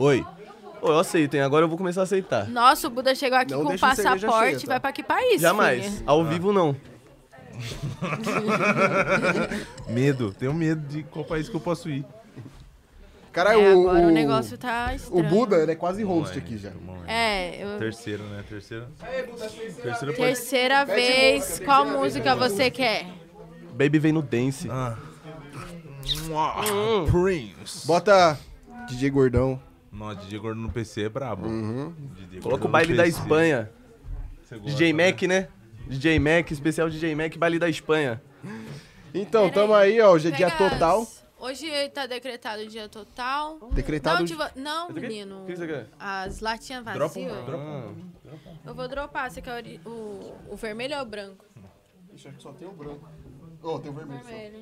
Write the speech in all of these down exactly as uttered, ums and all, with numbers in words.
Oi. Ô, eu aceito, hein? Agora eu vou começar a aceitar. Nossa, o Buda chegou aqui Não com deixa a cerveja passaporte, cheia, tá? vai pra que país, Jamais. filho? Ao vivo, não. Medo. Tenho medo de qual país que eu posso ir. Cara, É, o, agora o o- negócio tá o estranho. Buda, ele é quase host Vamos aqui já. vamos lá. É, eu... Terceiro, né? Terceira. Terceira pode... Terceira vez, qual música você quer? Baby vem no dance. Ah. Prince. Bota D J Gordão. Não, D J Gordo no P C é brabo. Uhum. D J Coloca Gordo o baile no da P C. Espanha. Você D J gosta, Mac, né? D J Mac, especial D J Mac, baile da Espanha. Então, tamo aí, ó. Hoje é dia Pega as- total. Hoje tá decretado dia total. Decretado. Não, tiva- não Esse aqui? menino. O que você quer? As latinhas Dropa vazias. um, dropa Ah. Eu vou dropar. Você quer ori- o, o vermelho ou o branco? Acho que só tem o branco. Oh, tem o vermelho. só. Vermelho.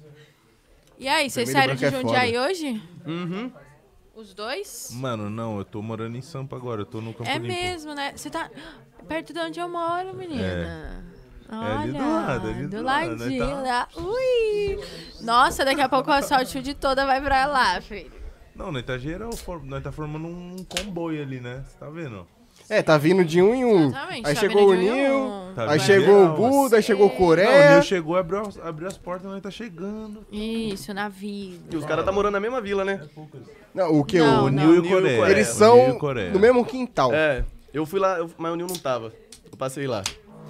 E aí, vocês Vermelho saíram e de branco é Jundiaí hoje? Uhum. Os dois? Mano, não, eu tô morando em Sampa agora, eu tô no Campo É Limpo. mesmo, né? Você tá perto de onde eu moro, menina. Olha, É ali do lado, ali do do lado, né? ladinho Tá- lá. Ui! Nossa, daqui a pouco a Saltitude toda vai pra lá, filho. Não, nós tá geral, for- nós tá formando um comboio ali, né? Você tá vendo? É, tá vindo de um em um. Exatamente, Aí tá chegou o vindo de um em Nil, um. Tá aí vindo chegou geral, o Buda, aí chegou o Não, o Coreia. Nil chegou, abriu, as- abriu as portas, nós tá chegando. Isso, na vida. E os caras tá morando na mesma vila, né? Não, o que? Não, O não. Nil Nil e o Nil e o Coreia. Coreia. Eles O Nil são e o Coreia. no mesmo quintal. É, eu fui lá, eu- mas o Nil não tava. Eu passei lá.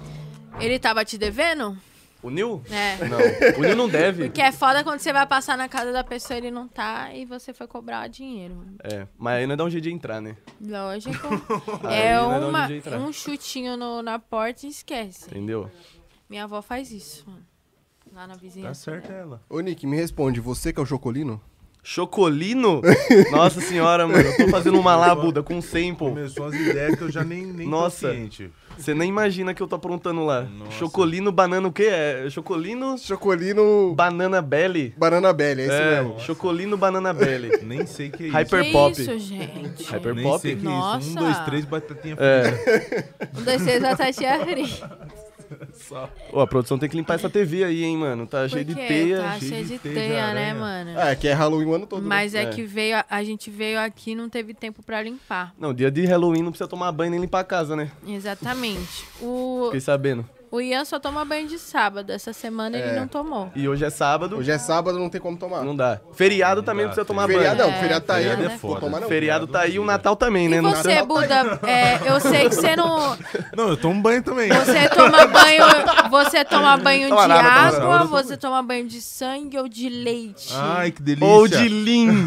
Ele tava te devendo? O Nil? É. Não, o Nil não deve. Porque é foda quando você vai passar na casa da pessoa e ele não tá e você foi cobrar dinheiro. É, mas aí não dá um jeito de entrar, né? Lógico. Aí é não dá uma, onde entrar. um chutinho no- na porta e esquece. Entendeu? Minha avó faz isso, mano. Lá na Tá vizinhança. certo ela. Ô, Nick, me responde, você que é o Chocolino? Chocolino? Nossa senhora, mano. Eu tô fazendo uma labuda com sample. Começou as ideias que eu já nem, nem Nossa. tô ciente. Você nem imagina que eu tô aprontando lá. Nossa. Chocolino, banana o quê? É Chocolino, Chocolino banana belly. Banana Belly, é isso É, mesmo. Chocolino, banana belly. Nem sei que é isso. Hyper Que pop. isso, gente? Hyper Nem pop? sei que é isso. Um, Nossa. dois, três, batatinha frita. É. Um, dois, três, batatinha frita. Ô, a produção tem que limpar essa T V aí, hein, mano. Tá cheio de Por quê? teia. Tá cheio cheio de de teia, teia, né, aranha. mano? Ah, que é Halloween o ano todo. né? Mas é, É. que veio, a, a gente veio aqui e não teve tempo pra limpar. Não, dia de Halloween não precisa tomar banho nem limpar a casa, né? Exatamente. O, Fiquei sabendo. o Ian só toma banho de sábado. Essa semana ele É. não tomou. E hoje é sábado, Hoje é sábado, não tem como tomar. não dá. Feriado Não também dá, não precisa tomar Feriado banho. não, feriado tá aí. feriado é Não foda. vou tomar não. Feriado tá aí, o Natal também, né? E Não- você, Buda, é, eu sei que você não... Não, eu tomo banho também. Você toma banho, você toma banho Toma de nada, toma água, nada. você toma banho de sangue ou de leite? Ai, que delícia. Ou de lean.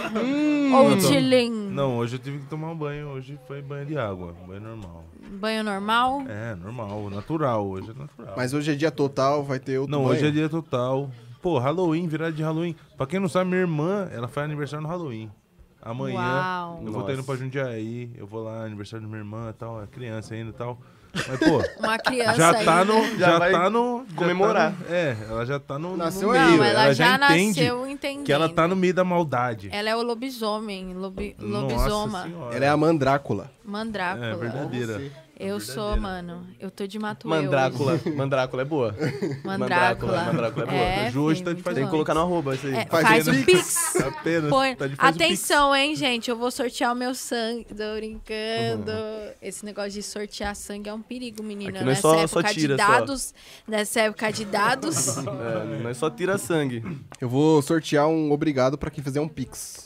ou eu de tô- lean? Não, hoje eu tive que tomar um banho. Hoje foi banho de água. Banho normal. Banho normal? É, normal. Natural. Hoje é natural. Mas hoje é dia total, vai ter outro Não, banho. hoje é dia total. Pô, Halloween, virada de Halloween. Pra quem não sabe, minha irmã, ela faz aniversário no Halloween. Amanhã, Uau. eu vou estar indo Nossa. pra Jundiaí. Eu vou lá, aniversário da minha irmã e tal. É criança ainda e tal. Mas, pô, Uma criança já aí, tá né? no... Já Já, vai tá no... já comemorar. tá no- é, ela já tá no, Nasceu no aí. meio. Não, ela, já, entende nasceu entendendo. que ela tá no meio da maldade. Ela é o lobisomem, lobi, Nossa lobisoma, senhora. Ela é a Mandrácula. mandrácula. É verdadeira. Eu sou, mano. Eu tô de Matueu. Mandrácula. Mandrácula é boa. Mandrácula. Mandrácula é boa. É, Ju hoje filho, tá de muito fazer- Tem que bom. colocar no arroba isso aí. É, Faz faz aí, o né? pix. Apenas. Põe- Tá de fazer um pix. Atenção, hein, gente. Eu vou sortear o meu sangue. Tô brincando. Esse negócio de sortear sangue é um perigo, menina. Aqui não é Nessa só- época só tira, de só. dados. Nessa época de dados. É, não é só tira sangue. Eu vou sortear um obrigado pra quem fizer um pix.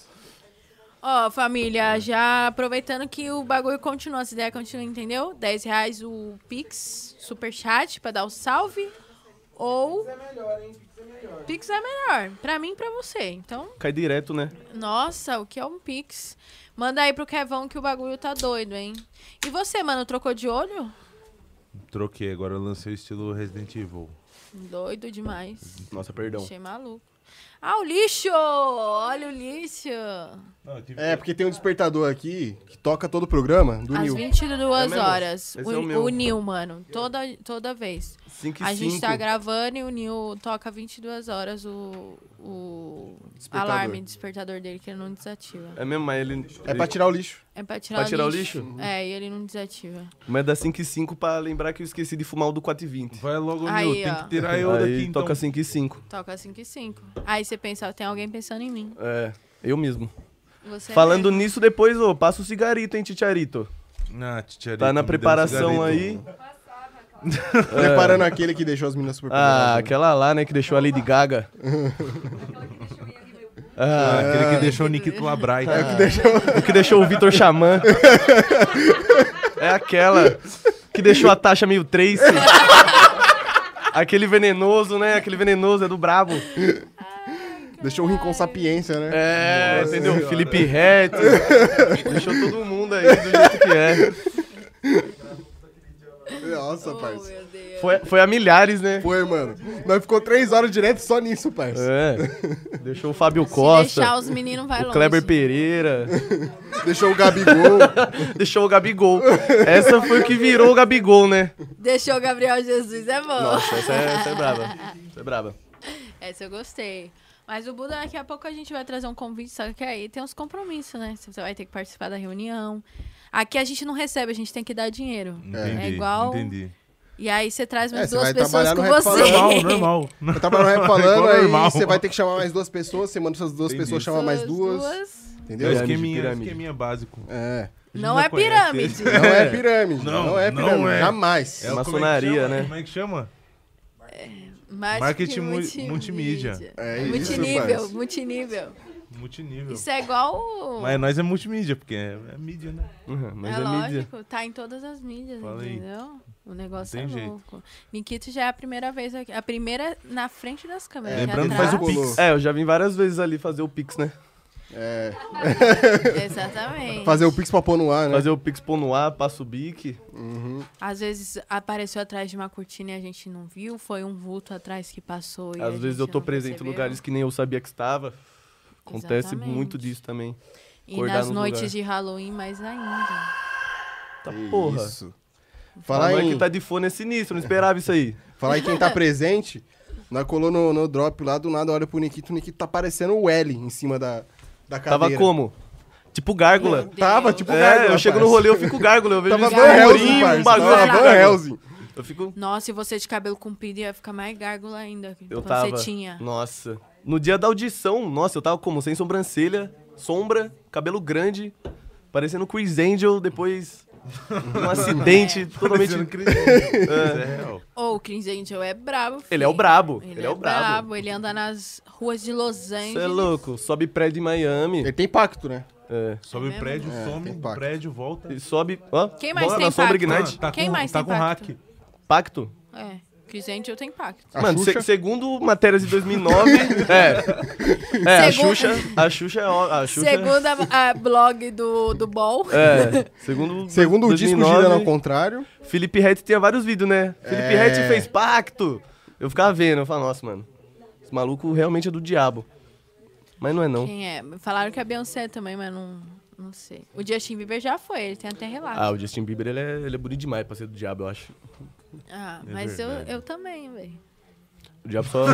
Ó, família, já aproveitando que o bagulho continua, essa ideia continua, entendeu? dez reais o Pix, superchat pra dar o salve. Ou. É melhor, hein? Pix é melhor. Pix é melhor. Pra mim e pra você. Então, Cai direto, né? nossa, o que é um Pix? Manda aí pro Kevão que o bagulho tá doido, hein? E você, mano, trocou de olho? Troquei, agora eu lancei o estilo Resident Evil. Doido demais. Nossa, perdão. Achei maluco. Ah, o lixo! Olha o lixo! Não, eu tive- É, porque tem um despertador aqui que toca todo o programa do Às Nil. vinte e duas É mesmo? horas. Esse O, é o meu. o Nil, mano. Toda, toda vez. cinco e A gente cinco. tá gravando e o Nil toca vinte e duas horas o, o Despertador. alarme despertador dele, que ele não desativa. É mesmo, mas ele... É pra tirar o lixo. É pra tirar, Pra tirar o, o lixo. lixo? É, e ele não desativa. Mas dá cinco e cinco pra lembrar que eu esqueci de fumar o do quatro e vinte. Vai logo, Aí, Nil. Tem ó. que tirar eu Aí daqui, então. toca cinco e cinco. Toca cinco e cinco. Aí você pensa, tem alguém pensando em mim. É, eu mesmo. Você Falando mesmo. nisso, depois, ô, passa o cigarrito, hein, Titiarito? Ah, titiarito, Tá na me deu um preparação cigarrito. aí. Preparando aquele que deixou as meninas super Ah, poderosas. aquela lá, né, que deixou a Lady Gaga. Ah, Ah, aquele que deixou o Nikito Labrai. É o que deixou... o que deixou o Vitor Xamã. É aquela que deixou a Tasha meio Tracy. Aquele venenoso, né? Aquele venenoso é do Brabo. Deixou o rim com sapiência, né? É, Nossa entendeu? senhora. Felipe Rett. Deixou todo mundo aí do jeito que é. Nossa, Oh, parça. meu Deus. Foi, foi a milhares, né? Foi, mano. Nós ficou três horas direto só nisso, parça. É. Deixou o Fábio Se Costa. deixar os meninos vai O longe. Kleber Pereira. Deixou o Gabigol. Deixou o Gabigol. Essa foi o que virou o Gabigol, né? Deixou o Gabriel Jesus, é bom. Nossa, essa é, essa é braba. Essa é braba. Essa eu gostei. Mas o Buda, daqui a pouco a gente vai trazer um convite, só que aí tem uns compromissos, né? Você vai ter que participar da reunião. Aqui a gente não recebe, a gente tem que dar dinheiro. Entendi, É igual- entendi. E aí você traz mais É, você duas vai pessoas trabalhar com no Rap você. Normal, normal. Eu tava no rap falando, Igual aí normal. você vai ter que chamar mais duas pessoas, você manda essas duas Entendi. pessoas, chama mais duas. duas. Entendeu? É o Pirâmide, esqueminha, pirâmide. esqueminha básico. É. A gente Não já é conhece pirâmide. esse. Não é pirâmide. Não, Não, é não pirâmide. é. Jamais. É o- Maçonaria, como é que chama? né? Como é que chama? Marketing, Marketing mu- multimídia. É isso, multinível, parça. multinível. Multinível. Isso é igual... o- Mas nós é multimídia, porque é, é mídia, né? Uhum, mas é, é, mídia. lógico, tá em todas as mídias, Fala aí. entendeu? O negócio Não é tem jeito. louco. Nikito já é a primeira vez aqui. A primeira na frente das câmeras. É, que Lembrando que atrás. faz o Colou. Pix. É, eu já vim várias vezes ali fazer o Pix, né? É. Exatamente. Fazer o Pix pra pôr no ar, né? Fazer o Pix pôr no ar, passa o bique. Uhum. Às vezes apareceu atrás de uma cortina e a gente não viu. Foi um vulto atrás que passou. E a Às vezes gente eu tô não presente em percebeu. lugares que nem eu sabia que estava. Acontece Exatamente. muito disso também. E acordar nas nos noites lugares. de Halloween, mais ainda. Tá Que porra. Isso. Falar Falar em... em, que tá de fone é sinistro, não esperava isso aí. falar em quem tá presente, nós colou no, no drop lá, do nada olha pro Nikito, o Nikito tá parecendo o L em cima da, da cadeira. Tava como? Tipo gárgula. Meu Tava, Deus. tipo É, gárgula, eu chego no parça. rolê, eu fico gárgula, eu vejo Tava esse Van Helsing, murinho, parça. um bagulho. Tava eu fico Van gárgula. Helsing. Eu fico... Nossa, e você de cabelo comprido ia ficar mais gárgula ainda. Eu Você tava... tinha. Nossa. No dia da audição, nossa, eu tava como? Sem sobrancelha, sombra, cabelo grande, parecendo Chris Angel, depois um acidente totalmente... Parecendo Chris Angel. É real. Ô, o Chris Angel é brabo, filho. Ele é o brabo, Ele, ele é é o brabo. brabo. Ele anda nas ruas de Los Angeles. Você é louco, sobe prédio em Miami. Ele tem pacto, né? É. Sobe É o mesmo? prédio, É, some, tem pacto. prédio, volta. E sobe... Ó, Quem mais bora tem na sombra pacto? Ignite. tá Quem com, mais tá tem com pacto? hack. Pacto? É, Chris Angel tem pacto. A Mano, Xuxa? se- segundo matérias de dois mil e nove... é. É, a Segundo- Xuxa... A Xuxa é... ó- A Xuxa... Segundo a, a blog do, do Ball. É, segundo... Segundo o disco dois mil e nove, girando ao contrário. Felipe Rett tinha vários vídeos, né? Felipe É. Rett fez pacto. Eu ficava vendo, eu falava, nossa, mano, esse maluco realmente é do diabo. Mas não é não. Quem é? Falaram que a Beyoncé também, mas não, não sei. O Justin Bieber já foi, ele tem até relato. Ah, o Justin Bieber, ele é, ele é bonito demais pra ser do diabo, eu acho. Ah, É mas eu, verdade. eu também, velho. O diabo só...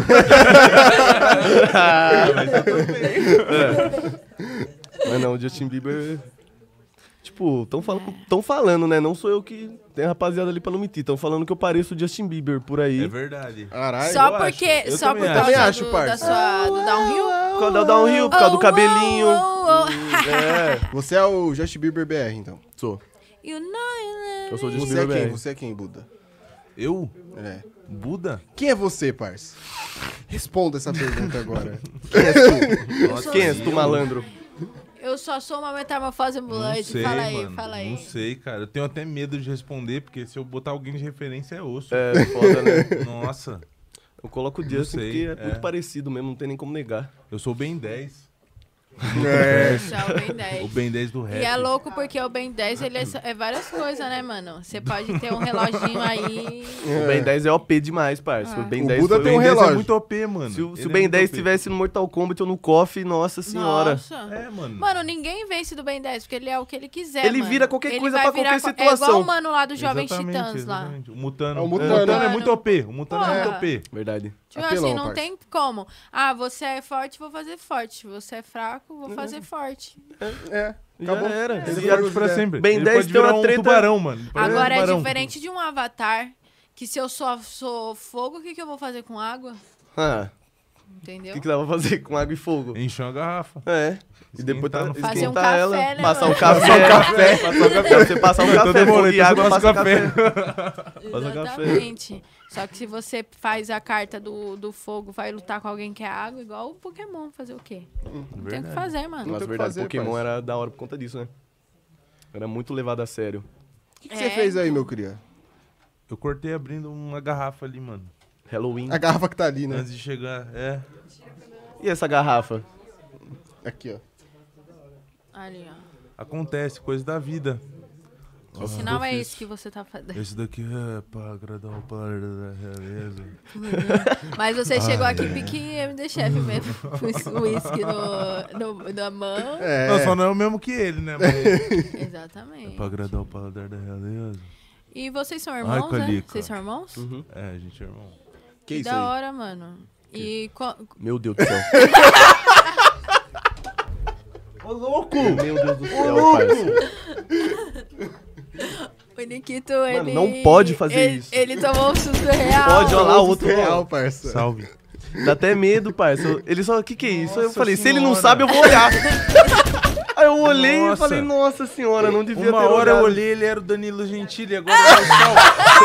É. Mas não, o Justin Bieber... Tipo, tão, fal tão falando, né? Não sou eu que... Tem rapaziada ali pra não mentir. Tão falando que eu pareço o Justin Bieber por aí. É verdade. Caralho. Só eu porque, acho. Eu só por também causa acho. Também acho, do, parça. da sua, do downhill? Por causa da downhill, por causa do Oh, cabelinho. oh, oh, oh. É, Você é o Justin Bieber B R, então. sou. You know you Eu sou o Justin Você é Bieber. quem? B R. Você é quem, Buda? Eu? É. Buda? Quem é você, parça? Responda essa pergunta agora. Quem és tu? Nossa, Quem és tu, eu- malandro? Eu só sou uma metamorfose Não ambulante. sei, Fala aí, mano. fala aí. Não sei, cara. Eu tenho até medo de responder, porque se eu botar alguém de referência é osso. É, foda, né? Nossa, Eu coloco o Não Justin sei, porque é, é. muito parecido mesmo, não tem nem como negar. eu sou o Ben dez. É. Isso é o Ben dez. O Ben dez do rap. E é louco porque o Ben dez, ele é, é várias coisas, né, mano? Você pode ter um reloginho aí... O Ben dez é O P demais, parça. Ah. O Ben O dez Buda foi- tem um Ben dez relógio. é muito O P, mano. Se, o- se Ele o é Ben muito dez O P. estivesse no Mortal Kombat ou no K O F, nossa senhora. Nossa. É, mano. Mano, ninguém vence do Ben dez, porque ele é o que ele quiser, Ele mano. vira qualquer Ele coisa vai pra virar qualquer qual- É igual situação. o mano lá do Jovem Exatamente, Titãs lá. exatamente. O Mutano. É o O Mutano. Mutano é Mano. muito O P. O Mutano é Porra. muito O P. Verdade. Tipo Apelão, assim, não parça. tem como. Ah, você é forte, vou fazer forte. Você é fraco, vou fazer forte. É. Já Acabou. era. Ele Ele E pode a- foi pra ideia. sempre. Ben Ele dez pode tem uma virar um treta- tubarão, mano. Ele pode virar um Agora é tubarão. diferente de um avatar, que se eu sou, sou fogo, o que, que eu vou fazer com água? Ah, O Entendeu? que, que dá pra fazer com água e fogo? Encheu a garrafa. É. E depois Esquentar tá, no Fazer um esquentar café, ela, né, passar mano? o café. Passar o café. Passar o café. Você passar o café, fogo e água, passa passa o café. café. Exatamente. Só que se você faz a carta do, do fogo, vai lutar com alguém que é água, igual o Pokémon, fazer o quê? Não tem o que fazer, mano. tem o Nossa, que verdade, fazer, Pokémon parça. era da hora por conta disso, né? Era muito levado a sério. O que, que É, você fez aí, meu cria? Eu cortei abrindo uma garrafa ali, mano. Halloween. A garrafa que tá ali, né? Antes de chegar, é. E essa garrafa? Aqui, ó. Ali, ó. Acontece, coisa da vida. Que sinal eu é fiz. esse que você tá fazendo? Esse daqui é pra agradar o padre da realeza. Mas você chegou aqui pique M D Chef mesmo. O uísque no, no, na mão. É. Não, só não é o mesmo que ele, né? Mas é Exatamente. pra agradar o paladar da realeza. E vocês são irmãos, Ai, né? Calica. Vocês são irmãos? Uhum. É, a gente é irmão. Que Que isso da aí? hora, mano. E qual... Meu Deus do céu. Ô, louco! Meu Deus do céu, parceiro. o Nikito, ele... não pode fazer ele, isso. Ele tomou um susto real. Pode, ó lá, o outro. Real, parça. Salve. Dá até medo, parça. Ele só, o que que é isso? Aí eu Nossa falei, se ele não senhora. sabe, eu vou olhar. Aí eu olhei e Nossa. falei, nossa senhora, não devia Uma ter hora eu olhado. olhei, ele era o Danilo Gentili, agora ele é o Salve.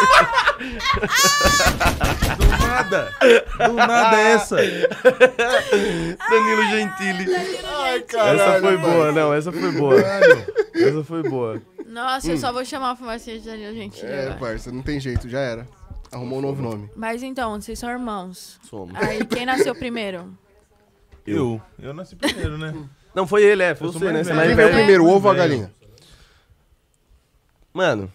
Do nada. Do nada essa. Danilo Gentili. Ai, Essa caralho, foi parça. boa, não, essa foi boa. Essa foi boa. Nossa, eu só vou chamar a fumacinha de Danilo Gentili É, agora. parça, não tem jeito, já era. Arrumou um novo nome. Mas então, vocês são irmãos. Somos. Aí, quem nasceu primeiro? Eu. Eu nasci primeiro, né? Não, foi ele, é, foi Eu sou você, mais né? Você é velho. mais Quem veio velho. primeiro, o ovo ou a Velho. galinha? Mano,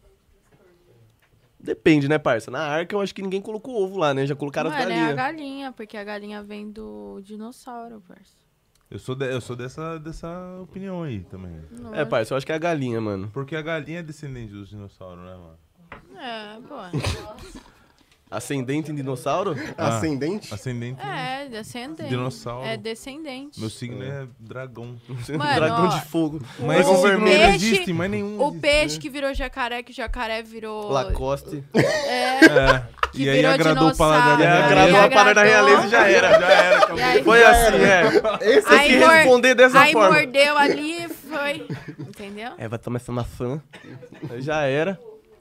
depende, né, parça? Na arca eu acho que ninguém colocou ovo lá, né? Já colocaram as Mano, é a galinhas. galinha, porque a galinha vem do dinossauro, parça. Eu sou, de- eu sou dessa, dessa opinião aí também. É, parça, eu acho que é a galinha, mano. Porque a galinha é descendente dos dinossauros, né, mano? É, pô. Ascendente em dinossauro? Ah. Ascendente? Ascendente. É, descendente. Dinossauro. É descendente. Meu signo é dragão. Mano, Dragão ó, de fogo. Mas o esse signo não peixe- existe, mas nenhum O existe. peixe que virou jacaré, que o jacaré virou... Lacoste. É, É. que E aí virou agradou o paladar dinossauro. da É, Aí realeza. agradou a parada da agradou. realeza e já era. Já era. E aí, Foi assim, é. Esse Tem Aí que mor- responder dessa aí forma. mordeu ali e foi. Entendeu? É, vai tomar essa maçã. Aí já era.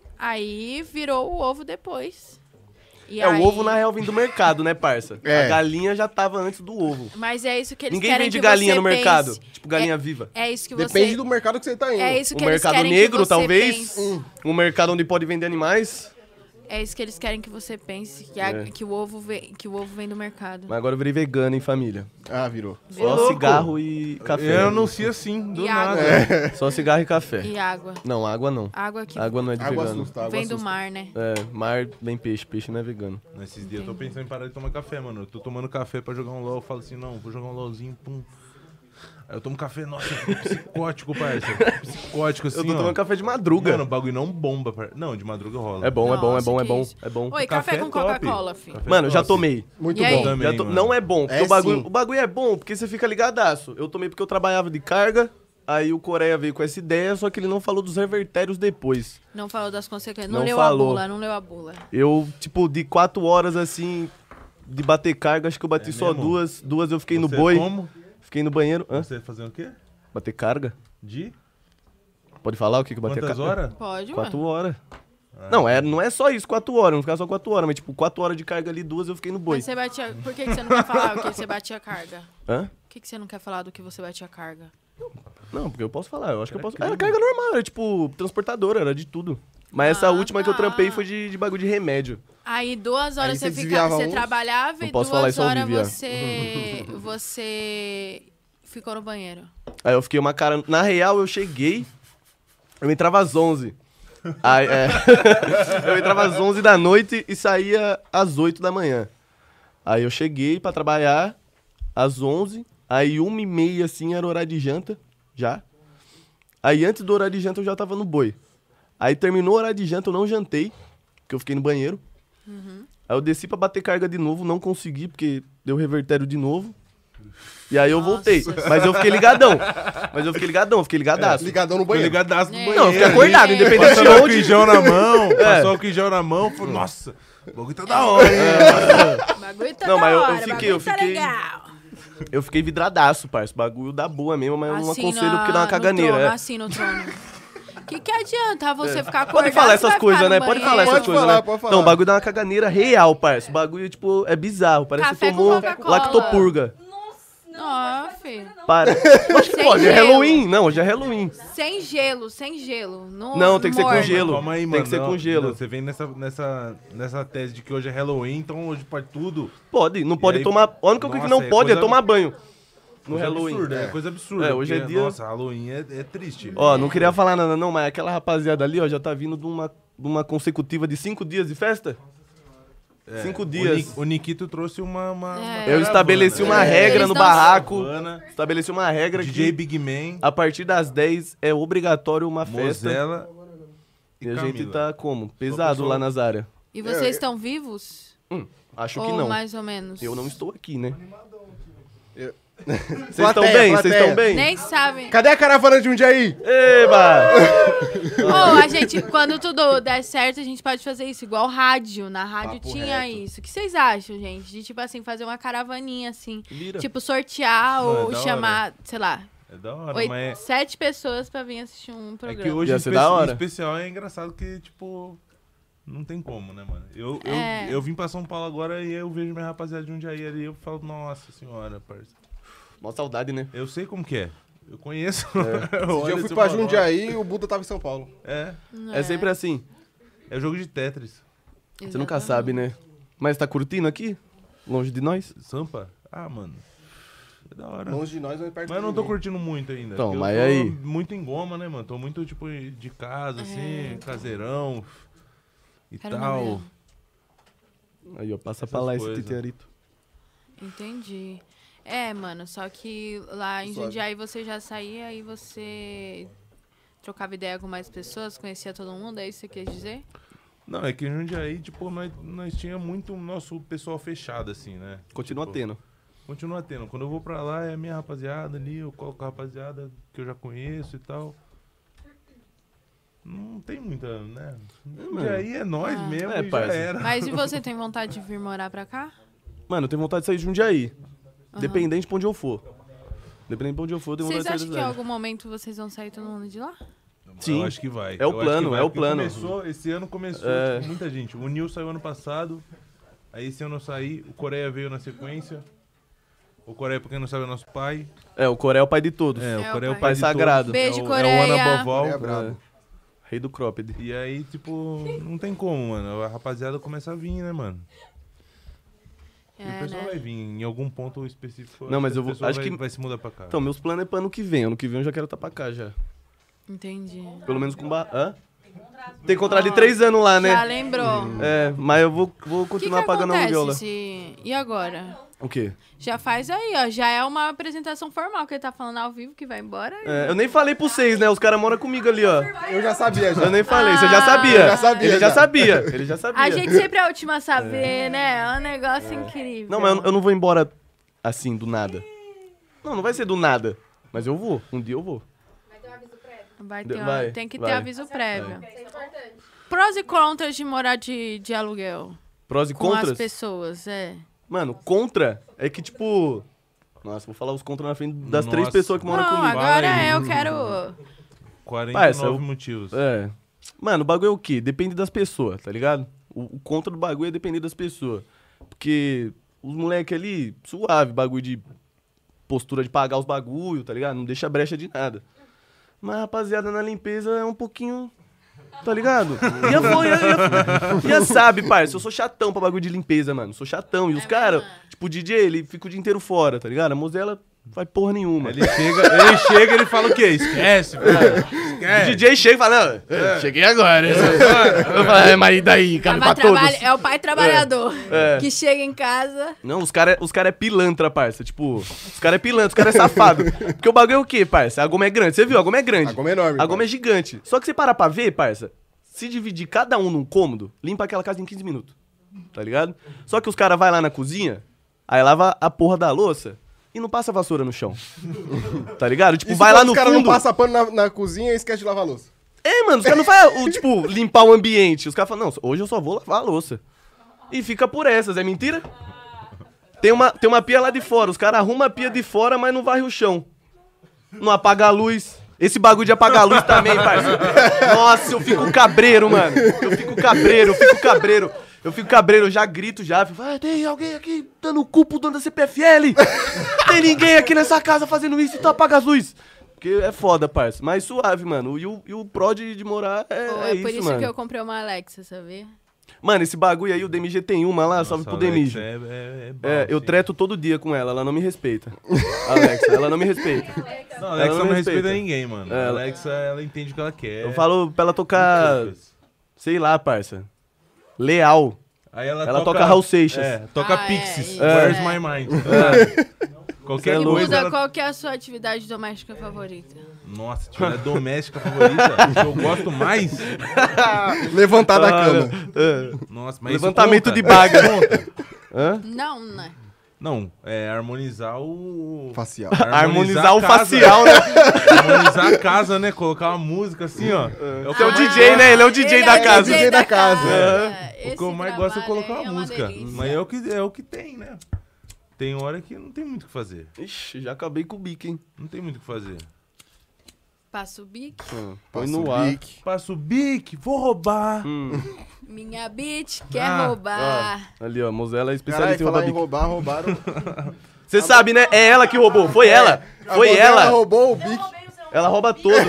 Aí virou o ovo depois. E É, aí- o ovo na real vem do mercado, né, parça? É. A galinha já tava antes do ovo. Mas é isso que eles Ninguém querem vende que galinha você no mercado. pense. Tipo, galinha viva. É isso que você... Depende do mercado que você tá indo. É isso que O eles mercado querem negro, que você talvez. pense. Um mercado onde pode vender animais. É isso que eles querem que você pense, que, a- É. que, o, ovo vem, que o ovo vem do mercado. Mas agora eu virei vegano, hein, família. Ah, virou. Só louco. cigarro e café. Eu anuncio assim, do E nada. água. Só cigarro e café. E água. Não, água não. Água que Água não é de Água vegano. assusta, água vem do assusta. mar, né? É, mar vem peixe, peixe não é vegano. Nesses dias eu tô pensando em parar de tomar café, mano. Eu tô tomando café pra jogar um LOL. Eu falo assim, não, vou jogar um LOLzinho, pum. Aí eu tomo café, nossa, eu fico psicótico, parceiro. Psicótico assim, Eu tô ó. tomando café de madruga. Mano, o bagulho não bomba, parceiro. Não, de madruga rola. É bom, é bom, é Nossa, bom, é que bom, isso. é bom. Oi, Café café, é com top. Coca-Cola, filho. Café Mano, já doce. tomei. Muito E aí? bom. Também, Já to- mano. Não é bom, porque É o, bagulho, sim. o bagulho é bom, porque você fica ligadaço. Eu tomei porque eu trabalhava de carga, aí o Coreia veio com essa ideia, só que ele não falou dos revertérios depois. Não falou das consequências. Não, Não leu falou. a bula, não leu a bula. Eu, tipo, de quatro horas, assim, de bater carga, acho que eu bati É só mesmo? duas. Duas eu fiquei no Você boi, Como? fiquei no banheiro. Hã? Você fazendo o quê? Bater carga? De? Pode falar o que que bater Quantas carga? horas? Pode, Quatro mano. horas. Não, é, não é só isso, quatro horas, não ficar só quatro horas, mas tipo, quatro horas de carga ali, duas eu fiquei no boi. Mas você batia... Por que, que você não quer falar o que você batia carga? Hã? Por que, que você não quer falar do que você batia carga? Não, porque eu posso falar, eu acho que eu posso. Era carga normal, era tipo, transportadora, era de tudo. Mas essa Ah, última que eu tá. trampei foi de, de bagulho de remédio. Aí duas horas Aí você, você fica, desviava você uns. trabalhava Não e posso falar duas isso ao horas vivo, é. você, você ficou no banheiro. Aí eu fiquei uma cara. Na real, eu cheguei. Eu entrava às onze. Aí, é. Eu entrava às onze da noite e saía às oito da manhã. Aí eu cheguei pra trabalhar às onze. Aí uma e meia, assim, era horário de janta. Já. Aí antes do horário de janta eu já tava no boi. Aí terminou o horário de janta, eu não jantei. Porque eu fiquei no banheiro. Aí eu desci pra bater carga de novo, não consegui, porque deu revertério de novo. E aí eu Nossa. voltei. Mas eu fiquei ligadão. Mas eu fiquei ligadão, fiquei ligadaço. Ligadão no Tô banheiro. ligadaço no É. banheiro. Não, eu fiquei acordado, É. independente de Passando álcool onde. em gel na mão, É. passou álcool em gel na mão, falei, nossa, o bagulho tá da hora, hein? O bagulho tá Não, da mas eu- eu hora, o fiquei- bagulho eu tá fiquei- legal. Eu fiquei vidradaço, parça. Bagulho da boa mesmo, mas eu não Assim aconselho na- porque dá uma no caganeira. trono, é. assim no trono. Que que adianta você ficar acordado? Pode falar você essas vai coisas, ficar né? no Pode banheiro? falar essas Pode coisas, falar, né? pode falar. Não, o bagulho dá uma caganeira real, parça. O bagulho, tipo, é bizarro. Parece Café que com tomou Coca-Cola. lactopurga. Ó, filho. Para. Acho que Sem pode, é gelo. Halloween. Não, hoje é Halloween. Sem gelo, sem gelo. No, Não, tem que ser com morno. gelo. Calma aí, Tem mano. que ser não, com gelo. não, você vem nessa, nessa, nessa tese de que hoje é Halloween, então hoje pode tudo. Pode, não pode aí- tomar. A única coisa que Nossa, não é pode é coisa- tomar banho. No Coisa Halloween. absurda, é. É. coisa absurda. É, hoje é porque, dia- Nossa, Halloween é, é triste. Ó, não queria falar nada não, mas aquela rapaziada ali, ó, já tá vindo de uma, de uma consecutiva de cinco dias de festa? É, cinco o dias. Ni- O Nikito trouxe uma. uma, É. uma Eu caravana, estabeleci uma é. regra Eles no não- barraco. Caravana, Estabeleci uma regra D J que Big Man, a partir das dez é obrigatório uma festa. Mozela E a gente Camila. tá como? Pesado pessoa- lá nas áreas. E vocês estão vivos? Hum, acho Ou que não. mais ou menos? Eu não estou aqui, né? Eu- Vocês estão Plateia, bem? Vocês plateia. estão bem? Nem sabem. Cadê a caravana de Jundiaí? Eba! Ou a gente, quando tudo der certo, a gente pode fazer isso, igual rádio. Na rádio Papo tinha reto. isso. O que vocês acham, gente? De, tipo assim, fazer uma caravaninha, assim. Vira. Tipo, sortear Não, é ou da chamar, sei lá, É da hora, oito, mas sete pessoas pra vir assistir um é programa. que hoje Ia em ser espe- da hora. em especial é engraçado que, tipo, não tem como, né, mano? Eu, eu, É. eu vim pra São Paulo agora e eu vejo minha rapaziada de Jundiaí ali e eu falo, nossa senhora, parça. Mó saudade, né? Eu sei como que é. Eu conheço. Um dia Olha, eu fui você pra fala, Jundiaí e o Buda tava em São Paulo. É, É sempre assim. é jogo de Tetris. Você nunca sabe, né? Mas tá curtindo aqui? Longe de nós? Sampa? Ah, mano. É da hora. Longe de nós, mas perto Mas eu de não tô ninguém. curtindo muito ainda. Então, porque mas eu tô aí? muito em goma, né, mano? Tô muito, tipo, de casa, assim, caseirão e Quero tal. morrer. Aí, ó, passa Essas pra lá esse coisas. titearito. Entendi. É, mano, só que lá em Suave. Jundiaí você já saía e você trocava ideia com mais pessoas, conhecia todo mundo, é isso que você quer dizer? Não, é que em Jundiaí, tipo, nós, nós tinha muito nosso pessoal fechado, assim, né? Continua Tipo, tendo. Continua tendo. Quando eu vou pra lá, é a minha rapaziada ali, eu coloco a rapaziada que eu já conheço e tal. Não tem muita, né? Jundiaí é nós Ah. mesmo É, e já parça. era. Mas e você tem vontade de vir morar pra cá? Mano, eu tenho vontade de sair de Jundiaí. Aham. Dependente pra onde eu for. Dependente pra onde eu for, eu tenho Vocês vontade de acham sair que da em cidade. algum momento vocês vão sair todo mundo de lá? Sim. Eu acho que vai. É o Eu acho plano, que vai, é o porque plano. Começou, esse ano começou É. tipo, muita gente. O Nil saiu ano passado, aí esse ano eu saí, o Coreia veio na sequência. O Coreia, pra quem não sabe, é nosso pai. É, o Coreia é o pai de todos. É, É, o Coreia é o pai. pai Pai de sagrado. todos. Beijo, é o, Coreia. É o Ana Bovol. Coreia é brabo. Rei do cropped. E aí, tipo, não tem como, mano. A rapaziada começa a vir, né, mano? E o É, pessoal né? vai vir em algum ponto específico. Não, mas que eu o vou- pessoal acho vai, que- vai se mudar pra cá. Então, meus planos é pra ano que vem. Ano que vem eu já quero estar pra cá já. Entendi. Pelo menos com... Ba... Hã? Tem contrato de três anos lá, Já né? lembrou. É, mas eu vou, vou O que, que continuar pagando acontece aluguel lá. se... E agora? O quê? Já faz aí, ó. Já é uma apresentação formal que ele tá falando ao vivo que vai embora. É, eu nem falei pra vocês, né? Os caras moram comigo ali, ó. Eu já sabia, já. Eu nem falei, você já Ah. sabia. Eu já sabia, Ele já já. sabia. Ele já sabia. A gente sempre é a última a saber, né? É um negócio incrível. Não, mas eu, eu não vou embora assim, do nada. Não, não vai ser do nada. Mas eu vou. Um dia eu vou. Vai ter uma- Vai, tem que vai. ter aviso prévio. Prós e contras de morar de, de aluguel Prós e com contras? as pessoas, é. Mano, contra é que, tipo... Nossa, vou falar os contras na frente das três Nossa. pessoas que moram Não, comigo. agora Fala aí. eu quero... quarenta e nove Parça, eu- motivos. É. Mano, o bagulho é o quê? Depende das pessoas, tá ligado? O, o contra do bagulho é depender das pessoas. Porque os moleques ali, suave, bagulho de postura de pagar os bagulho, tá ligado? Não deixa brecha de nada. Mas, rapaziada, na limpeza é um pouquinho... Tá ligado? Já foi, já, já, já sabe, parça. Eu sou chatão pra bagulho de limpeza, mano. Sou chatão. E os caras, tipo, o D J, ele fica o dia inteiro fora, tá ligado? A mozela faz porra nenhuma. Ele chega, ele chega e ele fala o quê? Esquece, velho. O Esquece. D J chega e fala, não, É. cheguei agora. Eu falo, é, mas e daí, cabe Vai pra todos. trabalha- É o pai trabalhador É. que chega em casa... Não, os caras os cara é pilantra, parça. Tipo, os caras é pilantra, os caras é safado. Porque o bagulho é o quê, parça? A goma é grande. Você viu? A goma é grande. A goma é enorme. A goma é gigante. Só que você parar pra ver, parça, se dividir cada um num cômodo, limpa aquela casa em quinze minutos. Tá ligado? Só que os caras vai lá na cozinha, aí lava a porra da louça e não passa vassoura no chão. Tá ligado? Tipo, E se vai lá os no caras fundo. não passam pano na, na cozinha e esquece de lavar a louça. É, mano, os caras não fazem, o, tipo, limpar o ambiente. Os caras falam, não, hoje eu só vou lavar a louça. E fica por essas, é mentira? Tem uma, tem uma pia lá de fora, os caras arrumam a pia de fora, mas não varre o chão. Não apaga a luz. Esse bagulho de apagar a luz também, parceiro. Nossa, eu fico cabreiro, mano. Eu fico cabreiro, eu fico cabreiro. Eu fico cabreiro, eu já grito já. Fico, ah, tem alguém aqui dando o cu pro dono da C P F L? Tem ninguém aqui nessa casa fazendo isso, então apaga as luzes. Porque é foda, parça. Mas suave, mano. E o, e o pró de, de morar é, Pô, é, é isso, por isso mano. que eu comprei uma Alexa, sabia? Mano, esse bagulho aí, o D M G tem uma lá, salve pro D M G. É, é, é, bom, É, eu sim. treto todo dia com ela, ela não me respeita. Alexa, ela não me respeita. Não, a Alexa Ela não, não respeita respeita. ninguém, mano. É, A ela- Alexa, ela entende o que ela quer. Eu falo pra ela tocar, sei lá, parça. Leal. Aí ela, ela toca Raul Seixas. É, toca Ah, é, Pixies. é. Where's É. my mind? Qualquer Cê é louco. coisa. Muda, Ela... qual que é a sua atividade doméstica favorita? Nossa, se tiver doméstica favorita, que eu gosto mais. Levantar da Ah, cama. é. Nossa, mas isso Levantamento conta. de baga. Conta. Hã? Não, né? Não, é harmonizar o. Facial. Harmonizar a o casa. facial, né? Harmonizar a casa, né? Colocar uma música assim, ó. É o que É eu o mais D J, né? Ele é o D J Ele da é o casa. D J da casa. É. Esse O que eu mais gosto é trabalho colocar uma é uma música. delícia. Mas é o, que, é o que tem, né? Tem hora que não tem muito o que fazer. Ixi, já acabei com o bico, hein? Não tem muito o que fazer. Passa o bico, Hum, Põe Passa no o ar. bique. Passo o bique, vou roubar. Hum. minha bitch quer Ah, roubar. Ali, ó, Mosela é Caralho, especialista em roubar falar em bico. roubar, roubaram. Você sabe, né? É ela que roubou. Foi ela. A Foi Mosela ela. roubou o bique. Ela rouba todos.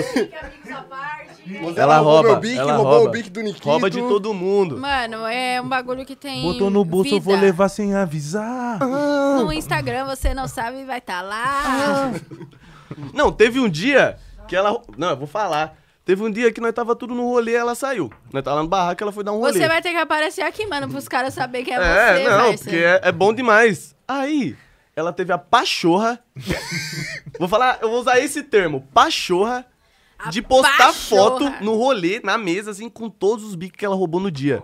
Mosela Ela roubou rouba. meu bique, Ela roubou rouba. o bique do Nikito. Rouba de todo mundo. Mano, é um bagulho que tem Botou no bolso, eu vou vida. levar sem avisar. No Instagram, você não sabe, vai estar lá. Não, teve um dia que ela... Não, eu vou falar. Teve um dia que nós tava tudo no rolê, ela saiu. Nós tava lá no barraco, ela foi dar um rolê. Você vai ter que aparecer aqui, mano, pros caras saberem que é, É, você, não, parça. porque é, é bom demais. Aí, ela teve a pachorra... vou falar, eu vou usar esse termo. Pachorra A de postar pachorra. foto no rolê, na mesa, assim, com todos os bicos que ela roubou no dia.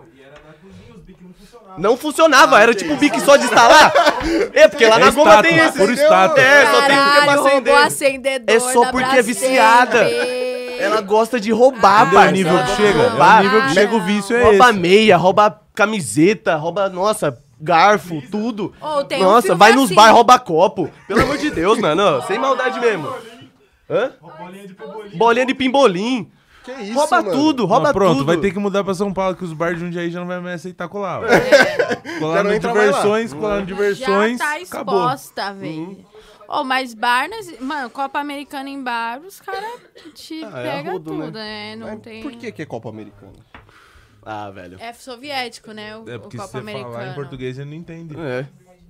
Não funcionava, era tipo um bique só de instalar. É, porque lá É na Goma status, tem esse. por status. É, só tem porque é pra Caralho, roubou acender. acendedor É só da porque é Brastemp. viciada. Ela gosta de roubar, Entendeu? parça. O nível Ela que gosta de chega. É roubar. o nível que Ah, chega o não. vício, é Rouba esse. meia, rouba camiseta, rouba, nossa, garfo, tudo. Ô, tem um Nossa, filme vai nos assim. bar, rouba copo. Pelo amor de Deus, mano. Sem maldade mesmo. Hã? Bolinha de pimbolim. Que isso, Rouba mano? tudo, rouba Não, pronto, tudo. vai ter que mudar pra São Paulo, que os bares de Jundiaí já não vai mais aceitar colar. ó. Já Colar não no entra mais lá. diversões, colar no diversões, Já tá acabou. exposta, velho. Ô, mas bar, nas- mano, Copa Americana em bar, os caras te Ah, é pegam arrodo, tudo, né? né? Não Mas tem... por que que é Copa Americana? Ah, velho. É soviético, né? O, É o porque se Copa você Americana. falar em português, ele não entende. É,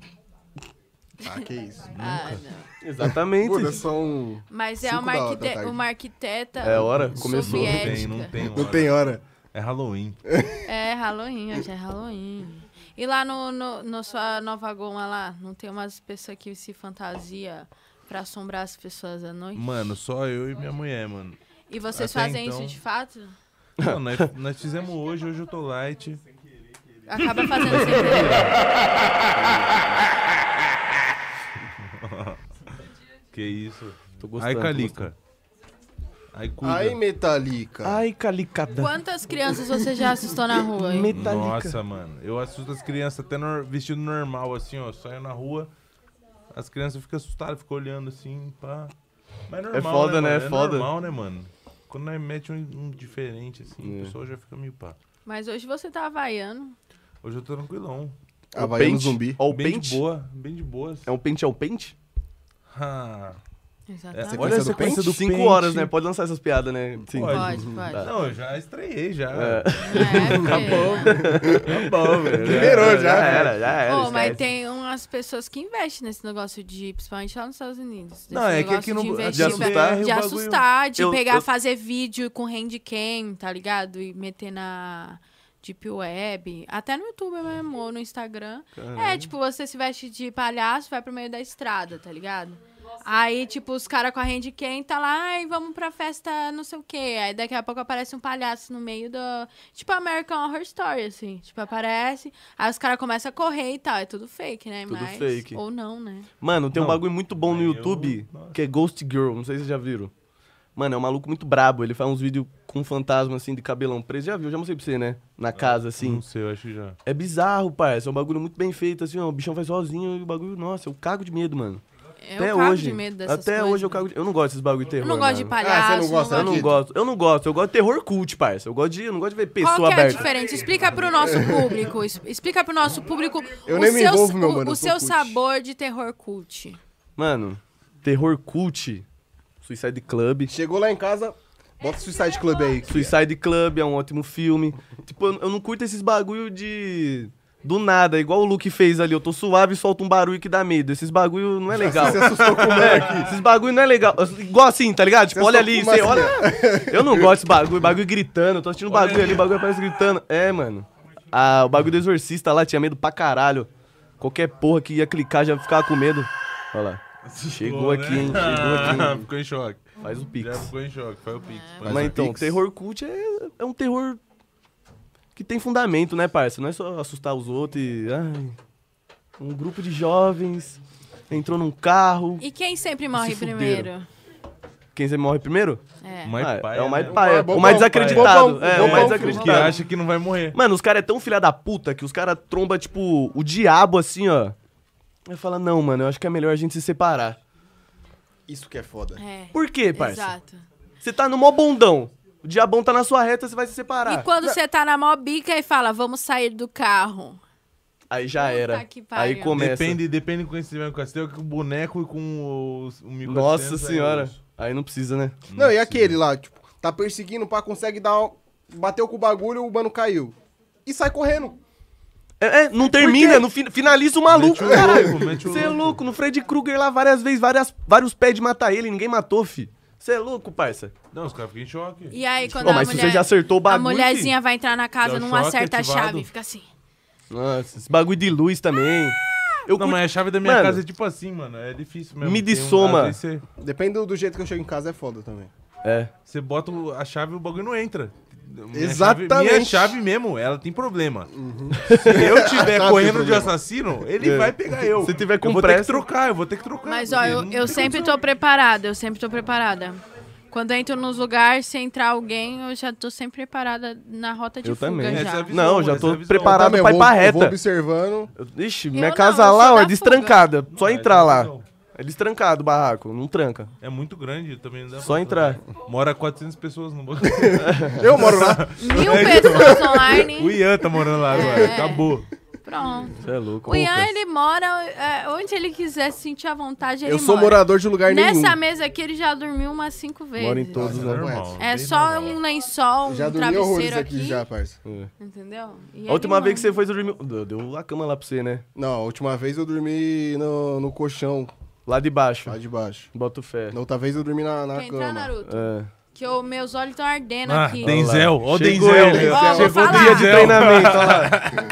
Ah, que isso. Ah, não. exatamente. Pô, são... Mas é Cinco uma, da- da arquite- tarde. uma arquiteta É hora, começou. Não soviética. tem, não tem. Não hora. tem hora. É Halloween. É Halloween, hoje é Halloween. E lá no, no, no sua Nova Goma lá, não tem umas pessoas que se fantasia pra assombrar as pessoas à noite? Mano, só eu e minha mulher, mano. E vocês até fazem então- isso de fato? Não, nós, nós fizemos hoje, hoje eu tô light. Acaba fazendo sem querer. Que isso. Tô gostando, Ai, tô Calica. Ai, cuida. Aí, Metallica. Ai, calicada. Quantas crianças você já assustou na rua? Hein? Metallica. Nossa, mano. Eu assusto as crianças até no vestido normal, assim, ó. Saio na rua, as crianças ficam assustadas, ficam olhando assim, pá. Mas é normal, foda, né? mano? É É foda. normal, né, mano? Quando nós mete um, um diferente, assim, É. o pessoal já fica meio pá. Mas hoje você tá havaiano. Hoje eu tô tranquilão. Havaiano pente? zumbi. Ó, o bem pente? de boa, bem de boas. É um pente ao pente? Ah, Exatamente. olha a do sequência pente? do Cinco pente. horas, né? Pode lançar essas piadas, né? Sim. Pode. Pode, pode. Tá. Não, eu já estreiei, já. É. É, porque- Tá bom, velho. Liberou já, Já velho. era, já era. Pô, mas esquece. tem umas pessoas que investem nesse negócio de, principalmente lá nos Estados Unidos. desse Não, é que negócio aqui no de aqui investir, de assustar, de o bagulho- assustar, de Eu- pegar, eu- fazer vídeo com handcam, tá ligado? E meter na Deep Web, até no YouTube mesmo, ou no Instagram. É, tipo, você se veste de palhaço, vai pro meio da estrada, tá ligado? Aí, tipo, os caras com a handcam tá lá, ai, vamos pra festa não sei o quê. Aí daqui a pouco aparece um palhaço no meio do... Tipo, American Horror Story, assim. Tipo, aparece, aí os caras começam a correr e tal. É tudo fake, né? Tudo Mas... fake. Ou não, né? Mano, tem um Não. bagulho muito bom no Aí eu- YouTube, Nossa. que é Ghost Girl, não sei se vocês já viram. Mano, é um maluco muito brabo, ele faz uns vídeos com um fantasma, assim, de cabelão preso. Já viu, já mostrei pra você, né? Na casa, assim. Não sei, eu acho que já. É bizarro, parça, é um bagulho muito bem feito, assim, ó. O bichão faz sozinho e o bagulho, nossa, eu cago de medo, mano. Eu Até cago hoje. de medo dessas Até coisas. hoje eu cago de... Eu não gosto desses bagulho de terror, Eu não gosto de mano. palhaço. Ah, você não gosta, Eu não Akito? gosto, eu não gosto, eu gosto de terror cult, parça. Eu gosto de, eu não gosto de ver pessoa Qual que é a aberta. diferença? Explica pro nosso público. es- Explica pro nosso público Eu o nem me seu, envolvo, meu o- mano, o eu sou seu cult. sabor de terror cult. Mano, terror cult, Suicide Club. Chegou lá em casa, bota o Suicide Club aí. que Suicide Club é um ótimo filme. Tipo, eu, eu não curto esses bagulho de... Do nada, igual o Luke fez ali. Eu tô suave e solto um barulho que dá medo. Esses bagulho não é legal. Você assustou com o É, aqui. esses bagulho não é legal. Igual assim, tá ligado? Tipo, Você olha assustou ali, com você uma- olha... Eu não gosto desse bagulho, bagulho gritando. Eu tô assistindo bagulho ali, o bagulho aparece gritando. É, mano. Ah, o bagulho do Exorcista lá tinha medo pra caralho. Qualquer porra que ia clicar já ficava com medo. Olha lá. Chegou Pô, aqui, né? hein? Chegou aqui, hein? Ficou em choque. Faz o pix. Já ficou em choque, faz o pix. Mas, Faz o então, pix. terror cult é, é um terror que tem fundamento, né, parça? Não é só assustar os outros e... Ai, um grupo de jovens entrou num carro. E quem sempre morre se fuderam. primeiro? Quem sempre morre primeiro? É. Mais Ah, paia, é o mais né? paia. Bobão, o mais bobão, desacreditado. bobão, é, o bobão, mais Que desacreditado. acha que não vai morrer. Mano, os caras é tão filha da puta que os caras tromba tipo, o diabo assim, ó. Aí fala, não, mano, eu acho que é melhor a gente se separar. Isso que é foda. É. Por quê, parça? Exato. Você tá no mó bondão. O diabão tá na sua reta, você vai se separar. E quando você tá na mó bica e fala, vamos sair do carro. Aí já Puta era. que Aí pariu. começa. Depende, depende com esse com esse com o boneco e com o, o mil e Nossa quatrocentos, senhora. é osso. Aí não precisa, né? Não, e aquele lá, tipo, tá perseguindo, pá, consegue dar um... Bateu com o bagulho, o mano caiu. E sai correndo. É, é, não termina, não fin- finaliza o maluco, Mete o caralho. louco, mete o Você é louco. louco, no Freddy Krueger lá várias vezes, várias, vários pés de matar ele, ninguém matou, fi. Você é louco, parça. Não, os caras ficam em choque. E aí, quando Ô, a mas se mulher... você já acertou o bagulho, A mulherzinha vai entrar na casa, Dá o não choque acerta a ativado. chave, fica assim. Nossa, esse bagulho de luz também. Eu Não, curto- mas a chave da minha Mano, casa é tipo assim, mano. É difícil mesmo. Me Tem um- dissoma. às vezes Você, Depende do, do jeito que eu chego em casa, é foda também. É. você bota o- a chave e o bagulho não entra. Minha Exatamente. Chave, minha chave mesmo, ela tem problema. Se eu tiver Chave correndo tem de problema. assassino, ele É. vai pegar eu. Se tiver com eu vou ter que pressa- trocar, eu vou ter que trocar. Mas, porque ó, eu, não eu tem sempre condição. tô preparada, eu sempre tô preparada. Quando eu entro nos lugares, se entrar alguém, eu já tô sempre preparada na rota de Eu fuga também. já. Essa é a visão, Não, já essa tô é a visão. preparado Também, pra ir eu pra vou- eu reta. vou observando. Eu- Ixi, Eu minha não, casa eu sou lá, ó, da é destrancada. Só Essa entrar é a lá. visão. É destrancado o barraco, não tranca. É muito grande também. Não dá Só pra entrar. trocar. Mora quatrocentas pessoas no banco. Eu moro lá. Mil pessoas online. O Ian tá morando lá agora. É. Acabou. Pronto. Você é louco. O Ian, Poucas. ele mora é, onde ele quiser se sentir à vontade, ele Eu sou mora. morador de lugar nenhum. Nessa mesa aqui, ele já dormiu umas cinco vezes. Mora em todos, Nossa, né? normal. É bem só normal. um lençol, um Já dormi horrores travesseiro aqui aqui. já, parça. Entendeu? E A última ele vez que você manda. foi, você dormiu. Deu- Deu a cama lá pra você, né? Não, a última vez eu dormi no, no colchão, Lá de baixo. lá de baixo. Bota o fé. Na outra vez eu dormi na, na Quer entrar, cama. Naruto? É. Que os meus olhos estão ardendo Ah, aqui. Denzel. Ó o Chegou Denzel. ele, Ó, vou Chegou o falar. Dia de Denzel. treinamento, olha lá.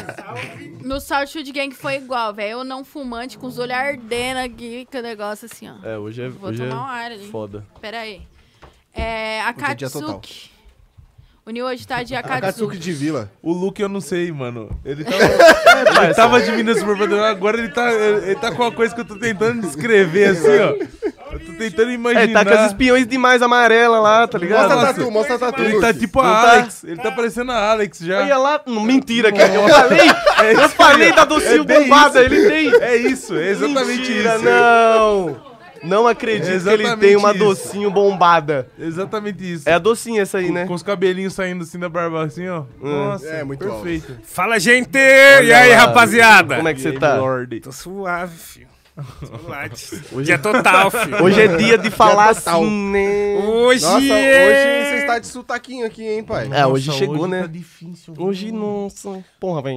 No South Shoot Gang foi igual, velho. Eu não fumante, com os olhos ardendo aqui, com o negócio assim, ó. É, hoje é, Vou hoje tomar um é ar ali. foda. Pera aí. É, dia total. Akatsuki. O Nil hoje tá de Akatsuki Akatsuki. de Vila. O Luke eu não sei, mano. Ele tava, É, ele parça. tava de Minas Superpoderosas, agora ele tá, ele, ele tá com uma coisa que eu tô tentando descrever, assim, ó. Eu tô tentando É, imaginar. tá com as espiões demais amarela lá, tá ligado? Mostra a Nossa. tatu, mostra a tatu. Ele tá Lucy. tipo a Não tá? Alex. Ele tá parecendo a Alex já. Olha lá, não, mentira, cara. Eu falei, eu falei da docinho É bem bombada, isso. ele tem. É isso, é exatamente Mentira, isso. Não. Não acredito É que ele exatamente tem uma isso. docinho bombada. Exatamente isso. É a docinha essa aí, com, né? com os cabelinhos saindo assim da barba, assim, ó. Nossa, É, muito perfeito. Fala, gente! e aí, lá. rapaziada? Como é que E você aí, tá? Lorde? Tô suave, filho. Suave. Hoje- Dia total, filho. Hoje é dia de falar total. assim, né? Hoje Nossa, hoje é... você está de sotaquinho aqui, hein, pai? É, hoje Nossa, chegou, hoje né? Tá difícil. Hoje, nossa. Porra, velho.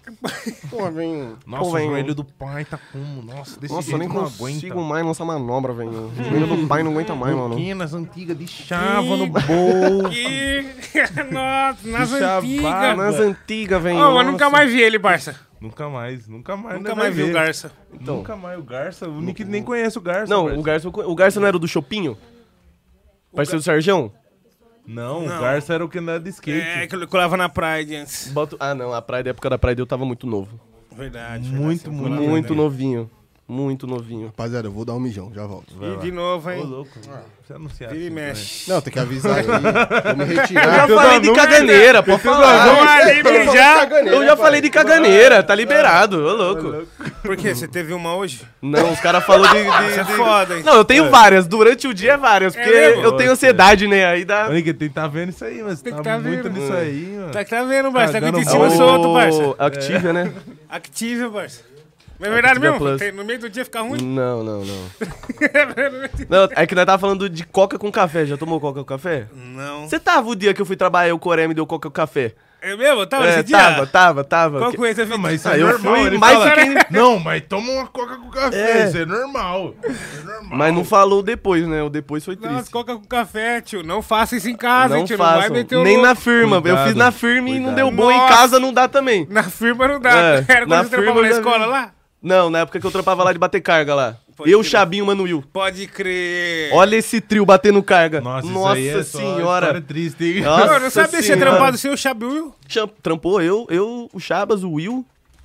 Pô, vem. Nossa, Pô, o velho. joelho do pai tá como? Nossa, desse Nossa, eu jeito nem não consigo aguenta. mais nessa manobra, velho. O joelho do pai não aguenta mais, mano. Boquinas antigas de chava no bolso. Que... Nossa, nas Que antigas. chavada. Nas antigas, velho. Ô, mas nunca mais vi ele, parça. Nunca mais, nunca mais. Nunca né, mais vai vi o ver. Garça. Então. Nunca mais o Garça. O Nick nem conhece o Garça. Não, parça. o Garça, o Garça não era o do Chopinho? Parceiro do Sergião? Não, Não. o Garça era o que andava de skate. É, que eu colava na praia antes. Boto... Ah, não, a praia, da época da praia eu tava muito novo. Verdade. Muito, verdade, muito, colava Muito bem. novinho. Muito novinho. Rapaziada, eu vou dar um mijão, já volto. E de novo, Ô, hein? louco. Você anunciar. Vira e assim, mexe. Não, tem que avisar aí. Vou me Eu já retirar. falei de caganeira, pode falar. Vamos ali mijar. Eu já falei de caganeira, tá liberado, ô louco. Por quê? Você teve uma hoje? Não, os caras falaram de... de- Isso é de- foda, hein? Não, eu tenho várias, durante o dia é várias, porque mesmo? eu tenho ansiedade, né, aí dá... Ô, Nick, tem que tá vendo isso aí, mas Tem que tá, tá muito vendo. nisso aí, mano. Tá que tá vendo, parça? Tá com Cagando em cima bola. solto, parça. Activa, né? Active, parça. Não é verdade Activia mesmo? Plus. Tem- No meio do dia fica ruim? Não, não, não. Não, é que nós tava falando de coca com café, já tomou coca com café? Não. Você tava o dia que eu fui trabalhar e o Coré me deu coca com café? É mesmo? Tava É, nesse dia? tava, tava, tava. Qual Que- coisa você Não, mas isso Ah, é eu normal. fui ele mais fala, do que- Não, mas toma uma coca com café. É. Isso é normal. Isso é normal. Mas não falou depois, né? O depois foi Nossa, triste. coca com café, tio. Não faça isso em casa, hein, Não tio. Não vai façam. meter o Nem louco. na firma. Eu Cuidado, fiz na firma e não cuidado. deu bom. Em Nossa. casa não dá também. Na firma não dá. É, Era na quando você trampava firma na eu já escola vi. lá? Não, na época que eu trampava lá de bater carga lá. Pode eu, crer. Chabinho, Manuil. Pode crer. Olha esse trio batendo carga. Nossa, isso Nossa aí é só senhora. história triste, hein? Nossa Pô, eu não sabia se tinha senhora. trampado sem o Chabuil. Cham- Trampou eu, eu, o Chabas, o Will.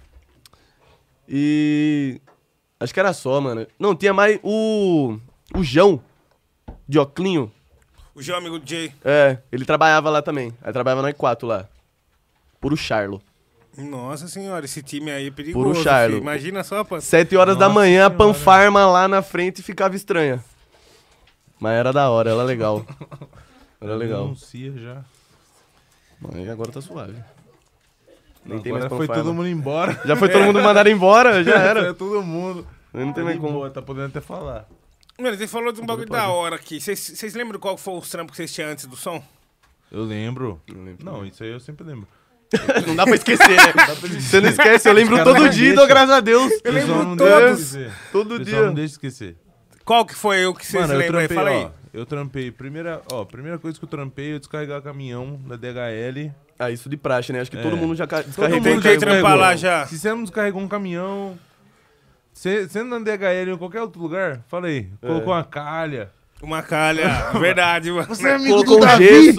E. Acho que era só, mano. Não, tinha mais o. O João. De Oclinho. O João, amigo do Jay. É, ele trabalhava lá também. Aí trabalhava nós quatro lá. Puro Charlo. Nossa senhora, esse time aí é perigoso. Puro Charlo. filho. Imagina só, pô. Sete horas da Nossa manhã, a senhora. Panfarma lá na frente ficava estranha. Mas era da hora, era legal. Era legal. Denuncia já. Mas agora tá suave. Nem tem Agora mais foi Panfarma. todo mundo embora. Já foi todo mundo mandado embora, já era. Foi todo mundo. Não tem mais De como. boa, tá podendo até falar. Mano, você falou de um bagulho da hora aqui. Vocês- Vocês lembram qual foi os trampos que vocês tinham antes do som? Eu lembro. lembro Não, isso aí eu sempre lembro. Não dá pra esquecer, né? Você não esquece, eu lembro Os caras todo não dia, e deixam. dou graças a Deus. Eu O lembro pessoal não todos. deixa esquecer. Todo O pessoal dia. não deixa esquecer. Qual que foi o que vocês Mano, eu lembram aí? trampei, Fala aí. ó. Eu trampei. Primeira, ó, primeira coisa que eu trampei, eu descarregar caminhão da D H L. Ah, isso de praxe, né? Acho que todo É. mundo já ca- Todo descarregou. mundo já Tentei trampar descarregou. lá já. Se você não descarregou um caminhão, você você na D H L ou em qualquer outro lugar, falei, colocou uma calha. Uma calha. Verdade, mano. Você é amigo Colocou do um Davi? gesso.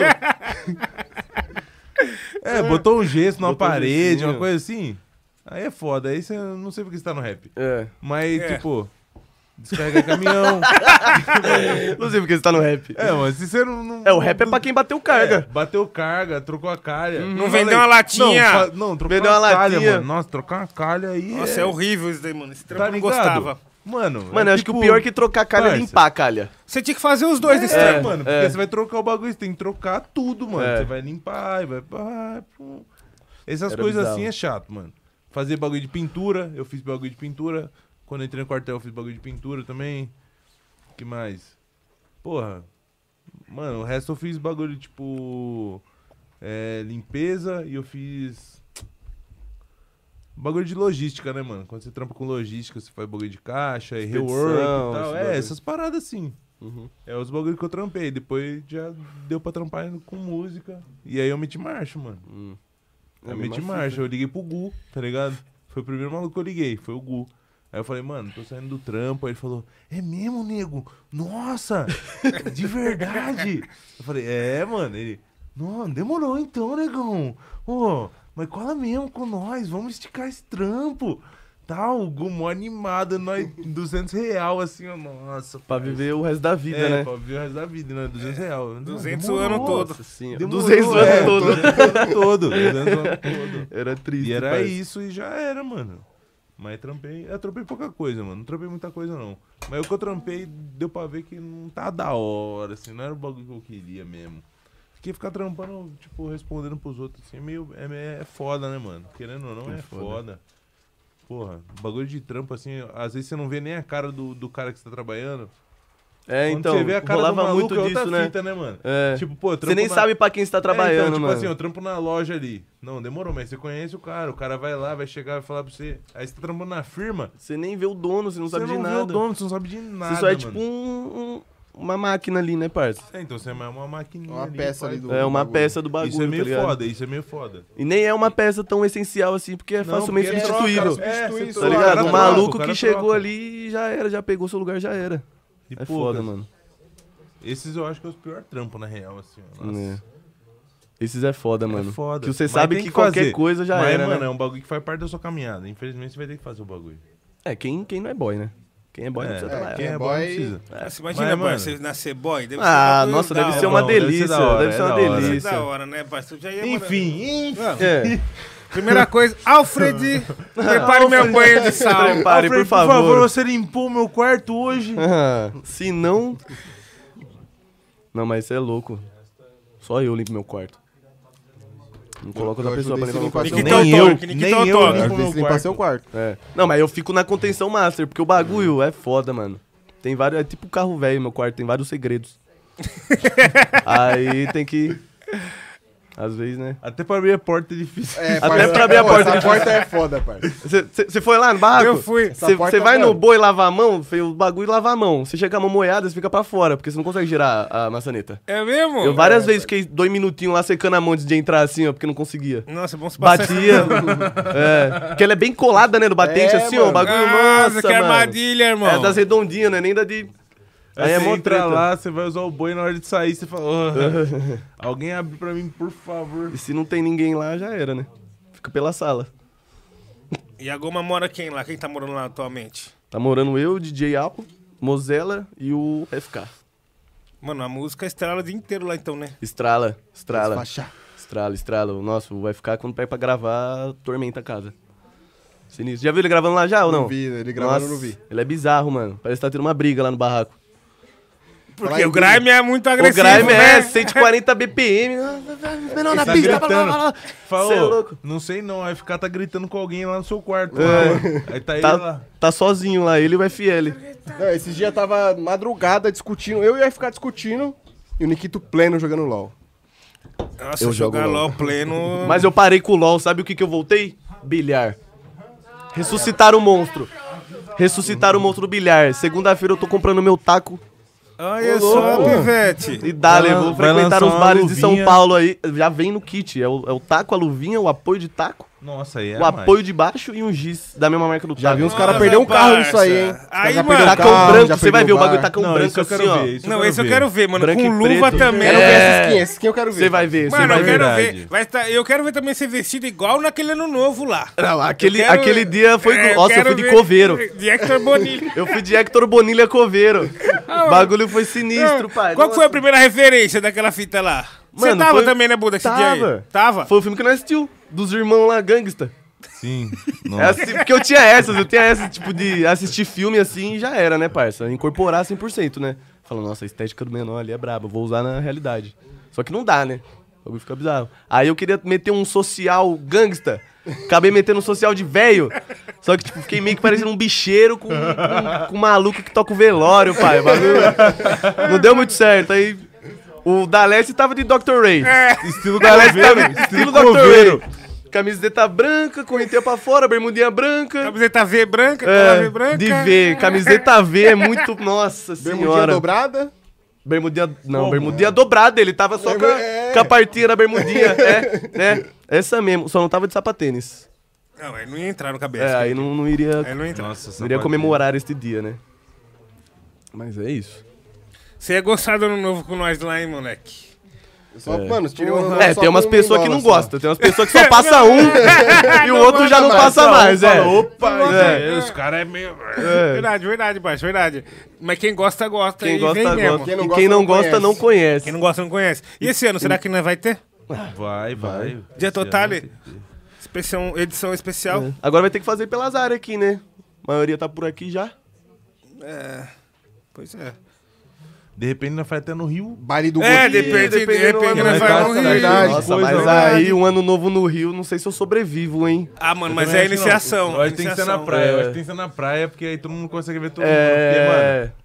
É, botou um gesso numa Botou um parede, gessinho. uma coisa assim. Aí é foda, aí você não sei porque você tá no rap. É. Mas, É. tipo, descarregar caminhão. Não sei porque você tá no rap. É, mas se você não. não É, o rap é pra quem bateu carga. É, bateu carga, trocou a calha. Não vendeu uma latinha. Não, fa- não trocou Vendeu uma uma calha, latinha. mano. Nossa, trocar uma calha aí. Nossa, é horrível isso daí, mano. Esse trampo Tá eu não ligado? gostava. Mano, Mano, é eu acho que tipo- o pior é que trocar calha é Parça. limpar a calha. Você tinha que fazer os dois nesse É, trampo. mano, porque é. você vai trocar o bagulho, você tem que trocar tudo, mano. É. Você vai limpar, e vai. ah, pum. Essas Era coisas bizarro. assim é chato, mano. Fazer bagulho de pintura, eu fiz bagulho de pintura. Quando eu entrei no quartel, eu fiz bagulho de pintura também. Que mais? Porra. Mano, o resto eu fiz bagulho tipo. É, limpeza e eu fiz. Bagulho de logística, né, mano? Quando você trampa com logística, você faz bagulho de caixa e Expedição, rework e esse tal. É, bagulho. essas paradas assim. Uhum. É os bagulho que eu trampei. Depois já deu pra trampar com música. E aí eu meti marcha, mano. Hum. Eu É meti mesmo marcha. assim, Eu liguei pro Gu, tá ligado? Foi o primeiro maluco que eu liguei, foi o Gu. Aí eu falei, mano, tô saindo do trampo. Aí ele falou, é mesmo, nego? Nossa, de verdade. Eu falei, é, mano. Ele, não, demorou então, negão. Ô, mas cola mesmo com nós, vamos esticar esse trampo. Tal, o Gu mó animado, nós, duzentos real, assim, ó, nossa. Pra viver o resto da vida, é, né? pra viver o resto da vida, né? duzentos real. duzentos Demorou. o ano todo. Nossa senhora. Demorou, duzentos anos é, todo. duzentos anos todo. duzentos anos todo. Era triste. E era parça. isso e já era, mano. Mas trampei, eu trampei pouca coisa, mano. Não trampei muita coisa, não. Mas o que eu trampei, deu pra ver que não tá da hora, assim. Não era o bagulho que eu queria mesmo. Fiquei ficar trampando, tipo, respondendo pros outros, assim, é meio... É, é foda, né, mano? Querendo ou não, é, É foda. foda. Porra, bagulho de trampo, assim, às vezes você não vê nem a cara do, do cara que você tá trabalhando. É, Quando então, você vê a cara do rolava maluco, muito é outra disso, né? fita, né, mano? É. Tipo, pô, eu Você trampo nem na- sabe pra quem você tá É, trabalhando, então, tipo mano. assim, eu trampo na loja ali. Não, demorou, mas você conhece o cara. O cara vai lá, vai chegar, vai falar pra você. Aí você tá trampando na firma. Você nem vê o dono, você não Você sabe não de vê nada. o dono, você não sabe de nada, Você só é mano. tipo um, um- uma máquina ali, né, parça? É, então você é uma maquininha Uma ali, peça pai. ali do- É uma bagulho. peça do bagulho, Isso é meio tá ligado? foda, isso é meio foda. E nem é uma peça tão essencial assim, porque é Não, facilmente porque é substituível. troca, é, substitui você só, Tá troca, ligado? o O cara troca, maluco o cara que chegou troca. ali já era, já pegou seu lugar, já era. E É poucas. foda, mano. Esses eu acho que é os piores trampos, na real, assim, ó. Nossa. É. Esses é foda, mano. É foda. Que você Mas sabe tem que, qualquer fazer. coisa já Mas, era, mano, né? é um bagulho que faz parte da sua caminhada. Infelizmente, você vai ter que fazer o bagulho. É, quem, quem não é boy, né? Quem é boy não É, precisa é, trabalhar. quem é É boy não boy- precisa. Nossa, imagina, Mas, pai, mano- você nascer boy. Deve Ah, ser um bagulho nossa, da deve ser hora. uma Não, deve ser delícia. da hora, Deve ser é uma da hora. Deve ser delícia. da hora, né, parceiro? Já ia, Enfim, enfim. Mano, É. primeira coisa, Alfred, prepare meu banho de sal. Prepare, Alfred, por favor. você limpou meu quarto hoje? Ah, se não... Não, mas isso é louco. Só eu limpo meu quarto. Não coloco outra eu pessoa pra ajudei limpar meu você quarto. limpar Nem Nem eu, eu, que nem nem eu eu toco. limpo Às vezes meu limpar quarto. seu quarto. É. Não, mas eu fico na contenção master, porque o bagulho é foda, mano. Tem vários... É tipo carro velho meu quarto, tem vários segredos. Aí tem que... Às vezes, né? Até pra abrir a porta é difícil. É, Até parça, pra abrir a pô, porta Essa de- porta é foda, parça. Você foi lá no barraco? Eu fui. Essa Você porta, vai no mano. boi lavar a mão, fez o bagulho e lavar a mão. Você chega com a mão moiada, você fica pra fora, porque você não consegue girar a maçaneta. É mesmo? Eu várias vezes fiquei dois minutinhos lá secando a mão antes de entrar assim, ó, porque não conseguia. Nossa, é bom se passar Batia. É. Porque ela é bem colada, né, no batente, É, assim, ó. O mano. bagulho, Nossa, nossa, que mano. armadilha, irmão. É das redondinhas, né? Nem da de... Aí é você mó entra treta. lá, você vai usar o boi na hora de sair, você fala, "Oh, alguém abre pra mim, por favor." E se não tem ninguém lá, já era, né? Fica pela sala. E a Goma mora quem lá? Quem tá morando lá atualmente? Tá morando eu, D J Apple, Mozella e o F K. Mano, a música estrala o dia inteiro lá então, né? Estrala, estrala. Faixa. Estrala, estrala. Nossa, o F K, quando pega pra gravar, tormenta a casa. Sinistro. Já viu ele gravando lá já ou não? Não vi, ele gravando eu Nossa, não vi. Ele é bizarro, mano. Parece que tá tendo uma briga lá no barraco. Porque Falar em o Grime é muito O agressivo, Grime né? é cento e quarenta B P M. Menor na Tá pista. gritando. blá, blá, blá. Fala, Cê é "Ô, louco." não sei não, aí ficar tá gritando com alguém lá no seu quarto. É. lá, ó. Aí tá ele Tá, lá. tá sozinho lá, ele e o F L. Não, esses dias tava madrugada discutindo. Eu ia ficar discutindo e o Nikito pleno jogando LOL. Nossa, Eu jogo jogar LOL. LOL pleno... Mas eu parei com o LOL, sabe o que que eu voltei? Bilhar. Ressuscitar o monstro. Ressuscitar o monstro do bilhar. Segunda-feira eu tô comprando meu taco. Olha só, Pivete. E dale, Vai vou lan- vai frequentar lançar os uma bares de São luvinha. Paulo aí. Já vem no kit. É o, é o taco, a luvinha, o apoio de taco, Nossa, aí é o mais. apoio de baixo e um giz da mesma marca do taco. Já vi uns Nossa, caras perder um carro nisso aí, hein? parça. Os caras Aí, já mano, perderam Tacão carro, branco, já você vai ver perdeu o bagulho bar. tacão Não, branco isso eu assim, quero ó. ver, isso eu Não, quero esse eu ver. quero ver, mano. Branco Com e luva preto. também. Quero ver É. essa skin, essa skin eu quero ver. Você vai ver, você Mano, vai eu ver. quero verdade. ver. Vai tá, eu quero ver também ser vestido igual naquele ano novo lá. Não, aquele, Eu quero- aquele dia foi... É, Nossa, eu quero fui de ver coveiro. De Hector Bonilha. Eu fui de Hector Bonilha coveiro. O bagulho foi sinistro, pai. Qual que foi a Nossa. primeira referência daquela fita lá? Você Mano, tava foi- também, né, Buda, esse dia aí? Tava. Tava? Foi o filme que nós assistiu. Dos irmãos lá, gangsta. Sim. É Nossa. assim, porque eu tinha essas, eu tinha essa, tipo, de assistir filme assim e já era, né, parça? Incorporar cem por cento, né? Falando, nossa, a estética do menor ali é braba, vou usar na realidade. Só que não dá, né? O bagulho fica bizarro. Aí eu queria meter um social gangsta. Acabei metendo um social de velho. Só que, tipo, fiquei meio que parecendo um bicheiro com, com, com um maluco que toca o velório, pai. O bagulho não deu muito certo. Aí o Dalesse tava de doutor Ray. Estilo O Dalesse coveiro, tava estilo estilo doutor coveiro. Ray. Camiseta branca, correntinha pra fora, bermudinha branca. Camiseta V branca, cola V É, branca. de V. Camiseta V é muito... Nossa Bermudinha senhora. dobrada. Bermudinha... Não, Como? bermudinha dobrada. Ele tava só com a, É. com a partinha da bermudinha. É, é. Essa mesmo. Só não tava de sapatênis. Não, aí não ia entrar no cabeça. É, aí não, não iria... Aí não ia entrar. Nossa, Não iria comemorar este dia, né? Mas é isso. Você ia gostar do ano novo com nós lá, hein, moleque? Só, mano, tirei um É, só tem umas com pessoas que Mendola não só. gostam. Tem umas pessoas que só passa um e o outro já não mais, passa só um mais, é. Fala, opa, É. é, os caras é meio... Verdade, verdade, baixo, verdade. Mas quem gosta, gosta. Quem e gosta, vem mesmo. gosta. Quem E não quem gosta, não não gosta, conhece. não conhece. Quem não gosta, não conhece. E esse ano, será que não vai ter? Vai, vai. Dia Esse Totale? ano tem que ter. Especial, edição especial? É. Agora vai ter que fazer pelas áreas aqui, né? A maioria tá por aqui já. É. Pois é. De repente, nós faz até no Rio. Baile do É, Gordinho. depende, dependendo depende, do nós ano, vai vai no tá, Rio. verdade. Nossa, coisa, mas né? aí um ano novo no Rio, não sei se eu sobrevivo, hein? Ah, mano, Eu mas também é acho que não. iniciação. Eu acho que tem que ser na iniciação. praia. Eu É. acho que tem que ser na praia, porque aí todo mundo consegue ver todo mundo. Porque, mano, É.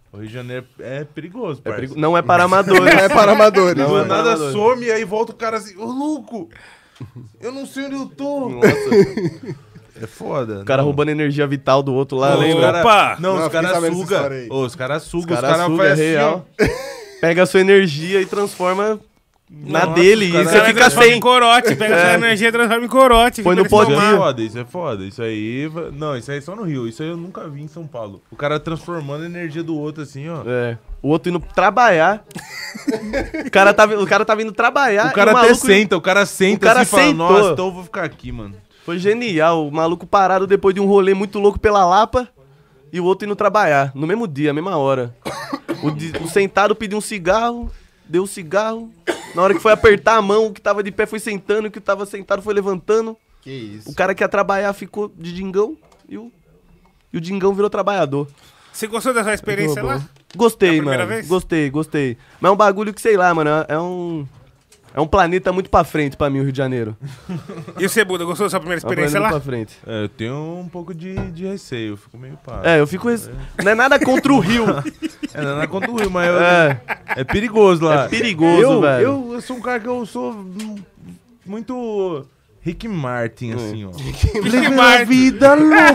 O Rio de Janeiro é perigoso, É parça. perigo- Não é para amadores. Não é para amadores. Não Do é nada nada. some e aí volta o cara assim, ô louco, eu não sei onde eu tô. Nossa, É foda. o cara não. roubando energia vital do outro lá, Ô, Os lembra? cara- Opa! Não, Não, os eu fiquei caras sabendo dessa sugam. história aí. Os caras sugam, Os os caras caras sugam, é fazem assim, real. ó. Pega a sua energia e transforma na Nossa, dele. os E caras- você Cara, fica transforma sem. em corote, pega É. essa energia e transforma em corote. Põe no pra eles Isso é potinho. tomar. foda, isso é foda. Isso aí. va- Não, isso aí é só no Rio. Isso aí eu nunca vi em São Paulo. O cara transformando a energia do outro assim, ó. É. O outro indo trabalhar. o, cara tá, vi- o cara tá vindo trabalhar. O cara e o até maluco senta, o cara senta o cara assim e fala, sentou. nossa, então eu vou ficar aqui, mano. Foi genial. O maluco parado depois de um rolê muito louco pela Lapa. E o outro indo trabalhar. No mesmo dia, mesma hora. O, de- o sentado pediu um cigarro. Deu o cigarro. Na hora que foi apertar a mão, o que tava de pé foi sentando. O que tava sentado foi levantando. Que isso. O cara que ia trabalhar ficou de dingão. E o, e o dingão virou trabalhador. Você gostou dessa experiência lá? Gostei, É a primeira mano. vez? Gostei, gostei. Mas é um bagulho que, sei lá, mano, é um... É um planeta muito pra frente pra mim, o Rio de Janeiro. E você, Buda, gostou da sua primeira É um experiência planeta lá? pra frente. É, eu tenho um pouco de, de receio, eu fico meio pá. É, eu fico... res- Não é nada contra o Rio. É, não é contra o Rio, mas eu- É, é perigoso lá. é perigoso, eu, velho. Eu, eu sou um cara que eu sou hum, muito Rick Martin, assim, ó. Levando a Martin. vida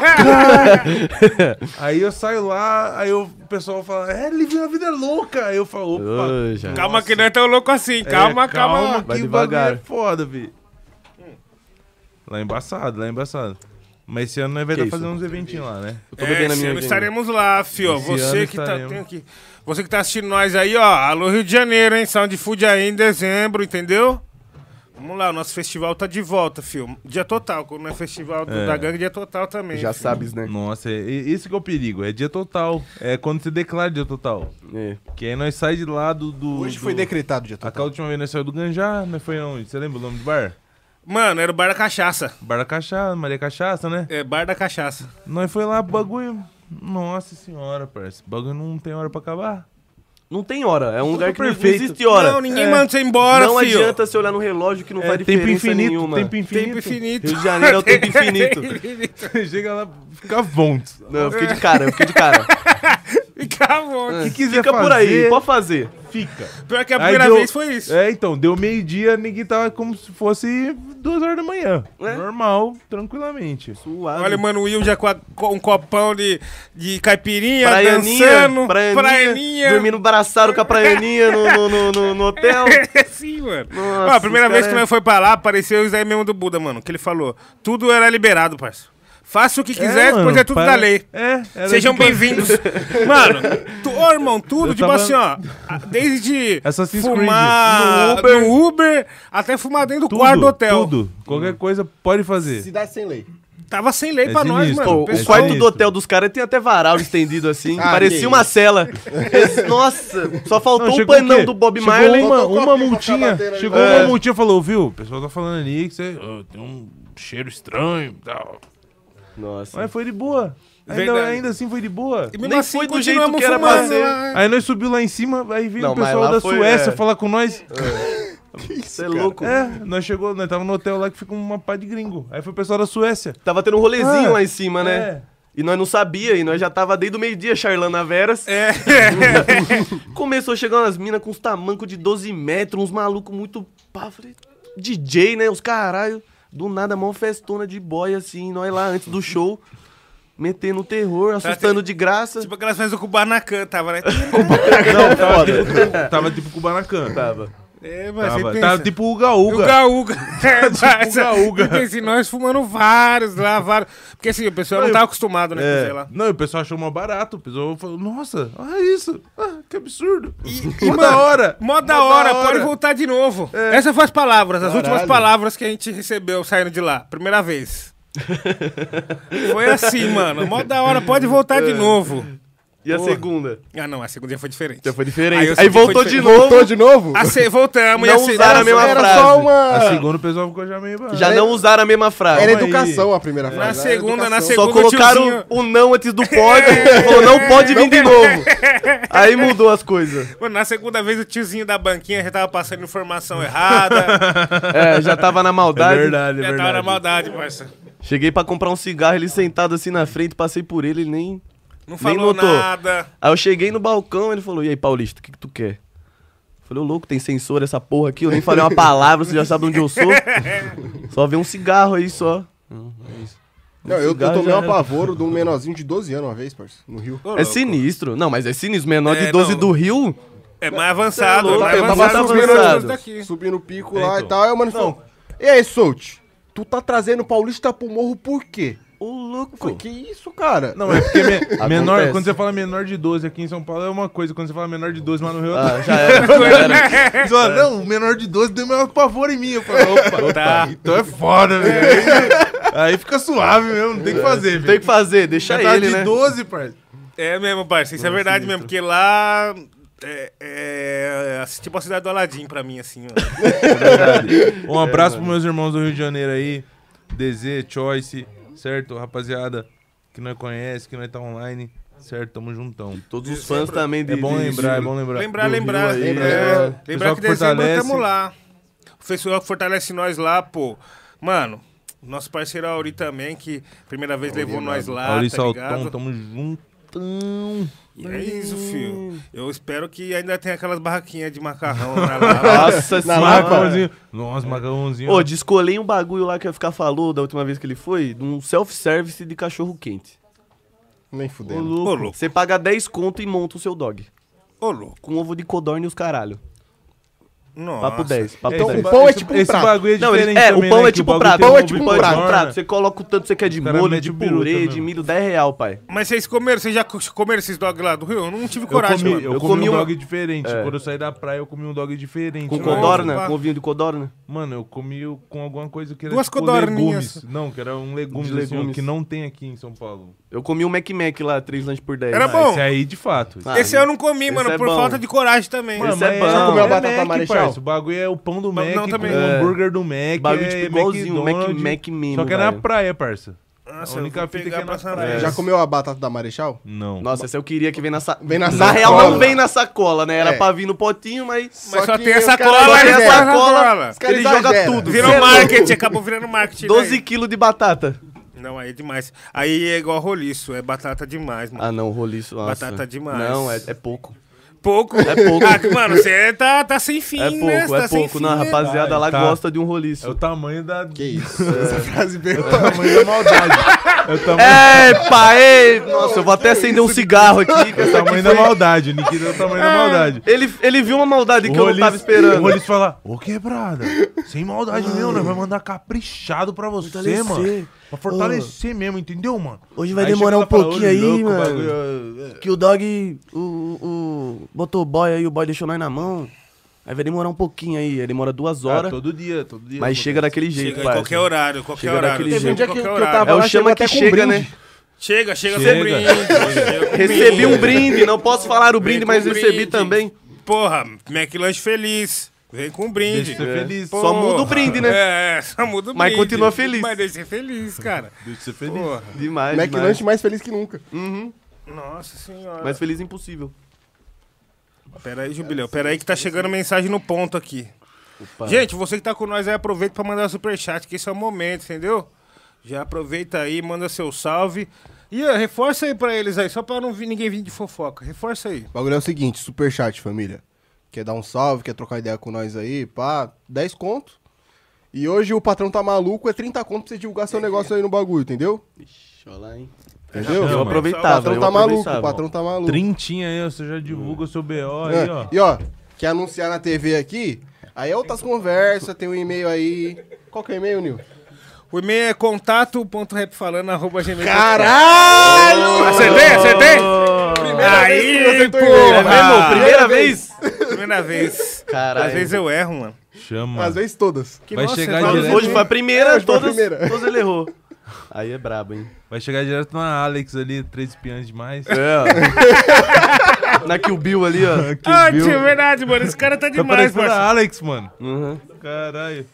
louca! Aí eu saio lá, aí eu- o pessoal fala, é, levando a vida louca! Aí eu falo, opa, Ô, já. Calma que não é tão louco assim. é, Calma, calma. Vai que o devagar. bagulho é foda, vi. Lá é embaçado, lá é embaçado. Mas esse ano nós vai Que estar isso? fazendo uns eventinhos lá, né? Eu tô É, bebendo a esse minha ano aqui estaremos lá, fio. Esse Você ano que, tá, estaremos. tem aqui, você que tá assistindo nós aí, ó. Alô, Rio de Janeiro, hein? Sound Food aí em dezembro, entendeu? Vamos lá, o nosso festival tá de volta, fio. Dia total, quando não é festival do- É. da gangue, dia total também. ainda. Já fio. sabes, né? Nossa, é, e- esse que é o perigo, é dia total. É quando você declara dia total. É. Que aí nós sai de lá do... do Hoje do- foi decretado dia Aquela total. última vez nós saiu do Ganjá, nós foi aonde? Você lembra o nome do bar? Mano, era o Bar da Cachaça. Bar da Cachaça, Maria Cachaça, né? É, Bar da Cachaça. Nós foi lá, bagulho... Nossa senhora, parceiro. Bagulho não tem hora pra acabar. Não tem hora. É um lugar que não perfeito. existe hora. Não, ninguém É. manda você embora, Não fio. adianta você olhar no relógio que não É, faz tempo diferença infinito, nenhuma. tempo infinito. Tempo infinito. Rio de Janeiro é o tempo infinito. Chega lá, fica vonto. Não, eu fiquei de cara, eu fiquei de cara. Fica bom. O que quiser Fica fazer, por aí, pode fazer. fica. Pior que a Aí primeira deu- vez foi isso. É, então, deu meio-dia, ninguém tava como se fosse duas horas da manhã. É. Normal, tranquilamente. Suave. Olha, mano, o Will já com, a- com um copão de, de caipirinha, Praianinha, dançando, praianinha, praianinha. dormindo braçado com a praianinha no, no, no, no- no hotel. Sim, mano. Nossa, Ó, a primeira os vez cara que é- nós foi pra lá, apareceu o Zé mesmo do Buda, mano. Que ele falou, tudo era liberado, parça. Faça o que quiser, mano, depois é tudo para- da lei. É, era Sejam tipo- bem-vindos. Mano, tu, ô, irmão, tudo, Eu tipo tava- assim, ó. a- Desde Assassin's fumar Creed. no Uber, até fumar dentro do Tudo, quarto do hotel. tudo. Qualquer coisa pode fazer. Cidade sem lei. Tava sem lei É pra nós, sinistro. mano. Pô, o Pessoal- quarto do sinistro. hotel dos caras tem até varal estendido assim. Ah, parecia que uma isso. cela. Esse- nossa, só faltou Não, o chegou o panão quê? do Bob Chegou Marley. Uma, Faltou uma copinho pra multinha. ficar batendo ali. Chegou É. uma multinha e falou, viu? O pessoal tá falando ali que você ó, tem um cheiro estranho e tal. Nossa. Mas foi de boa. Ainda, Verdade. ainda assim foi de boa. E mesmo Nem assim, foi do jeito continuamos que era pra fumando ser. lá. Aí nós subiu lá em cima, aí veio Não, o mas pessoal lá da foi, Suécia é. falar com nós. Você é louco. É, nós chegou, nós tava no hotel lá que fica uma pá de gringo. Aí foi o pessoal da Suécia. Tava tendo um rolezinho Ah, lá em cima, né? é. E nós não sabia, e nós já tava desde o meio-dia charlando a Veras. É. Começou a chegar umas minas com uns tamancos de doze metros, uns malucos muito... Pá, falei, D J, né? Os caralho. Do nada, mó festona de boy, assim. Nós lá antes do show, metendo terror, assustando de graça. Tipo aquelas vezes do Kubanacan, tava, né? Não, tava tipo, tava tipo Kubanacan. Tava. É, mas Tava, você pensa. tava tipo Uga Uga. Uga Uga. É, mas, Uga Uga. e pensei, nós fumando vários lá, vários. Porque assim, o pessoal não Não, tava acostumado, né? É. Sei lá. Não, e o pessoal achou mó barato. O pessoal falou, nossa, olha isso. Ah, que absurdo. E, Mó mano, da hora. Mó da Mó hora, pode voltar de novo. Essas foram as palavras, as Caralho. últimas palavras que a gente recebeu saindo de lá. Primeira vez. Foi assim, mano. Mó da hora, pode voltar de novo. E a Porra. segunda? Ah, não, a segunda já foi diferente. Já foi diferente. Aí eu Aí, senti que voltou foi de diferente. novo. Voltou de novo? A se, voltamos. e Não a se- usaram a mesma Era frase. só A uma... segunda o pessoal ficou já meio... Já não usaram a mesma frase. Era Calma aí. educação a primeira Na frase. era segunda, na educação. segunda. Só colocaram tiozinho- o não antes do pode e falou, não pode vir de novo. Aí mudou as coisas. Mano, na segunda vez o tiozinho da banquinha já tava passando informação errada. É, já tava na É maldade. verdade, é já tava na verdade. maldade, parça. Cheguei pra comprar um cigarro, ele sentado assim na frente, passei por ele, ele nem... Não Nem falou notou. nada. Aí eu cheguei no balcão, ele falou, e aí, Paulista, o que que tu quer? Eu falei, ô louco, tem sensor essa porra aqui, eu nem falei uma palavra, você já sabe onde eu sou. Só vê um cigarro aí, só. Hum, é isso. Não, eu, eu cigarro tomei já um era. apavoro de um menorzinho de doze anos uma vez, parceiro, no Rio. Ô, É louco. sinistro. Não, mas é sinistro. Menor É, de doze não. do Rio... É mais avançado, Cê é louco, mais é avançado, muito que os avançado. menores daqui. Subi no pico É, lá então. e tal, aí o mano falou, e aí, Solt, tu tá trazendo Paulista pro morro por quê? Ô, Eu louco. falei, que isso, cara? Não, é porque me- menor, Acontece. quando você fala menor de doze aqui em São Paulo é uma coisa, quando você fala menor de doze lá no Rio é Ah, outra. já era. Já era. Você fala, não, o menor de doze deu meu pavor em mim. Eu falo, opa, Tá. então é foda, velho. Aí, aí fica suave mesmo, não tem o que fazer, Tem velho. que fazer, deixa Já tá ele, de né? doze, parceiro. É mesmo, parceiro, isso é verdade mesmo, porque lá é, é, é tipo a cidade do Aladim pra mim, assim, ó. Um abraço pros meus irmãos do Rio de Janeiro aí. D Z, Choice, certo? Rapaziada que nós conhece, que nós tá online, certo? Tamo juntão. Todos os fãs também de... É bom de- lembrar, é bom lembrar. Lembrar, Do lembrar. Rio aí, é, né? lembrar Pessoal que que dezembro fortalece. tamo lá. O pessoal que fortalece nós lá, pô. Mano, nosso parceiro Auri também, que primeira vez levou nós lá, Auri tá Salton, ligado? tamo juntão. E é isso, filho. Eu espero que ainda tenha aquelas barraquinhas de macarrão lá. lá. Nossa Na senhora. Macarrãozinho. Nossa, macarrãozinho. Ô, descolei um bagulho lá que ia ficar falou da última vez que ele foi, de um self-service de cachorro quente. Nem Ô, fudendo. Ô, louco. louco. Você paga dez conto e monta o seu dog. Ô, louco. Com ovo de codorna e os caralho. Nossa. Papo dez. Papo Então, dez. o pão é esse, tipo um esse prato. bagulho é Não, ele- diferente é, o também, pão né? é Que tipo o bagulho prato. tem Pão é ovo tipo de um prato. codorna. Prato, você coloca o tanto que você quer de cara molho, mete de o biruta purê, de mesmo. milho, dez real, pai. Mas vocês comeram, vocês já co- comeram esses dogs lá do Rio? Eu não tive Eu coragem, comi, mano. eu Eu comi comi um uma- dog diferente. É. Quando eu saí da praia, eu comi um dog diferente. Com mano. codorna, pá. com ovinho de codorna. Mano, eu comi o- com alguma coisa que era Duas tipo codorninhas. legumes. Não, que era um legumes, De assim, legumes. que não tem aqui em São Paulo. Eu comi um Mac Mac lá, três lanches por dez. Era Ah, bom. Esse aí, de fato. Ah, Esse eu não comi, esse mano, é por bom. falta de coragem também. Mano, esse é mas bom. Já comeu a batata Mac, Marechal? parça. O bagulho é o pão do Não, Mac não, com também. o É. hambúrguer do Mac. Bagulho é tipo igualzinho, Mac McDonald's, Mac mesmo, Só que é na velho. praia, parça. Nossa, A única eu vou fita pegar que é na pra praia. São Já Luís. comeu a batata da Marechal? Não. Nossa, essa eu queria que vem na sacola. Vem na Na real, sacola. não vem na sacola, né? Era É. pra vir no potinho, mas... Mas só que tem a os sacola, caras Só Olha, tem a ele exageram. sacola. sacola, Os caras ele joga exageram. tudo. Virou Cê é louco. marketing, acabou virando marketing. doze daí. quilos de batata. Não, aí é demais. Aí é igual roliço, é batata demais, mano. Ah, não, roliço, nossa. Batata demais. Não, é, é pouco. Pouco? É pouco. Ah, que, mano, você tá, tá sem fim, É né? pouco, Você é tá sem pouco. fim, Não, a né? rapaziada lá Tá. gosta de um É o roliço. tamanho da... Que isso? Essa frase veio. É o tamanho da maldade. É o tamanho, É, pai! Nossa, eu vou até acender um cigarro aqui. que é o essa aqui tamanho da foi- maldade. O Nikita é o tamanho da maldade. Ele, ele viu uma maldade que eu não tava O esperando. Roliço fala, ô quebrada, sem maldade mesmo, nós vai mandar caprichado pra você, Fortalecer. mano. Pra fortalecer mesmo, entendeu, mano? Hoje vai Aí demorar chega um lá e fala, pouquinho "Ô, aí, louco, mano. bagulho, Que o dog, o, o, botou o boy aí, o boy deixou nós na mão. Aí vai demorar um pouquinho aí, ele demora duas Ah, horas, todo dia, todo dia. mas chega daquele jeito, Chega em parça. qualquer horário, qualquer Chega horário. daquele Chega jeito. em Um dia que, qualquer que eu horário. tava É o lá, chama chegou que até com chega, brinde. né? Chega, chega, Chega. com brinde. chega com Recebi brinde. um brinde, não posso falar o Vem brinde, com mas recebi brinde. também. Porra, McLanche feliz. Vem com brinde. Deixa eu ser feliz. Só muda o brinde, né? É, só muda o Mas brinde. continua feliz. Mas deixa ser feliz, cara. Deixa eu ser feliz. Porra. Demais, demais. McLanche mais feliz que nunca. Uhum. Nossa senhora. Mais feliz impossível. Pera aí, Jubileu. Pera aí que tá chegando mensagem no ponto aqui. Opa. Gente, você que tá com nós aí, aproveita pra mandar superchat, que esse é o momento, entendeu? Já aproveita aí, manda seu salve. E ó, reforça aí pra eles aí, só pra não vir, ninguém vir de fofoca. Reforça aí. O bagulho é o seguinte, superchat, família. Quer dar um salve, quer trocar ideia com nós aí, pá, dez conto. E hoje o patrão tá maluco, é trinta conto pra você divulgar seu negócio aí no bagulho, entendeu? Ixi, olha lá, hein. Entendeu? Eu Chama. O aproveitava, patrão eu tá maluco, aproveitava. o patrão tá maluco. Trintinha aí, ó, você já divulga o seu B O aí, É, ó. E ó, quer anunciar na T V aqui? Aí é outras conversas, tem um e-mail aí. Qual que é o e-mail, Nil? O e-mail é contato ponto rap falando arroba gmail ponto com. Caralho! Acertei, acertei? Primeira vez que você Aí, acertou e-mail. É porra! mesmo? Primeira vez? Primeira vez. Caralho. Às vezes eu erro, mano. Chama. Às vezes todas. Que Vai nossa, chegar você fala direto. Hoje foi a primeira, Hoje foi a todas, primeira. todas ele errou. Aí é brabo, hein. Vai chegar direto na Alex ali, três espiãs demais. É, ó. Na Kill Bill ali, ó. Que Ah, viu? tio, verdade, mano. Esse cara tá Tá demais, parecendo parceiro. a Alex, mano. Uhum. Caralho.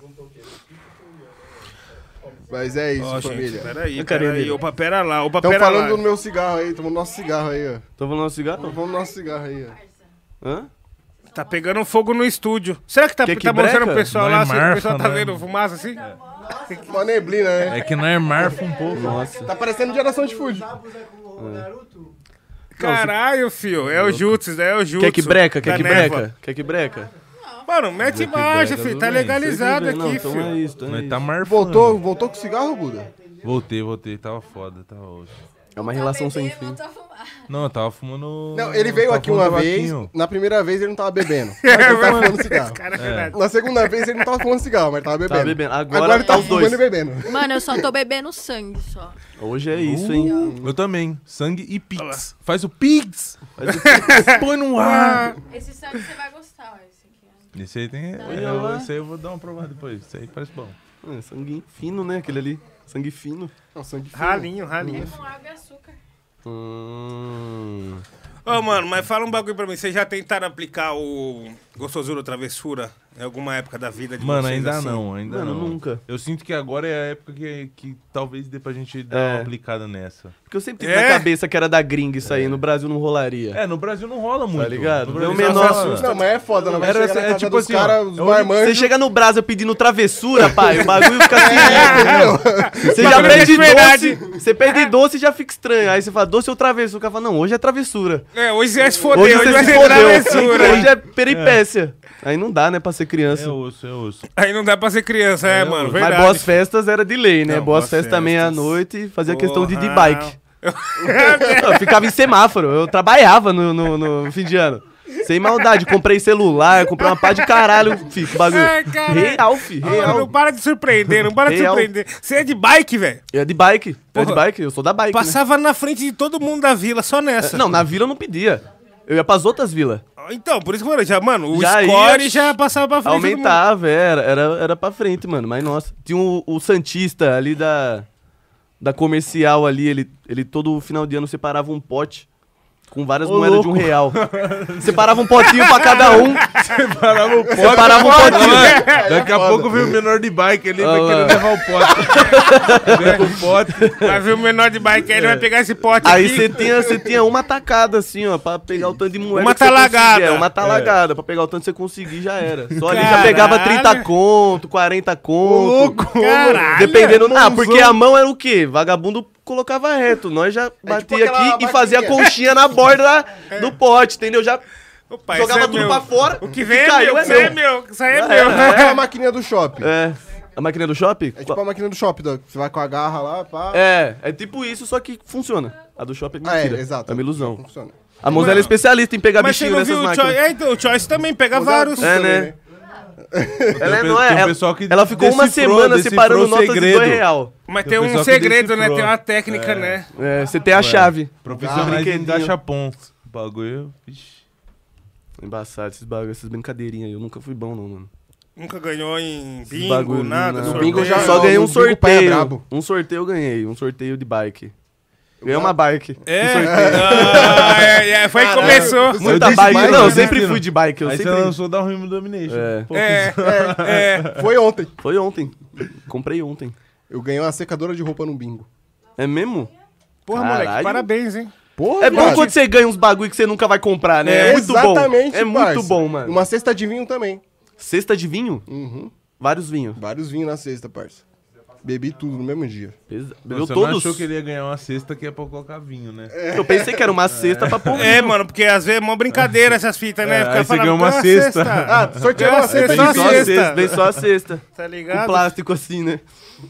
Mas é isso, Ó, gente, família. peraí, A carinha peraí. dele. Opa, pera lá, opa, Estão pera falando lá. do meu cigarro aí, tomando nosso cigarro aí, ó. Tô falando um cigarro? Tomando nosso cigarro aí, ó. Hã? Tá pegando fogo no estúdio. Será que tá, Que que tá mostrando breca? o pessoal Não lá? é se o marfa, pessoal tá né? vendo fumaça assim? Uma neblina, né? É que não é marfa um pouco. Nossa. Tá parecendo geração de food. Caralho, fio. É o Jutsu, é o Jutsu. Quer que breca? Quer da que névoa. breca? Quer que breca? Mano, mete Quer que marcha, breca, filho. tudo Tá bem. legalizado Não, aqui, então filho. é isso, então é Nós isso. tá marfando. Voltou, voltou com cigarro, Buda? Voltei, voltei. Tava foda, tava hoje. É uma relação sem Beber, fim. voltou a fumar. Não, eu tava fumando... Não, ele veio tava aqui uma fumando vez, tabaquinho. na primeira vez ele não tava bebendo. Mas ele tava fumando cigarro. Cara, é verdade. Na segunda vez ele não tava fumando cigarro, mas tava bebendo. Tava bebendo. Agora Agora ele tá tá os dois. fumando e bebendo. Mano, eu só tô bebendo sangue só. Hoje é isso, hein? Eu também. Sangue e pix. Faz o pix. Faz o- Põe no ar. Esse sangue você vai gostar, ó. Esse aqui, ó. Esse aí tem... Olha Eu, lá. esse aí eu vou dar uma provada depois. Esse aí parece bom. É, sanguinho fino, né? Aquele ali. Sangue fino. Não, sangue fino. Ralinho, ralinho. Com água e açúcar. Hum... Ô, mano, mas fala um bagulho pra mim. Vocês já tentaram aplicar o gostosura travessura em alguma época da vida de Mano, vocês, ainda assim? não, ainda Mano, não. nunca. Eu sinto que agora é a época que, que talvez dê pra gente dar É. uma aplicada nessa. Porque eu sempre tive É? na cabeça que era da gringa isso aí. No Brasil não rolaria. É, no Brasil não rola muito. ligado? No Meu Brasil menor- só assusta. Não, mas é foda, não vai Era- chegar na é casa tipo dos assim, ó, caras, os eu- marmanjos. Você chega no Brasil pedindo travessura, pai, o bagulho fica assim. Você já Bagulho de pede verdade. doce, você pede doce e já fica estranho. Aí você fala doce ou travessura. O cara fala, não, hoje é travessura. É, hoje é se foder, Hoje hoje, você vai se ser fodeu. travessura. Hoje é peripécia. Aí não dá, né, pra ser É criança. osso, é osso. Aí não dá pra ser criança, é, É, mano, mas verdade. Mas boas festas era de lei, né? Não, boas boas festas também à festas. noite, fazia questão de ir de Porra. bike. Eu ficava em semáforo, eu trabalhava no, no, no fim de ano. Sem maldade, comprei celular, comprei uma pá de caralho, fi, que bagulho. Ai, cara. Real, fi, Não real. para de surpreender, não para de Real. surpreender. Você é de bike, velho? Eu é de bike, eu é de Porra. bike, eu sou da bike, né? Passava na frente de todo mundo da vila, só nessa. Não, na vila eu não pedia. Eu ia pras outras vilas. Então, por isso que eu falei, já, mano, o Já score ia- já passava pra frente. de todo mundo. Aumentava, era, era, era pra frente, mano. Mas nossa, tinha o, o Santista ali da, da comercial ali, ele, ele todo final de ano separava um pote com várias Ô, moedas de um louco. real. Separava um potinho pra cada um. Separava o pote. Separava um potinho. Daqui a pouco veio o menor de bike ali, vai Olha querer lá. levar o pote. Pega o pote. Vai ver o menor de bike aí, ele vai pegar esse pote Aí aqui. você tinha, você tinha uma tacada assim, ó, pra pegar o tanto de moeda. Uma que você talagada. conseguia. É, uma talagada. Pra pegar o tanto que você conseguir já era. Só ali já Caralho. pegava trinta conto, quarenta conto. Caralho. Dependendo. Ah, mãozão. porque a mão era o quê? Vagabundo colocava reto. Nós já batia tipo aquela aqui e fazia maquininha. conchinha na borda do pote, entendeu? Já Opa, jogava esse é tudo meu. pra fora. O que vem é caiu meu, é isso aí é meu. meu, isso aí é Já meu. era. É a maquininha do shopping. É. A máquina do shopping? É tipo a máquina do shopping, Doc. Você vai com a garra lá, pá. É, é tipo isso, só que funciona. A do shopping é Ah, é, mentira. exato. É uma ilusão. Funciona. A Mozilla é especialista em pegar Mas você bichinho não nessas viu o máquinas. Choice? É, então, o Choice também pega vários. É, também, né? Ela, é- Tem não um é, ela, pessoal que ela ficou uma decifrou- semana decifrou separando o notas de segredo. dois real. Mas Tem tem o um pessoal que segredo, né? decifrou. Tem uma técnica, né? É, você tem a chave. Profissionais Ah, em brinquedinho. Gachapon. Bagulho, vixi. Embaçado, esses bagulhos, essas brincadeirinhas aí. Eu nunca fui bom, não, mano. Nunca ganhou em bingo, bagulho, nada. não. sorteio. bingo já- Só não, ganhei um no bingo o pai é sorteio. brabo. Um sorteio eu ganhei. Um sorteio de bike. Ganhei uma bike. É? Um sorteio. Ah, é, é, foi aí que Caralho. começou. Muita disse bike. mais, Não, eu né, sempre Destino? fui de bike. Eu Aí sempre... você lançou da Rim Domination. É. Pô, É, é. Foi ontem. Foi ontem. Comprei ontem. Eu ganhei uma secadora de roupa no bingo. É mesmo? Porra, Caralho. moleque, parabéns, hein? Porra, É bom viado. quando você ganha uns bagulho que você nunca vai comprar, né? É, É, muito exatamente, bom. É muito parça. bom, mano. Uma cesta de vinho também. Cesta de vinho? Uhum. Vários vinhos. Vários vinhos na cesta, parça. Bebi tudo no mesmo dia. Pesa- Bebeu Você não todos? achou que ele ia ganhar uma cesta que é pra colocar vinho, né? Eu pensei que era uma cesta pra pôr É, vinho. mano, porque às vezes é mó brincadeira essas fitas, né? É, Fica aí você falando, ganhou uma "Ah, cesta." Ah, sorteio É, uma cesta vem de só Vem a só a vinho. cesta. cesta. Vem só a cesta. Tá Com ligado? plástico assim, né?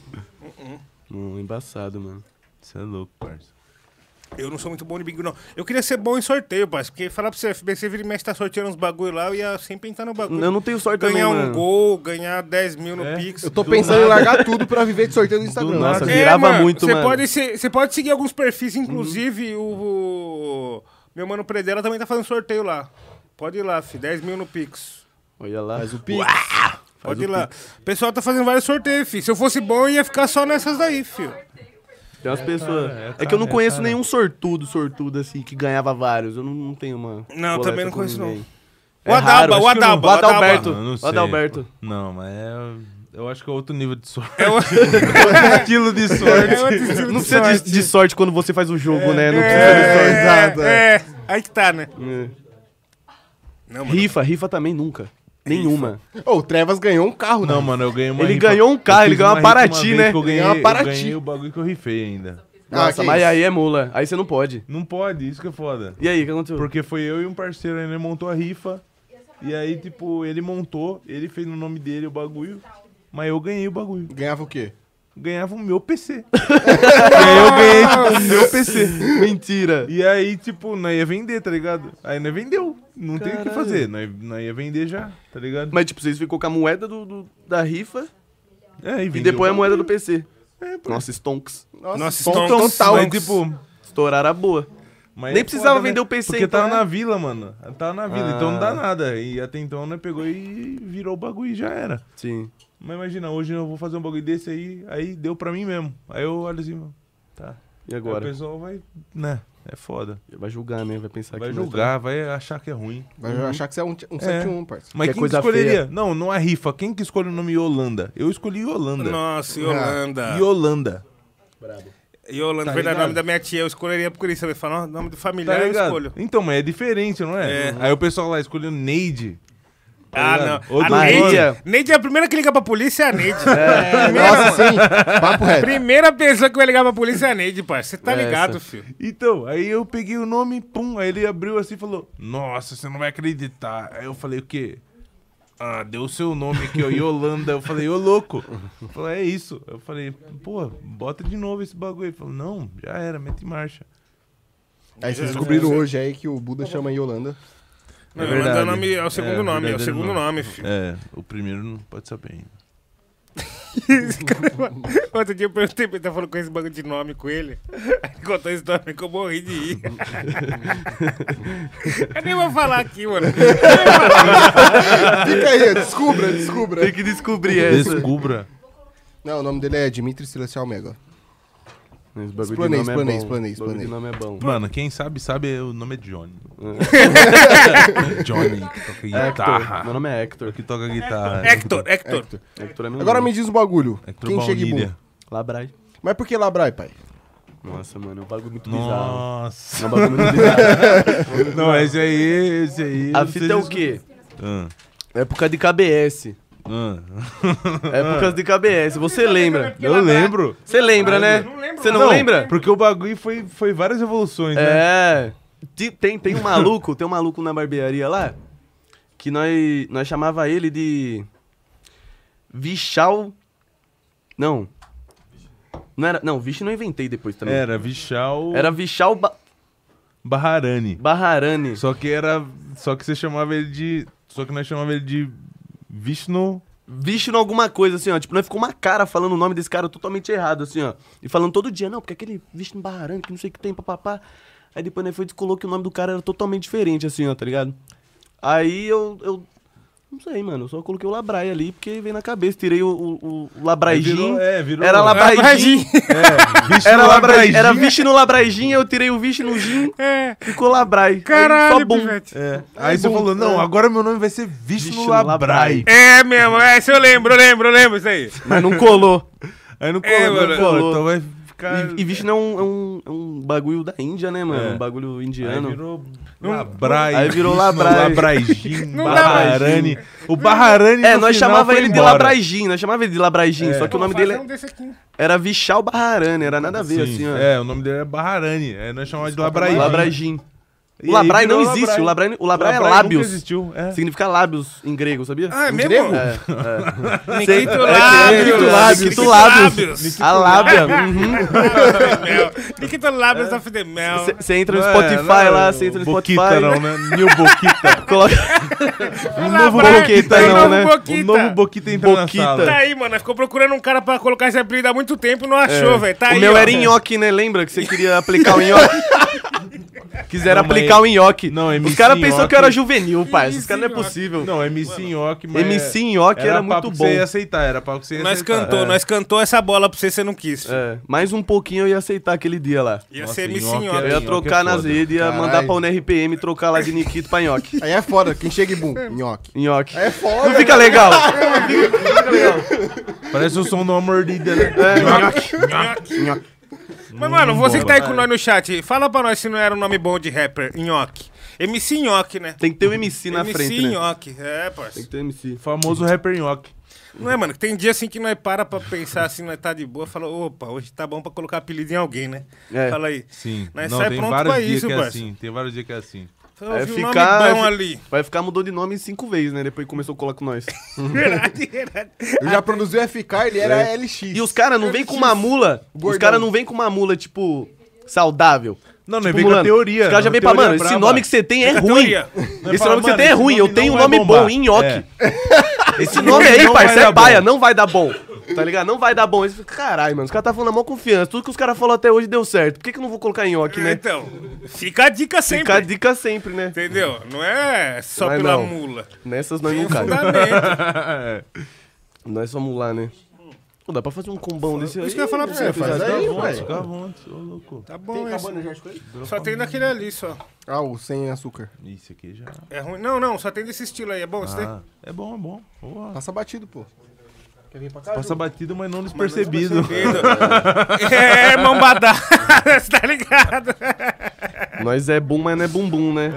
Hum, embaçado, mano. Você é louco, parça. Eu não sou muito bom de bingo, não. Eu queria ser bom em sorteio, parça. Porque falar pra você, F B C vira e mexe tá sorteando uns bagulho lá, eu ia sempre entrar no bagulho. Eu não tenho sorte Ganhar também, um mano. gol, ganhar dez mil no É. Pix. Eu tô Do pensando em nada. largar tudo pra viver de sorteio do Instagram. nada. Nossa, É, virava mano, muito, você mano. Pode ser, você pode seguir alguns perfis, inclusive o, o- meu mano Predela também tá fazendo sorteio lá. Pode ir lá, fi, dez mil no Pix. Olha lá. Faz o Pix. Pode ir lá. O pessoal tá fazendo vários sorteios, fi. Se eu fosse bom, eu ia ficar só nessas daí, fi. Tem umas pessoas. cara, é É que eu não cara, é conheço cara. nenhum sortudo, sortudo assim, que ganhava vários. Eu não, não tenho uma. Não, coleta também não com conheço, não. ninguém. O É Adalba, raro, o acho que não. Adalba, O o Adalba. Adalberto. Eu não O sei. Adalberto. Não, mas é... Eu acho que é outro nível de sorte. É o- estilo de sorte. é outro estilo Não de precisa de, sorte. de sorte quando você faz o jogo, né? Não precisa de sorte. É, Exato, é, é. Aí que tá, né? É. Não, mano. Rifa, rifa também nunca. Nenhuma. Ô, o Trevas ganhou um carro, Não, né? mano, eu ganhei uma Ele rifa- ganhou um eu carro, fiz ele ganhou uma rifa Paraty, vez né? que Eu ganhei, Ganhou uma eu Paraty. ganhei o bagulho que eu rifei ainda. Ah, Nossa, que mas isso? aí é mula. Aí você não pode. Não pode, isso que é foda. E aí, o que aconteceu? Porque foi eu e um parceiro, aí ele montou a rifa. E aí, tipo, ele montou, ele fez no nome dele o bagulho. Mas eu ganhei o bagulho. Ganhava o quê? Ganhava o meu P C. E aí eu ganhei, tipo, o meu P C. Mentira. E aí, tipo, nós ia vender, tá ligado? Aí nós vendeu. Não tem o que Caralho. fazer. Nós, nós ia vender já, tá ligado? Mas, tipo, vocês ficou com a moeda do, do- da rifa É, e vendeu depois a o moeda do bagulho. P C. É, pô. Nossa, stonks. Nossa, tom- Stonks. total. Mas, tipo... Estouraram a boa. mas Nem é precisava foda, né? vender o P C, Porque então, tava né? na vila, mano. Tava na vila, então não dá Ah. nada. E até então, né, pegou e virou o bagulho e já era. Sim. Mas imagina, hoje eu vou fazer um bagulho desse aí, aí deu pra mim mesmo. Aí eu olho assim, tá. E Aí o agora? pessoal vai, né, é foda. Vai julgar, né? Vai pensar Vai que não julgar, vai achar que é ruim. Vai achar que você é um, um sete um, parceiro. Mas Que é quem que coisa escolheria? feia. Não, não é rifa. Quem que escolhe o nome Yolanda? Eu escolhi Yolanda. Nossa, Yolanda. Yolanda. Yolanda, Tá verdade, ligado? nome da minha tia, eu escolheria por isso. Você fala, nome de Tá familiar eu ligado? escolho. Então, mas é diferente, não é? É. Aí o pessoal lá escolheu Neide. Ah, ligado? não. Outro A Neide, Maria. Neide é a primeira que liga pra polícia, é a Neide. Nossa, sim. Papo reto. Primeira pessoa que vai ligar pra polícia é a Neide, pai. Você tá Essa. ligado, filho. Então, aí eu peguei o nome, pum, aí ele abriu assim e falou, nossa, você não vai acreditar. Aí eu falei, o quê? Ah, deu o seu nome aqui, ó, Yolanda. Eu falei, ô louco. Ele falou, é isso. Eu falei, pô, bota de novo esse bagulho. Ele falou, não, já era, mete em marcha. Aí vocês descobriram hoje aí que o Buda chama Yolanda. Não, É Yolanda é, o verdade. nome, é o segundo É, nome, é o verdadeiro segundo nome. nome, filho. É, o primeiro não pode saber ainda. Outro dia eu perguntei pra ele, tá falando com esse bagulho de nome com ele. Aí ele contou a história que eu morri de rir. Eu nem vou falar aqui, mano. Fica aí, descubra, descubra. Tem que descobrir essa. Descubra. Não, o nome dele é Dimitri Celestial Mega. Esse bagulho de Explanei, nome é explanei, bom. explanei, Esse bagulho de explanei. nome é bom. Mano, quem sabe, sabe, o nome é Johnny. Johnny, que toca guitarra. Hector. Meu nome é Hector. Que toca guitarra. Hector, Hector. Hector é meu Agora nome. me diz um bagulho. Hector Quem chega e Baunilha. boom? Labrai. Mas por que Labrai, pai? Nossa, mano, é um bagulho muito bizarro. Nossa. É um bagulho muito bizarro. Não, esse aí, esse aí... A não fita sei é o se- quê? Ah, Época de K B S. ah. Épocas de K B S. Você lembra? Eu lembro. Você lembra, né? Não lembro, Você não, Não, lembra? Porque o bagulho foi, foi várias evoluções, né? É. Ti- Tem, tem um maluco, tem um maluco na barbearia lá, que nós, nós chamava ele de Vichal. Não. Não era. Não, Vixe não inventei depois também. Era Vichal Era Vichal ba Baharani. Baharani. Só que era... Só que você chamava ele de... Só que nós chamava ele de Vishnu... Vishnu alguma coisa, assim, ó. Tipo, nós ficou uma cara falando o nome desse cara totalmente errado, assim, ó. E falando todo dia, não, porque aquele Vishnu Baharani, que não sei o que tem, papapá. Aí depois nós foi descolou que o nome do cara era totalmente diferente, assim, ó, tá ligado? Aí eu... eu não sei, mano. Eu só coloquei o Labrai ali, porque veio na cabeça. Tirei o, o, o Labraijin. Virou- é, virou- Era Labraijin. É, Vishnu Era, Labra... Labraijin. era Vishnu Labraijin, eu tirei o Vishnu Jin, É. ficou Labrai. Aí Caralho, só bom. pivete. É. Aí você falou, não, agora meu nome vai ser Vishnu Vishnu Labrai. Labrai. É mesmo, é, isso eu lembro, eu lembro, eu lembro isso aí. Mas não colou. Aí não É, colou, não mano. colou. Colou. Então vai ficar... E, e Vishnu é um, é, um, é um bagulho da Índia, né, mano? É. Um bagulho Aí indiano. virou Labrai. Aí virou Vishnu Labrai. Labraijin, Não dá Baharani. O Baharani É, no nós final chamava foi ele de embora. Labraijin, nós chamava ele de Labraijin, só que o nome dele um desse aqui. era Vichal Baharani, era nada a ver, Sim, assim, ó. É, o nome dele é Baharani. Aí nós chamávamos de Labraijin. Labraijin. E O Labrai aí virou não existe, o Labrai, o Labrai é Labrai lábios. nunca existiu, é. Significa lábios em grego, sabia? Ah, é Em mesmo? grego? É, é. Nikito É, Lábios. Nikito Lábios. Nikito Nikito Lábios. A lábia. Uhum. Nikito Lábios of the Mel. Você entra no Não é, Spotify não é lá, o você entra no Boquita, Spotify. não, né? New Boquita. Coloca... Um novo Labrai, Boquita, tem não, novo né? Boquita. Um novo Boquita entrou na Boquita. sala. Tá aí, mano. Ficou procurando um cara pra colocar esse apelido há muito tempo e não achou, velho. Tá o aí, meu ó. era nhoque, né? Lembra que você queria aplicar o nhoque? Quiseram Não, mas- aplicar o nhoque. Não, Os M C caras pensou nhoque- que eu era juvenil, pai. Esses Isso, caras não é nhoque. possível. Não, M C Nhoque, mas... M C Nhoque era, era muito papo que bom. você ia aceitar, era papo que você ia Nós aceitar. cantou, É. nós cantou essa bola pra você, você não quis. filho. É, mais um pouquinho eu ia aceitar aquele dia lá. Ia Nossa, ser M C nhoque Nhoque. Eu ia Nhoque trocar é nas foda. redes, ia Caralho. mandar pra N R P M trocar lá de Nikito pra nhoque. Aí é foda, quem chega e boom, nhoque. Nhoque. Aí é foda. Não fica legal? Parece o som de uma mordida, né? Mas, mano, você que tá aí com nós no chat, fala pra nós se não era um nome bom de rapper, Nhoque. M C Nhoque, né? Tem que ter o M C na M C frente, né? Nhoque, é, Tem parceiro. que ter o M C. Famoso rapper nhoque. Não é, mano? Tem dia assim que nós para pra pensar assim, nós tá de boa, fala, opa, hoje tá bom pra colocar apelido em alguém, né? É. Fala aí. Sim. Nós Não, sai tem pronto vários pra dias isso, que é parceiro. assim. Tem vários dias que é assim. Eu Vai ouvi um ficar, nome bom vai- ali. Vai ficar mudou de nome cinco vezes, né? Depois que começou a colar com nós. Verdade, verdade. Eu já produzi o F K, ele era L X. E os caras não vêm com uma mula. Os Gordão. caras não vêm com uma mula, tipo, saudável. Não, não Tipo, vem com a mano, teoria. Os caras já uma vêm pra, teoria mano, esse braba. nome que você tem é Tem ruim. teoria. Esse fala, nome que você mano, tem é esse ruim. nome Eu não tenho um vai nome bombar. bom, em nhoque. É. Esse nome aí, Não vai parça, é dar paia, bom. não vai dar bom. Tá ligado? Não vai dar bom. Aí você fica, caralho, mano, os caras tá falando na maior confiança. Tudo que os caras falaram até hoje deu certo. Por que, que eu não vou colocar em nhoque, né? Então, fica a dica sempre. Fica a dica sempre, né? Entendeu? Não é só Não é pela não. mula. Nessas nós Tem não um cai. fundamento. Nós vamos lá, né? Pô, dá pra fazer um combão desse aí. Isso que eu ia falar pra você. É, faz Fica aí, bom, pai. Fica à vontade, ô louco. Tá bom esse. já com ele? Só tem daquele ali, só. Ah, o sem açúcar. Isso aqui já. É ruim? Não, não, só tem desse estilo aí. É bom? Você tem? Ah, é bom, é bom. Boa. Passa batido, pô. Quer vir pra cá? Passa batido, mas não despercebido. É, mão badada, você tá ligado? Nós é bum, mas não é bumbum, né?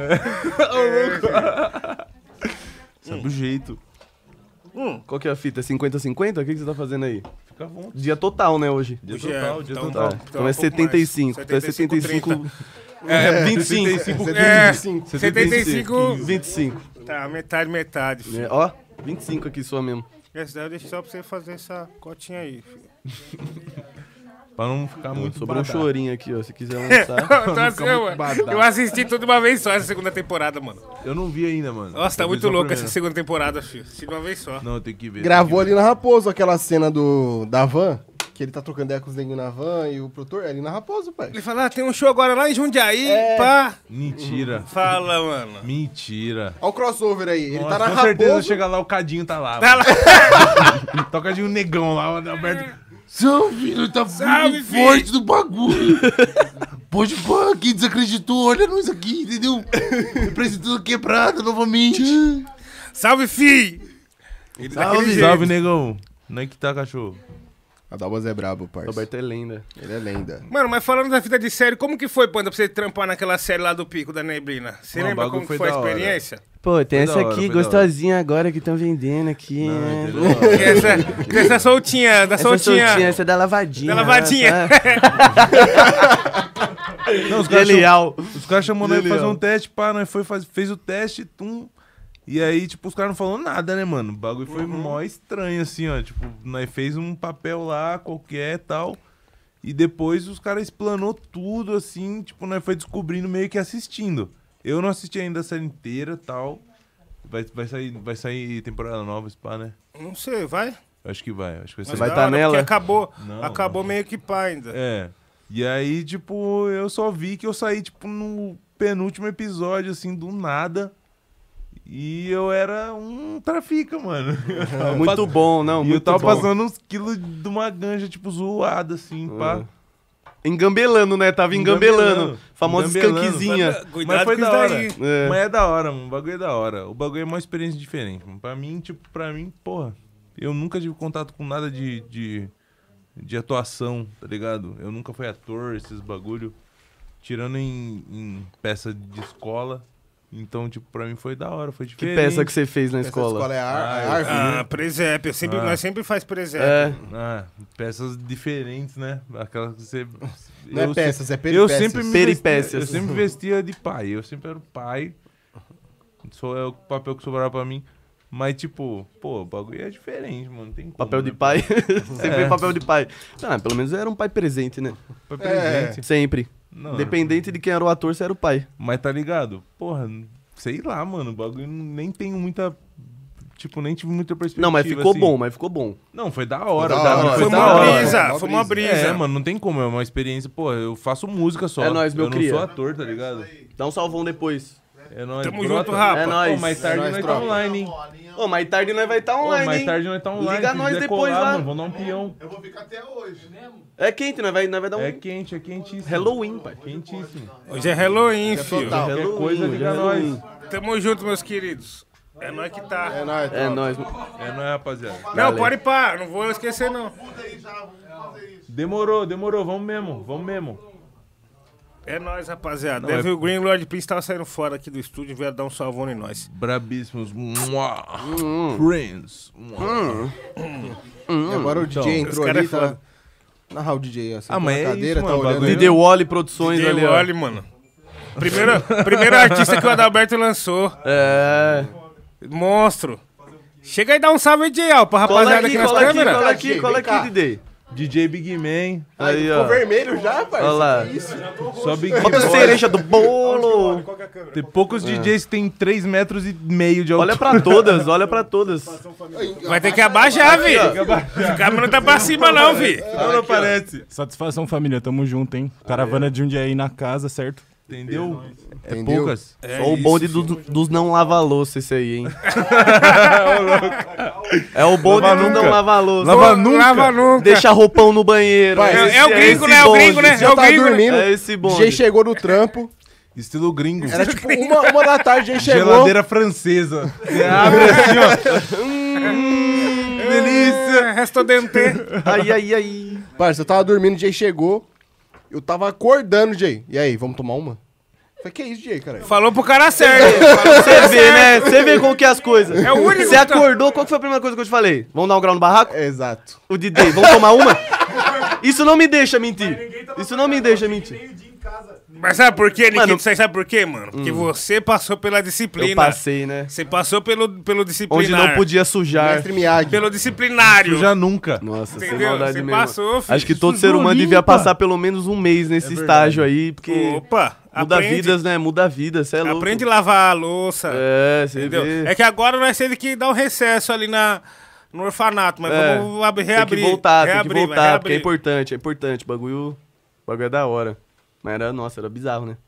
Sabe o jeito. Qual que é a fita? cinquenta cinquenta? O que, que você tá fazendo aí? Fica à vontade. Dia total, né, hoje? Dia Hoje é, total, dia então total. tá. Então, um é pouco setenta e mais. cinco. Então é setenta e cinco. É, vinte e cinco. É, setenta e cinco. setenta e cinco. vinte e cinco. Tá, metade, metade. Filho. É, ó, vinte e cinco aqui só mesmo. Essa daí eu deixo só pra você fazer essa cotinha aí, filho. Pra não ficar muito Sobrou um badado. chorinho aqui, ó. Se quiser lançar. Então, assim, mano, badado. eu assisti tudo uma vez só essa segunda temporada, mano. Eu não vi ainda, mano. Nossa, tá Eu vi muito só a louco essa primeira. segunda temporada, filho. Assisti de uma vez só. Não, eu tenho que ver. Gravou tenho ali na Raposo aquela cena do, da van, que ele tá trocando ideia com os neguinhos na van e o produtor é ali na Raposo, pai. Ele fala, ah, tem um show agora lá em Jundiaí, É. pá. que ver. Mentira. Fala, mano. Mentira. Olha o crossover aí, ele Nossa, tá na com certeza Raposo. chega lá, o Cadinho tá lá. Tá lá. Mano. Tá o Cadinho negão lá, o Adalberto. Seu filho tá Salve, muito filho. forte do bagulho. Pode pá, quem desacreditou, olha nós aqui, entendeu? Representando quebrada novamente. Salve, fi! Ele daquele Salve, jeito. salve, negão. Não é que tá, cachorro? A Dalmas é brabo, parça. Roberto é lenda. Ele é lenda. Mano, mas falando da vida de série, como que foi, Panda, pra você trampar naquela série lá do Pico da Neblina? Você Não, o lembra bagulho como foi que foi a da hora. experiência? Pô, tem Foi da hora, foi da hora. gostosinha agora que estão vendendo aqui. Não, né? entendeu? Essa, essa soltinha, da Essa soltinha. soltinha, essa é da lavadinha. Da lavadinha. tá? Não, os caras Genial. chamam- os caras chamou nós pra Genial. fazer um teste, pá, nós foi, faz, fez o teste, tum. E aí, tipo, os caras não falaram nada, né, mano? O bagulho foi mó estranho, assim, ó. Tipo, nós fez um papel lá, qualquer tal. E depois os caras explanou tudo, assim, tipo, nós foi descobrindo meio que assistindo. Eu não assisti ainda a série inteira tal. Vai, vai, sair, vai sair temporada nova, esse pá, né? Não sei, vai? Acho que vai, acho que vai Mas sair. vai da tá hora, nela? Porque acabou, Não, acabou não. meio que pá ainda. É. E aí, tipo, eu só vi que eu saí, tipo, no penúltimo episódio, assim, do nada. E eu era um trafica, mano. Muito bom, não, E muito eu tava bom. passando uns quilos de uma ganja, tipo, zoada, assim, pá. Engambelando, né? Tava engambelando. Engambelando. Famosa Engambelando. skunkzinha. Cuidado Mas foi com da isso hora. daí. É. Mas é da hora, mano. O bagulho é da hora. O bagulho é uma experiência diferente, mano. Pra mim, tipo, pra mim, porra, eu nunca tive contato com nada de, de, de atuação, tá ligado? Eu nunca fui ator, esses bagulho. Tirando em, em peça de escola. Então, tipo, pra mim foi da hora, foi Que diferente. peça que você fez na Essa escola? escola é a, Ah, a eu- árvore. Ah, presépio. Sempre, Ah. Nós sempre faz presépio. É. Ah, peças diferentes, né? Aquelas que você... Não é eu peças, é Eu peripécias. sempre me Peripécias. vestia, eu sempre vestia de pai. Eu sempre era o pai. Só é o papel que sobrava pra mim. Mas, tipo, pô, o bagulho é diferente, mano. Tem como, Papel de né? pai. Sempre papel de pai. Ah, pelo menos era um pai presente, né? Pai presente. Sempre. Não, Independente de quem era o ator, você era o pai. mas tá ligado? Porra, sei lá, mano. O bagulho nem tenho muita... Tipo, nem tive muita perspectiva. Não, mas ficou assim. bom, mas ficou bom. Não, foi da hora. Foi da pra hora. mim Foi Foi da uma hora. brisa, Uma foi uma brisa. brisa. É, mano, não tem como. É uma experiência... Pô, eu faço música só. É nóis, meu Eu não cria. sou ator, tá ligado? Dá um salvão depois. É nóis. Tamo brota. junto, rapa. É nóis. Pô, mais tarde É nóis, nós tá tropa. online, hein? Ô, mais tarde nós vai estar Pô, online, mais hein? tarde nós tá online. Liga se nós quiser depois colar, lá. Mano, vamos dar um peão. Eu vou ficar até hoje. É quente, nós vai, nós vai dar um É quente, é quentíssimo. Halloween, pai. Quentíssimo. Hoje é Halloween, filho. total. Qualquer Halloween, coisa, hoje liga é Halloween. nós. Tamo junto, meus queridos. É nóis que tá. É nóis, É tropa. nóis. É, não é, rapaziada? Não, Valeu. pode ir pá. Não vou esquecer, não. Muda aí já, vamos fazer isso. Demorou, demorou. Vamos mesmo, vamos mesmo. É nóis, rapaziada. Não, Deve é- o Green Lord Prince tava saindo fora aqui do estúdio e veio dar um salvão em nós. Brabíssimos. Mua. Hum. Prince. Mua. E agora o D J Então, entrou esse cara ali, é tá... foda. Narrar o D J, assim, Ah, mas na é cadeira, isso, tá mano, o olhando. bagulho- D J Wally Produções D J ali, ó. Wally, mano. Primeiro, primeiro artista que o Adalberto lançou. É. Monstro. Chega aí e dá um salve aí, D J Al, pra Cola rapaziada aqui, aqui nas cola aqui, câmeras. cola Vem aqui, cá, cola vem cá. aqui, D J. D J Big Man. Aí, Aí, ficou ó. vermelho já, parça. Olha lá. Que isso? Só Big Bota a Boy. cereja do bolo. Tem poucos D Js que tem três metros e meio de altura. Olha pra todas, olha pra todas. Vai ter que abaixar, vi. O câmera não tá pra cima, não, vi. Não, não parece. Satisfação, família. Tamo junto, hein? Caravana de um dia aí na casa, certo? Entendeu? É Entendeu? poucas. É Só o isso, bonde filho. do- dos não lava-louça esse aí, hein? É o bonde Lava dos nunca. não lava-louça. Lava nunca. Lava nunca. Deixa roupão no banheiro. Vai, É, Esse- é o gringo, esse né? É o bonde. gringo, né? É Já o tá gringo, né? dormindo, É esse o bonde. D J chegou no trampo, Estilo gringo. era tipo uma, uma da tarde, o D J chegou... Geladeira francesa. Você abre assim, ó. Hum, delícia. Resto dente. Ai, ai, ai. Parça, eu tava dormindo, o D J chegou, eu tava acordando, D J. E aí, vamos tomar uma? Falei, que isso, D J, cara? Falou pro cara certo. Você vê, né? Você vê como que é as coisas. É o único Você que tá- acordou, qual que foi a primeira coisa que eu te falei? Vamos dar um grau no barraco? Exato. O D J, vamos tomar uma? Isso não me deixa mentir. Isso não me deixa mentir. Mas sabe por quê, Nikito? Mano- Você sabe por quê, mano? Porque você passou pela disciplina. Eu passei, né? Você passou pelo, pelo Onde disciplinar. não podia sujar. Mestre Miyagi. Pelo disciplinário. Já nunca. Nossa, sem Entendeu? maldade Você mesmo. passou, filho. Acho que todo Sujou ser humano devia limpa. passar pelo menos um mês nesse estágio aí, porque Opa, muda aprende, vidas, né? Muda vidas, você é louco. aprende a lavar a louça. É, você entendeu? vê. É que agora nós temos que dar um recesso ali na, no orfanato, mas É, vamos abrir, Tem reabrir. que voltar, reabrir, tem que vai voltar, porque é reabrir. importante, é importante. O bagulho, o bagulho é da hora. Mas era, nossa, era bizarro, né?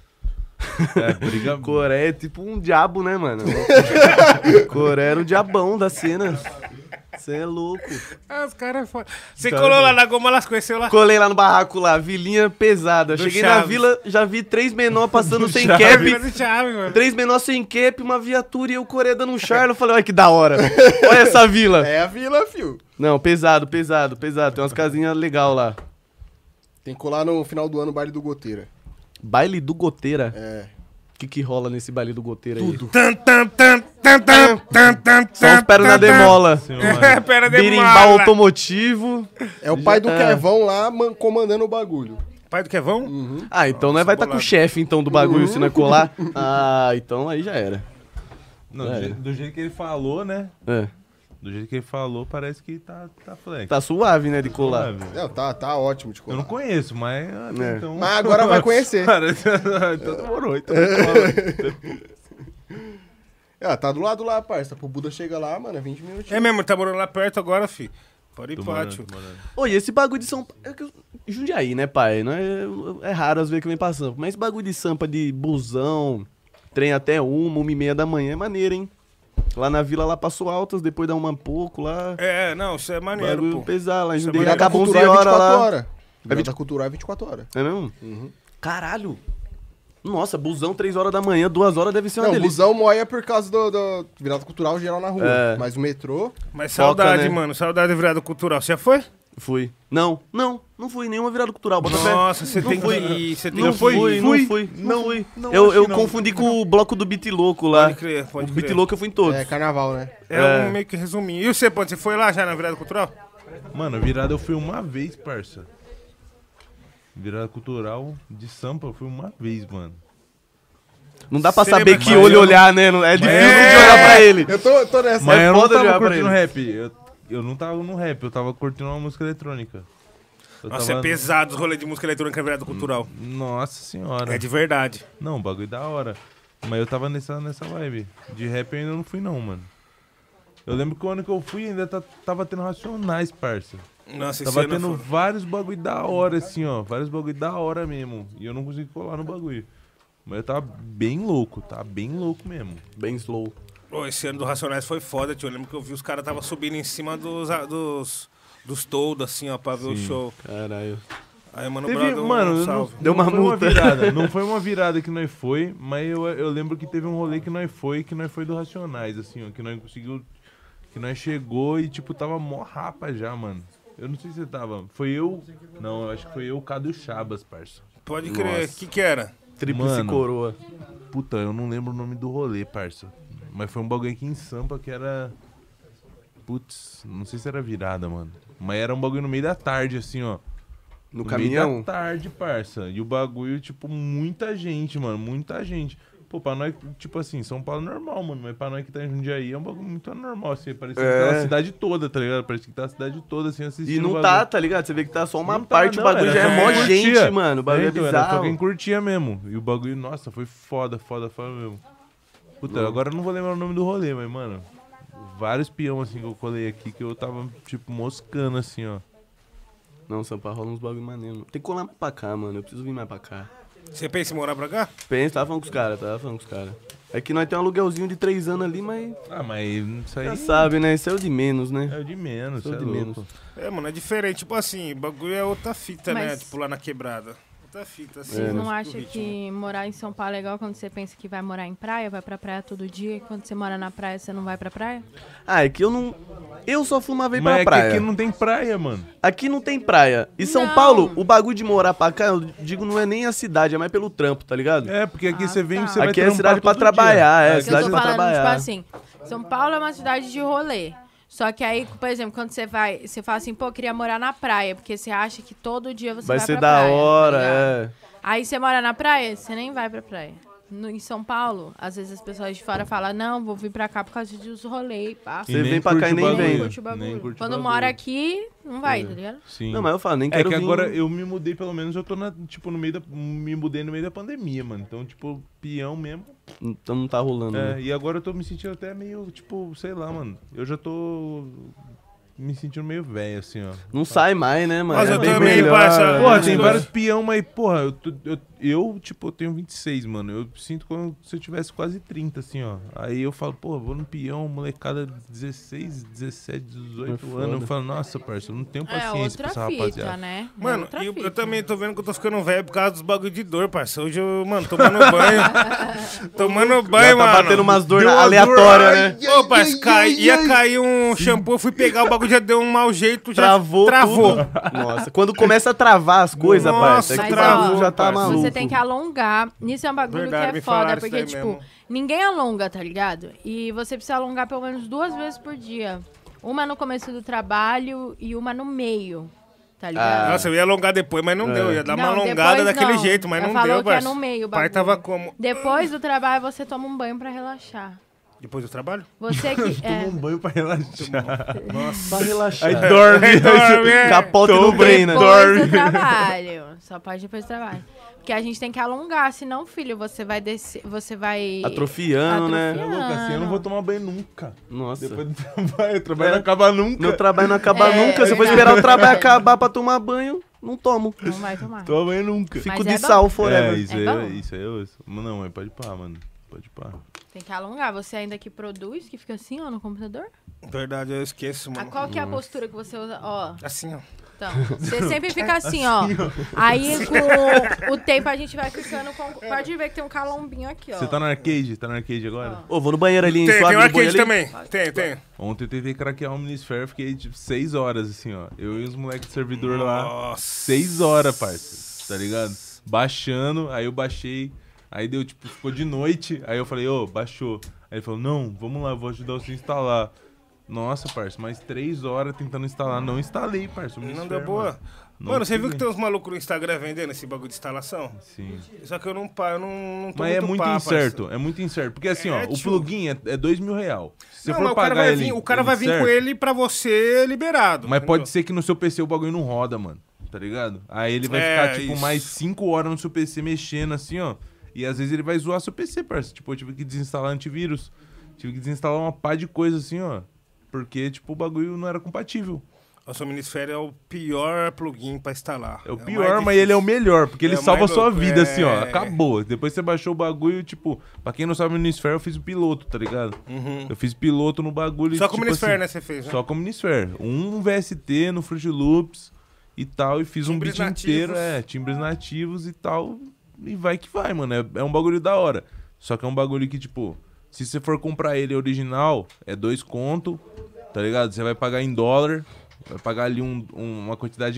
É, briga. Coreia é tipo um diabo, né, mano? Coreia era o diabão da cena. Você é louco. Ah, os caras é foda. Você Cara, colou é lá na goma, elas conheceu lá? Colei lá no barraco lá, vilinha pesada. Do Cheguei na Chaves. vila, já vi três menor passando sem Chaves. Vila cap. de chave, mano. Três menor sem cap, uma viatura e o Coreia dando um charla. Eu falei, olha que da hora. Olha essa vila. É a vila, fio. Não, pesado, pesado, pesado. Tem umas casinhas legais lá. Tem que colar no final do ano o baile do Goteira. Baile do Goteira. É. O que que rola nesse baile do Goteira aí? Tudo. Tan, tan, tan, tan, tan, tan, tan, Só os pernas na tan, tan. demola. Assim, É, mano. pera de Birimbau mala. automotivo. É o pai do É. Kevão lá man- comandando o bagulho. Pai do Kevão? Ah, então nós vai estar com o chefe então do bagulho se não é colar. Ah, então aí já era. Não, do, É. jeito, do jeito que ele falou, né? É. Do jeito que ele falou, parece que tá, tá flex. Tá suave, né, de colar. Sabe? Não, tá, tá ótimo de Eu colar. não conheço, mas até É. então... Mas agora vai conhecer. Cara, então demorou. Então... Ah, tá do lado lá, parça. Pro Buda chega lá, mano, é vinte minutinhos. É mesmo, tá morando lá perto agora, fi. Pode ir Tô pátio. morando, morando. Oi, esse bagulho de São Paulo. É que eu- Jundiaí, né, pai? Não é, é raro às vezes que vem passando. Mas esse bagulho de sampa de busão, trem até uma, uma e meia da manhã é maneiro, hein? Lá na vila, lá passou altas, depois dá uma pouco lá. É, não, isso é maneiro, Bagulho pô. pesado lá. Em Isso é Jundiaí maneiro. acaba onze cultural é horas vinte e quatro lá. horas. É Virada vinte- cultural é vinte e quatro horas. É mesmo? Caralho! Nossa, busão três horas da manhã, duas horas deve ser uma Não, o delícia. busão moia por causa do, do virada cultural geral na rua. É. Mas o metrô, Mas Foca, saudade, né? mano. Saudade de virada cultural. Você já foi? Fui. Não, não, não fui nenhuma virada cultural. Bota fé. Nossa, você Não tem fui. que ir. Você tem Não que fui, ir. não Fui? fui, não fui. não, eu acho eu que não. confundi com o bloco do Beat Louco lá. Pode crer, pode O Beat crer. Louco eu fui em todos. é carnaval, né? É, É. um meio que resuminho. E você, Ponte, você foi lá já na virada cultural? Mano, virada eu fui uma vez, parça. Virada cultural de Sampa eu fui uma vez, mano. Não dá pra Você saber lembra que que olho eu- olhar, né? Não- É difícil É. de olhar pra ele. Eu tô, tô nessa. Mas eu não foda tava olhar pra curtindo ele. rap. Eu, eu não tava no rap, eu tava curtindo uma música eletrônica. Eu Nossa, tava- é pesado os rolês de música eletrônica na virada cultural. Nossa senhora. É de verdade. Não, bagulho da hora. Mas eu tava nessa, nessa vibe. De rap eu ainda não fui não, mano. Eu lembro que o ano que eu fui ainda tá- tava tendo Racionais, parça. Nossa, esse Tava ano tendo foi- vários bagulho da hora, assim, ó. Vários bagulho da hora mesmo. E eu não consegui colar no bagulho. Mas eu tava bem louco, tá bem louco mesmo. Bem slow. Pô, esse ano do Racionais foi foda, tio. Eu lembro que eu vi os caras tava subindo em cima dos, a- dos, dos toldos, assim, ó, pra ver o Sim. show. Caralho. Aí, mano, Teve, brother, um mano, não, salve. Deu não uma foi multa. virada. Não foi uma virada que nós foi, mas eu, eu lembro que teve um rolê que nós foi, que nós foi do Racionais, assim, ó. Que nós conseguiu. Que nós chegou e, tipo, tava mó rapa já, mano. Eu não sei se você tava. Foi eu. Não, eu acho que foi eu, o Cado e o Chabas, parça. Pode crer. O Nossa. que que era? Tríplice Mano. coroa. Puta, eu não lembro o nome do rolê, parça. Mas foi um bagulho aqui em Sampa que era... Putz, não sei se era virada, mano. Mas era um bagulho no meio da tarde, assim, ó. No No caminhão? meio da tarde, parça. E o bagulho, tipo, muita gente, mano. Muita gente. Pô, pra nós, tipo assim, São Paulo é normal, mano. Mas pra nós que tá em Jundiaí é um bagulho muito anormal, assim. Parece que É. tá a cidade toda, tá ligado? Parece que tá a cidade toda, assim, assistindo E não o tá, bagulho. tá ligado? Você vê que tá só uma Não tá, parte, não, o bagulho era já é só mó quem gente, curtia. mano. O bagulho é, É, então, era só bizarro. quem curtia mesmo. E o bagulho, nossa, foi foda, foda, foda mesmo. Puta, agora eu não vou lembrar o nome do rolê, mas, mano, vários peão, assim, que eu colei aqui que eu tava, tipo, moscando, assim, ó. Não, São Paulo rola uns bagulho maneiro. Tem que colar mais pra cá, mano. Eu preciso vir mais pra cá. Você pensa em morar pra cá? Pensa, tava falando com os caras, tava falando com os caras. É que nós temos um aluguelzinho de três anos ali, mas Ah, mas isso aí já sabe, né? Isso é o de menos, né? é o de menos, Isso é é o de louco. menos. É, mano, é diferente. Tipo assim, o bagulho é outra fita, né? Mas- Tipo, lá na quebrada. Outra fita, assim. Vocês É, não né? acham que morar em São Paulo é igual quando você pensa que vai morar em praia, vai pra praia todo dia, e quando você mora na praia, você não vai pra praia? Ah, é que eu não... Eu só fui uma vez Mas pra é praia. que aqui não tem praia, mano. Aqui não tem praia. E São Não. Paulo, o bagulho de morar pra cá, eu digo, não é nem a cidade, é mais pelo trampo, tá ligado? É, porque aqui Ah, você vem tá. você vai Aqui é trampar cidade pra todo trabalhar, dia. é, Porque cidade eu tô pra falando, tipo trabalhar. assim, São Paulo é uma cidade de rolê. Só que aí, por exemplo, quando você vai, você fala assim, pô, eu queria morar na praia, porque você acha que todo dia você vai, Vai ser pra da praia, tá hora, ligado? é. Aí você mora na praia, você nem vai pra praia. No, em São Paulo, às vezes as pessoas de fora falam, não, vou vir pra cá por causa dos rolês, pá. E Você nem vem pra cá curte e o nem bagulho. vem. Curte o bagulho. Nem curte o Quando bagulho. mora aqui, não vai, tá ligado? Sim. Não, mas eu falo, nem É quero que vir... agora eu me mudei, pelo menos eu tô na, tipo, no meio da. Me mudei no meio da pandemia, mano. Então, tipo, peão mesmo. Então não tá rolando, É, né? e agora eu tô me sentindo até meio, tipo, sei lá, mano. Eu já tô me sentindo meio velho, assim, ó. Não sai mais, né, mano? Mas É eu bem também, melhor. parça. Porra, É, tem é. vários peão, mas, porra, eu, tô- eu, eu, tipo, eu tenho vinte e seis, mano. Eu sinto como se eu tivesse quase trinta, assim, ó. Aí eu falo, porra, vou no peão, molecada de dezesseis, dezessete, dezoito É foda. anos. Eu falo, nossa, parça, eu não tenho É paciência pra outra essa fita, rapaziada. né? É Mano, outra e eu, fita. eu também tô vendo que eu tô ficando velho por causa dos bagulho de dor, parça. Hoje eu, mano, tomando banho. tomando Já banho, tá mano. batendo umas dores Deu uma aleatórias, né? Ô, parça, cai, ia cair um shampoo, fui pegar, o bagulho já deu um mau jeito, já Travou, travou. tudo. Nossa, quando começa a travar as coisas, Nossa, parça, é que Mas, o bagulho ó, já tá parça. maluco. Você tem que alongar. Nisso é um bagulho Verdade, que me é foda, falaram porque, isso tipo, daí mesmo. ninguém alonga, tá ligado? E você precisa alongar pelo menos duas vezes por dia. Uma no começo do trabalho e uma no meio, tá ligado? Nossa, eu ia alongar depois, mas não É. deu. Ia dar uma Não, alongada depois daquele não. jeito, mas Ela não falou deu, que é parça. no meio o O pai bagulho. tava como? Depois do trabalho, você toma um banho pra relaxar. Depois do trabalho? Você que... Toma é, um banho pra relaxar. Pra relaxar. Aí dorme. Dorme. Capota no Toma brain, né? depois do trabalho. Só pode depois do trabalho. Porque a gente tem que alongar, senão, filho, você vai descer, você vai... Atrofiando, né? É louco, assim, eu não vou tomar banho nunca. Nossa. Depois do trabalho, o trabalho É. não acaba nunca. Meu trabalho não acaba É, nunca. Se eu for verdade. esperar o trabalho acabar pra tomar banho, não tomo. Não vai tomar. Toma banho nunca. Fico Mas de é bom. sal É, forever. isso É aí, bom? isso aí eu ouço. Mas não, mas pode pá, mano. Pode pá. Tem que alongar. Você ainda que produz, que fica assim, ó, no computador? Verdade, eu esqueço, Ah, mano. qual que é a postura que você usa? Ó, Assim, ó. então, você sempre fica assim, ó. Aí, com o tempo, a gente vai ficando com... Pode ver que tem um calombinho aqui, ó. Você tá no arcade? Tá no arcade agora? Ô, vou no banheiro ali, em Tem, suave tem um no banho arcade ali. também. Tem, tem. Ontem eu tentei craquear um Minisphere, fiquei tipo seis horas, assim, ó. Eu e os moleques do servidor lá. Nossa. Seis horas, parça. Tá ligado? Baixando, aí eu baixei. Aí deu, tipo, ficou de noite. Aí eu falei, ô, baixou. Aí ele falou, não, vamos lá, vou ajudar você a instalar. Nossa, parça, mais três horas tentando instalar. Não instalei, parça. o Não Minisphere, deu boa. mano. Não Mano, você viu que consegui. tem uns malucos no Instagram vendendo esse bagulho de instalação? Sim. Só que eu não, pá, eu não, não tô Mas é muito muito pá, incerto, parça. é muito incerto. Porque assim, É, ó, o tio. plugin é, é dois mil real. Se você Não, for mas o cara pagar vai ele, vir, o cara ele vai vir certo, com ele pra você liberado. Mas pode entendeu? ser que no seu P C o bagulho não roda, mano. Tá ligado? Aí ele vai É, ficar, tipo, isso. mais cinco horas no seu P C mexendo assim, ó. E às vezes ele vai zoar seu P C, parça. Tipo, eu tive que desinstalar antivírus. Tive que desinstalar uma pá de coisa assim, ó. Porque, tipo, o bagulho não era compatível. O seu Minisfere é o pior plugin pra instalar. É o mais pior, mas difícil. ele é o melhor, porque ele É o salva a mais sua louco, vida, é. assim, ó. Acabou. Depois você baixou o bagulho, tipo, pra quem não sabe o Minisphere, eu fiz o piloto, tá ligado? Uhum. Eu fiz piloto no bagulho. Só tipo, com o Minisfere, assim, né, você fez, né? Só com o Minisphere. Um V S T no Fruit Loops e tal, e fiz um Timbres beat inteiro, nativos. é, timbres nativos e tal. E vai que vai, mano. É, é um bagulho da hora. Só que é um bagulho que, tipo, se você for comprar ele original, é dois conto, tá ligado? Você vai pagar em dólar, vai pagar ali um- um- uma quantidade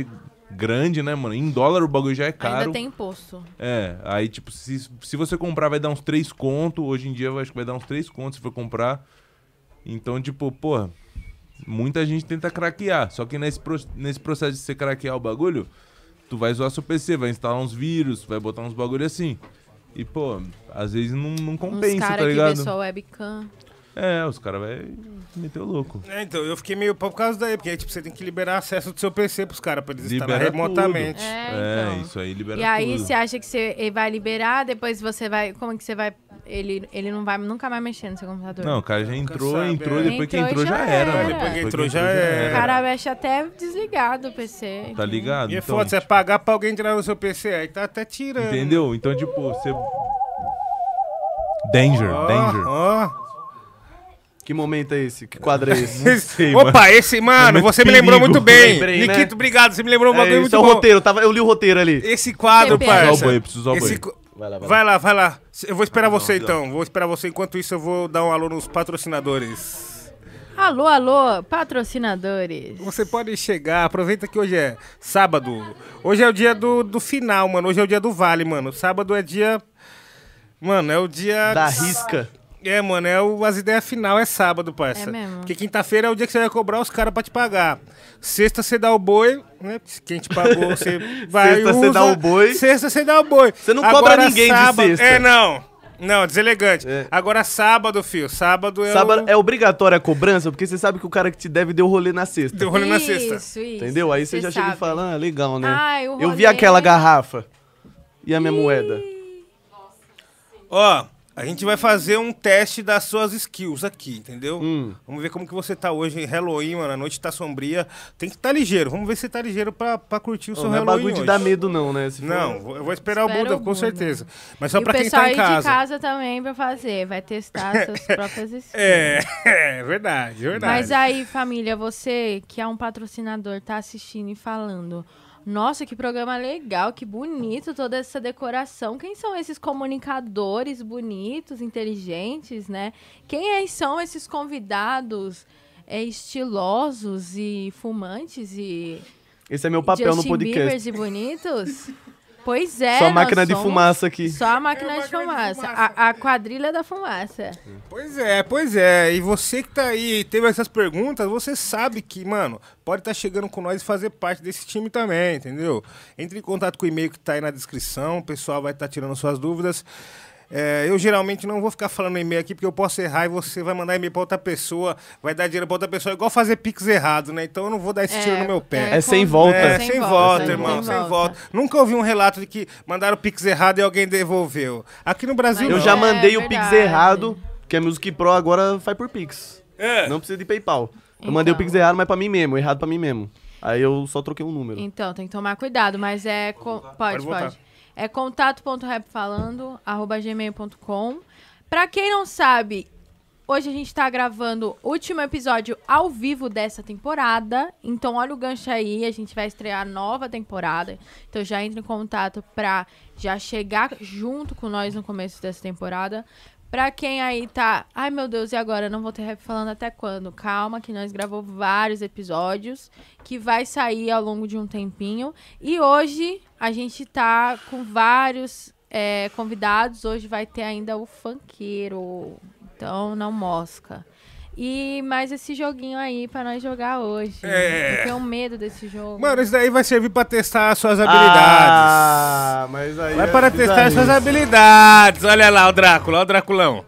grande, né, mano? Em dólar o bagulho já é caro. Ainda tem imposto. É, aí, tipo, se, se você comprar vai dar uns três conto. Hoje em dia eu acho que vai dar uns três contos se for comprar. Então, tipo, porra, muita gente tenta craquear. Só que nesse, pro, nesse processo de você craquear o bagulho, tu vai zoar seu P C, vai instalar uns vírus, vai botar uns bagulho assim. E, pô, às vezes não, não compensa, Uns tá cara que ligado? vê só webcam. É, os caras vão meter o louco. É, então, eu fiquei meio pau por causa daí, porque aí, tipo, você tem que liberar acesso do seu P C pros caras, pra eles instalar Libera remotamente. tudo. É, É, então. isso aí libera E aí tudo. você acha que você ele vai liberar, depois você vai... Como que você vai... Ele, ele não vai nunca mais mexer no seu computador. Não, o cara já entrou, sabe, entrou, é. depois que Entrou, entrou já já era, era. mano. Depois que entrou, já era. O cara mexe até desligado o P C. Tá ligado? E é Então, foda, você pagar pra alguém entrar no seu P C, aí tá até tirando. entendeu? Então, tipo, você... Danger, Ó, danger. ó. Que momento é esse? Que quadro é esse? Não sei, Opa, mano. esse, mano, Momento você me perigo. lembrou muito bem. Lembrei, né? Nikito, obrigado, você me lembrou um bagulho É, muito esse é o bom. roteiro, tava, eu li o roteiro ali. Esse quadro, Preciso usar o parça. banho, preciso usar o Esse banho. co- Vai lá, vai lá. Vai lá, vai lá. Eu vou esperar você então. Vou esperar você. Enquanto isso, eu vou dar um alô nos patrocinadores. Alô, alô, patrocinadores. Você pode chegar, aproveita que hoje é sábado. Hoje é o dia do, do final, mano. Hoje é o dia do vale, mano. Sábado é dia. Mano, é o dia. Da risca. É, mano, é o, as ideias final é sábado, parça. É mesmo? Porque quinta-feira é o dia que você vai cobrar os caras pra te pagar. Sexta você dá o boi, né? Quem te pagou, você vai Sexta usa. você dá o boi. Sexta você dá o boi. Você não cobra Agora, ninguém de sábado, sexta. É, não. Não, deselegante. É. Agora sábado, filho. Sábado é Sábado o... é obrigatória a cobrança, porque você sabe que o cara que te deve deu rolê na sexta. Deu rolê na sexta. Isso, isso. Entendeu? Aí você já chega sabe. e fala, ah, legal, né? Ai, o Eu vi rolê- aquela garrafa. E a minha moeda? Ó, a gente vai fazer um teste das suas skills aqui, entendeu? Hum. Vamos ver como que você tá hoje. Halloween, mano, a noite tá sombria. Tem que estar tá ligeiro. Vamos ver se você tá ligeiro pra, pra curtir o Ô, seu não é Halloween bagulho de hoje. dar medo não, né? Se for- Não, vou- eu vou esperar Espera o Buda, o com Buda. certeza. Mas só E pra o quem pessoal tá em aí casa. de casa também vai fazer, vai testar suas próprias skills. É, é verdade, verdade. Mas aí, família, você que é um patrocinador, tá assistindo e falando: nossa, que programa legal, que bonito toda essa decoração. Quem são esses comunicadores bonitos, inteligentes, né? Quem é- são esses convidados é, estilosos e fumantes e Esse é meu papel no Justin podcast. Biebers e bonitos? Pois é, Só nós máquina de somos fumaça aqui. Só a máquina, É a de, máquina de fumaça. fumaça. A, a quadrilha da fumaça. Pois é, pois é. E você que tá aí e teve essas perguntas, você sabe que, mano, pode estar chegando com nós e fazer parte desse time também, entendeu? Entre em contato com o e-mail que tá aí na descrição, o pessoal vai estar tirando suas dúvidas. É, eu geralmente não vou ficar falando e-mail aqui porque eu posso errar e você vai mandar e-mail pra outra pessoa, vai dar dinheiro pra outra pessoa, igual fazer pix errado, né? Então eu não vou dar esse tiro no meu pé. É sem com- volta. É, sem, volta, irmão, sem, volta. volta. Nunca ouvi um relato de que mandaram pix errado e alguém devolveu. Aqui no Brasil, Eu Não. já É mandei o Pix verdade. errado, que a Music Pro agora faz por Pix. É. Não precisa de PayPal. Eu mandei o Então. Pix errado, mas pra mim mesmo, errado pra mim mesmo. Aí eu só troquei um número. Então, tem que tomar cuidado, mas é... co- Pode, Pode pode. voltar. É contato.rapfalando, arroba gmail ponto com. Pra quem não sabe, hoje a gente tá gravando o último episódio ao vivo dessa temporada. Então, olha o gancho aí, a gente vai estrear a nova temporada. Então, já entre em contato pra já chegar junto com nós no começo dessa temporada. Pra quem aí tá, ai meu Deus, e agora? Não vou ter rap falando até quando? Calma, que nós gravou vários episódios, que vai sair ao longo de um tempinho. E hoje a gente tá com vários é, convidados. Hoje vai ter ainda o funkeiro, então não mosca. E mais esse joguinho aí pra nós jogar hoje. É. Eu tenho medo desse jogo. Mano, isso daí vai servir pra testar as suas habilidades. Ah, mas aí Vai é para testar bizarrice. suas habilidades. Olha lá o Drácula, olha o Draculão.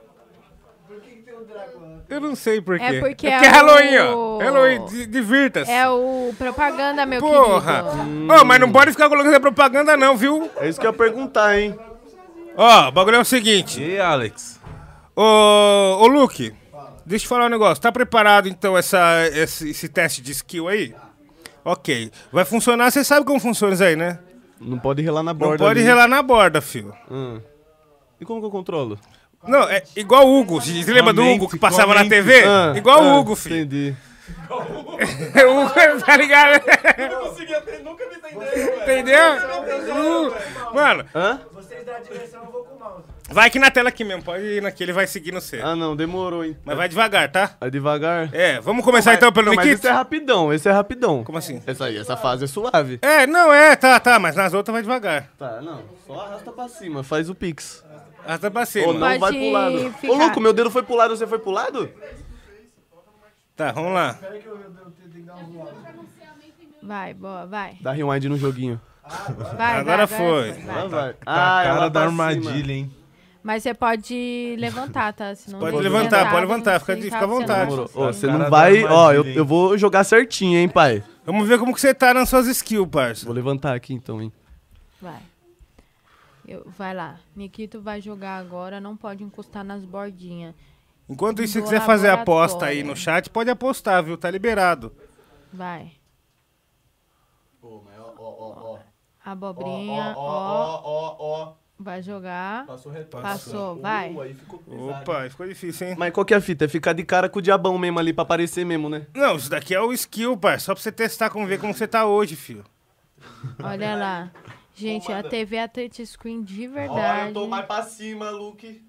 Eu não sei por quê. É porque é, é Halloween, o- ó. Halloween, di- divirta-se. É o propaganda, meu Porra. querido. Ô, mas não pode ficar colocando essa propaganda não, viu? É isso que eu ia perguntar, hein? Ó, o bagulho é o seguinte. E aí, Alex? Ô, ô Luke, deixa eu te falar um negócio. Tá preparado, então, essa, esse, esse teste de skill aí? Ok. Vai funcionar, você sabe como funciona isso aí, né? Não pode relar na Não borda. pode ali. relar na borda, filho. Hum. E como que eu controlo? Não, é igual o Hugo. Você lembra do Comente, Hugo que passava na comente. T V? Ah, Igual ah, o Hugo, filho. Entendi. O Hugo, tá ligado? Eu não conseguia ter, nunca me entendeu, velho. Entendeu? Uh, Mano, Hã? Vocês dão a direção, eu vou com o mouse. Vai aqui na tela aqui mesmo, pode ir naquele, ele vai seguindo você. Ah, não, demorou, hein? Mas vai devagar, tá? Vai devagar. É, vamos começar Não, então mas- pelo não, mas Nikito? esse é rapidão, esse é rapidão. Como assim? Essa aí, essa fase é suave. É, não, é, tá, tá, mas nas outras vai devagar. Tá, não, só arrasta pra cima, faz o pix. Arrasta pra Ou cima. não, Pode vai pro lado. ficar. Ô, louco, meu dedo foi pro lado, você foi pro lado? Tá, vamos lá. Vai, boa, vai. Dá rewind no joguinho. Vai, Agora vai, foi. vai, vai. Vai, vai. Tá Ah, a cara ela da pra armadilha, hein? Mas você pode levantar, tá? Se não Pode for levantar, sentado, pode levantar, fica- sentado fica à você não vontade. vai Demorou. conseguir. Ô, você Cara não da vai... Ó, eu, armadilha, hein? eu vou jogar certinho, hein, pai. Vamos ver como que você tá nas suas skills, parça. Vou levantar aqui então, hein. Vai. Eu, vai lá. Nikito vai jogar agora, não pode encostar nas bordinhas. Enquanto isso, se Do você quiser fazer laboratório. aposta aí no chat, pode apostar, viu? Tá liberado. Vai. Ó, ó, ó. Abobrinha, ó, ó, ó. vai jogar. Passou reto. Passou, vai. Aí ficou pesado. Opa, aí ficou difícil, hein? Mas qual que é a fita? É ficar de cara com o diabão mesmo ali pra aparecer mesmo, né? Não, isso daqui é o skill, parça. Só pra você testar, como ver como você tá hoje, filho. Olha lá. Gente, a T V é touch screen de Ó, verdade. eu tô mais pra cima, Luke.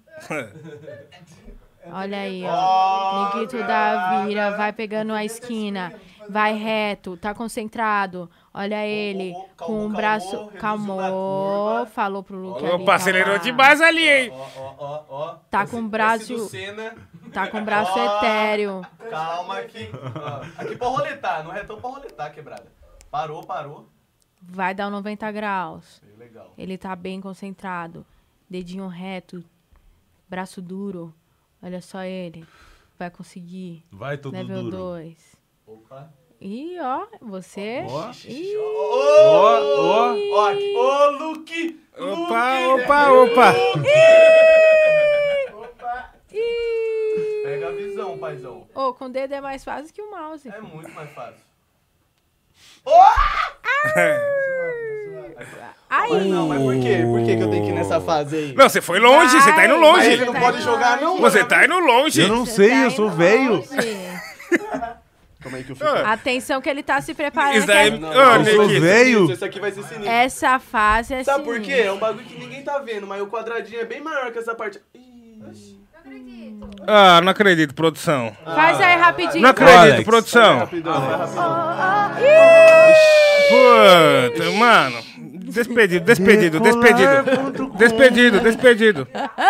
Olha aí, ó. Nikito da vira, vai pegando a esquina. Vai reto, tá concentrado. Olha ele, oh, oh, com calmou, o braço. calmou, Calmou, reduziu na curva. falou pro Luke ali. Opa, acelerou calmar. demais ali, hein? Ó, ó, ó, ó. Tá com o braço. Senna. Tá com o braço Ó. etéreo. Calma aqui. Ó, aqui pra roletar, não é tão pra roletar, quebrada. Parou, parou. Vai dar um noventa graus. Legal. Ele tá bem concentrado. Dedinho reto. Braço duro. Olha só ele. Vai conseguir. Vai todo Level duro. dois. Opa. Ih, ó, você. Ó. Ih, Ó, ó. Ó, aqui. Ô, Luke! Opa, opa, opa. ih. Pega a visão, paizão. Ô, com o dedo é mais fácil que o mouse. É muito mais fácil. Ai, Mas não, mas por quê? Por que que eu tenho que ir nessa fase aí? Não, você foi longe, você tá indo Vai. Mas ele longe. não Tá pode indo jogar, longe. não? Você tá indo longe. Eu não você sei, tá eu sou indo velho. longe. Calma aí que eu fico. Ah, Atenção que ele tá se preparando. Isso daí... que Não, Ô, eu sou Nikito. velho. Isso aqui vai ser sinistro. Essa fase é Sabe por quê? sinistra. É um bagulho que ninguém tá vendo, mas o quadradinho é bem maior que essa parte. Ih. Ah, não acredito, produção. Faz aí rapidinho. Não acredito, Alex. produção. Rapidão, vai rapidão. Puta, mano. Despedido, despedido, despedido. Despedido, despedido.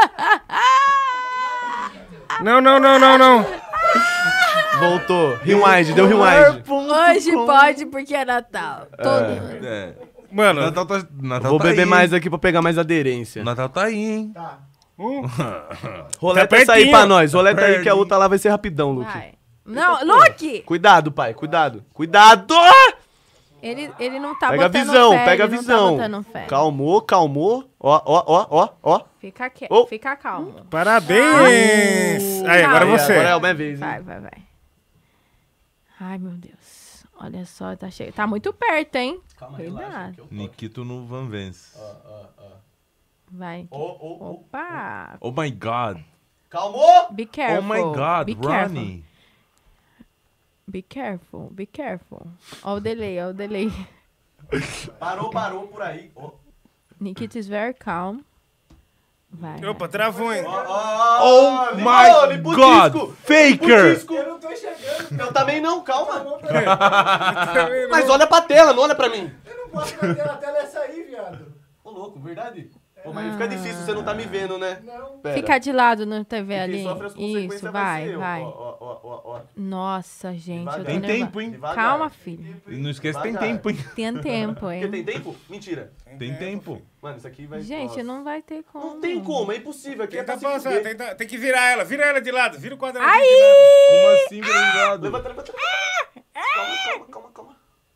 Não, não, não, não, não. Voltou. Rewind, deu rewind. Hoje pode porque é Natal. Todo. É. Mano, Natal tá, Natal Vou tá beber aí, mais hein? aqui pra pegar mais aderência. Natal tá aí, hein? Roleta Tá essa aí pertinho. pra nós. Roleta aí que a Pertinho. outra lá vai ser rapidão, Luke. Vai. Não, Luke! Cuidado, pai. Cuidado. Cuidado! Ele, ele não tá Pega a botando visão, fé, pega a ele não visão. Tá botando fé. Calmou, calmou. Ó, ó, ó, ó, ó. Fica quieto, Oh. fica calmo. Aí, parabéns. Aí, agora Aí, você. Agora é a minha vez, hein? Vai, vai, vai. Ai, meu Deus. Olha só, tá cheio. Tá muito perto, hein? Calma, Cuidado. relaxa. que eu- Nikito no Van Vance. Ó, ó, ó. Vai. Ó, ó, ó. Opa! Oh my God. Calmou! Be careful. Oh my God, Be careful. Ronnie. Be careful, be careful. Ó o delay, ó o delay. Parou, parou por aí. Ó, Nikita is very calm. Vai. Opa, travou, hein? ó, ó. Oh Limpa, my limpa o God. disco. Faker. Disco. Eu não tô enxergando. Eu também não, calma. Mas olha pra tela, não olha pra mim. Eu não posso bater na tela essa aí, viado. Ô, louco, verdade? Pô, mas fica difícil, você não tá me vendo, né? Não. Pera. Fica de lado no T V Quem ali. sofre as consequências Isso, vai vai, ser eu. vai. Ó, ó, ó, ó, ó. Nossa, gente, eu tô Devagar. Tem nervosa. tempo, hein? Devagar. Calma, filho. E não esquece, tem Devagar. tempo, hein? Tem tempo, Porque hein? tem tempo? Mentira. Tem tempo. Mano, isso aqui vai... Gente, Nossa. não vai ter como. Não tem como, é impossível. Aqui é Tenta pra se passar, fuder. tenta, tem que virar ela. Vira ela de lado, vira o quadradinho Ai! de lado. Como assim, obrigado? Levanta, levanta, levanta. Calma, calma, calma, calma.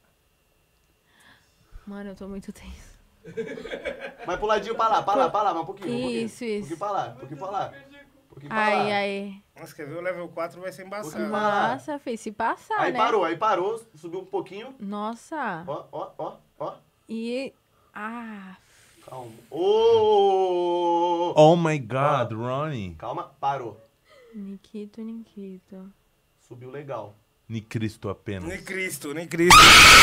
Mano, eu tô muito tenso. Vai pro ladinho pra lá, pra lá, pra lá, mas um pouquinho. um pouquinho. Isso, isso. Um pouquinho pra lá, um pouquinho pra lá. Um pouquinho pra Ai, lá. ai. Nossa, quer ver? O level quatro vai ser embaçado. Ah. Nossa, fez se passar, Aí né? parou, aí parou, subiu um pouquinho. Nossa. Ó, ó, ó, ó. E. Ah. Calma. Ô! Oh my God, Ronnie. Calma, parou. Nikito, Nikito. Subiu legal. Ni Cristo apenas. Nem Cristo, nem Cristo.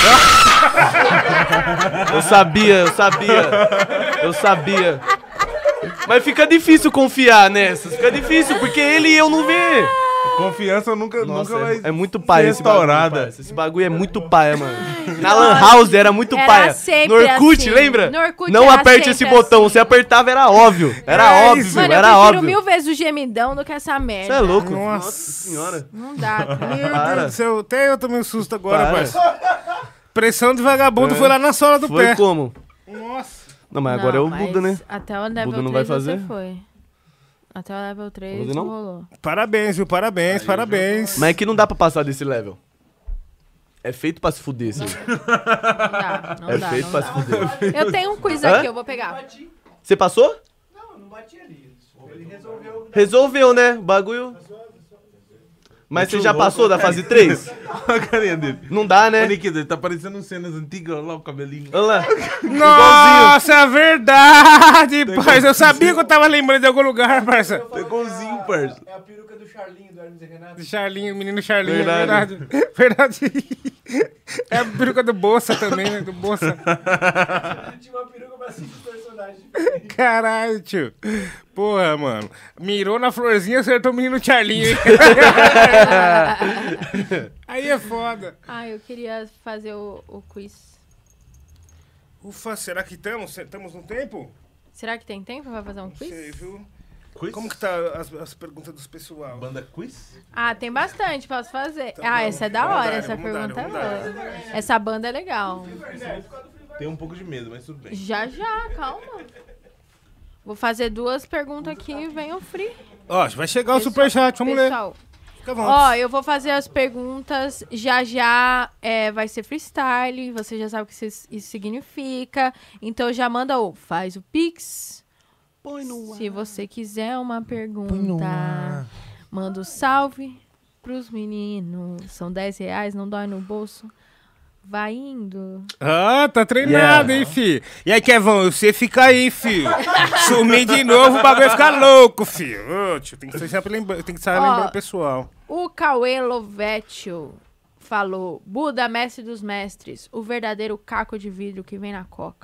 Eu sabia, eu sabia. Eu sabia. Mas fica difícil confiar nessas. Fica difícil, porque ele e eu não vê. Confiança nunca, Nossa, nunca vai é, é muito paia ser esse bagulho, restaurada. parça. Esse bagulho é muito paia, mano. Na Lan House era muito Era paia. sempre No Orkut, assim. lembra? No Orkut não era aperte sempre esse botão. assim. Se apertava, era óbvio. Era É óbvio, isso. Mano, eu era prefiro óbvio. mil vezes o gemidão do que essa merda. Você é louco? Nossa. Nossa senhora. Não dá, cara. Meu Para. Deus do céu, até eu tomei um susto agora, Para. parça. Pressão de vagabundo É. foi lá na sola do Foi pé. como? Nossa. Não, mas agora Não, é o Buda, mas né? Até o level Buda não três vai fazer? você foi. Até o level três Fazer não? rolou. Parabéns, viu? Parabéns, parabéns. Mas é que não dá pra passar desse level. É feito pra se fuder, esse. Não dá, não É dá, feito não pra dá. se fuder. Eu tenho um quiz Hã? aqui, eu vou pegar. Você passou? Não, não bati ali. Ele resolveu. Resolveu, né? O bagulho. Mas você já passou da fase três? Olha a carinha dele. Não dá, Ô, né? Nikita, ele tá parecendo cenas antigas. Olha lá o cabelinho. Olha lá. Nossa, é verdade, parça. Eu sabia que eu tava lembrando de algum lugar, parça. Tá igualzinho, parça. É a peruca do Charlinho, do Hermes e Renato. Charlinho, menino Charlinho, Verdade. verdade. Verdade. É a peruca do Bolsa também, né? Do Bolsa. Ele tinha uma peruca pra cinco personagens diferentes. Caralho, tio. Porra, mano. Mirou na florzinha e acertou o menino Charlinho, hein? Aí é foda. Ah, eu queria fazer o, o quiz. Ufa, será que estamos? Estamos no tempo? Será que tem tempo pra fazer um Não sei, quiz? viu? Quiz? Como que tá as, as perguntas dos pessoal? Banda quiz? Ah, tem bastante, posso fazer. Então ah, vamos. essa é da Vamos hora, dar, essa vamos dar, pergunta vamos é boa. Essa banda é legal. Tem um pouco de medo, mas tudo bem. Já, já, calma. Vou fazer duas perguntas aqui e vem o free. Ó, vai chegar o superchat, vamos ler. Pessoal, Fica à ó, vontade. eu vou fazer as perguntas. Já já é, vai ser freestyle. Você já sabe o que isso isso significa. Então já manda o faz o pix. Põe no Se você quiser uma pergunta, manda o salve pros meninos. São dez reais, não dói no bolso. Vai indo. Ah, tá treinado, Yeah. hein, fi. E aí, Kevão, você fica aí, fi. Sumir de novo, o bagulho vai ficar louco, fi. Ô, tio, tem que sempre lembrar, tem que estar Ó. lembrando o pessoal. O Cauê Lovecchio falou: Buda, mestre dos mestres, o verdadeiro caco de vidro que vem na coca.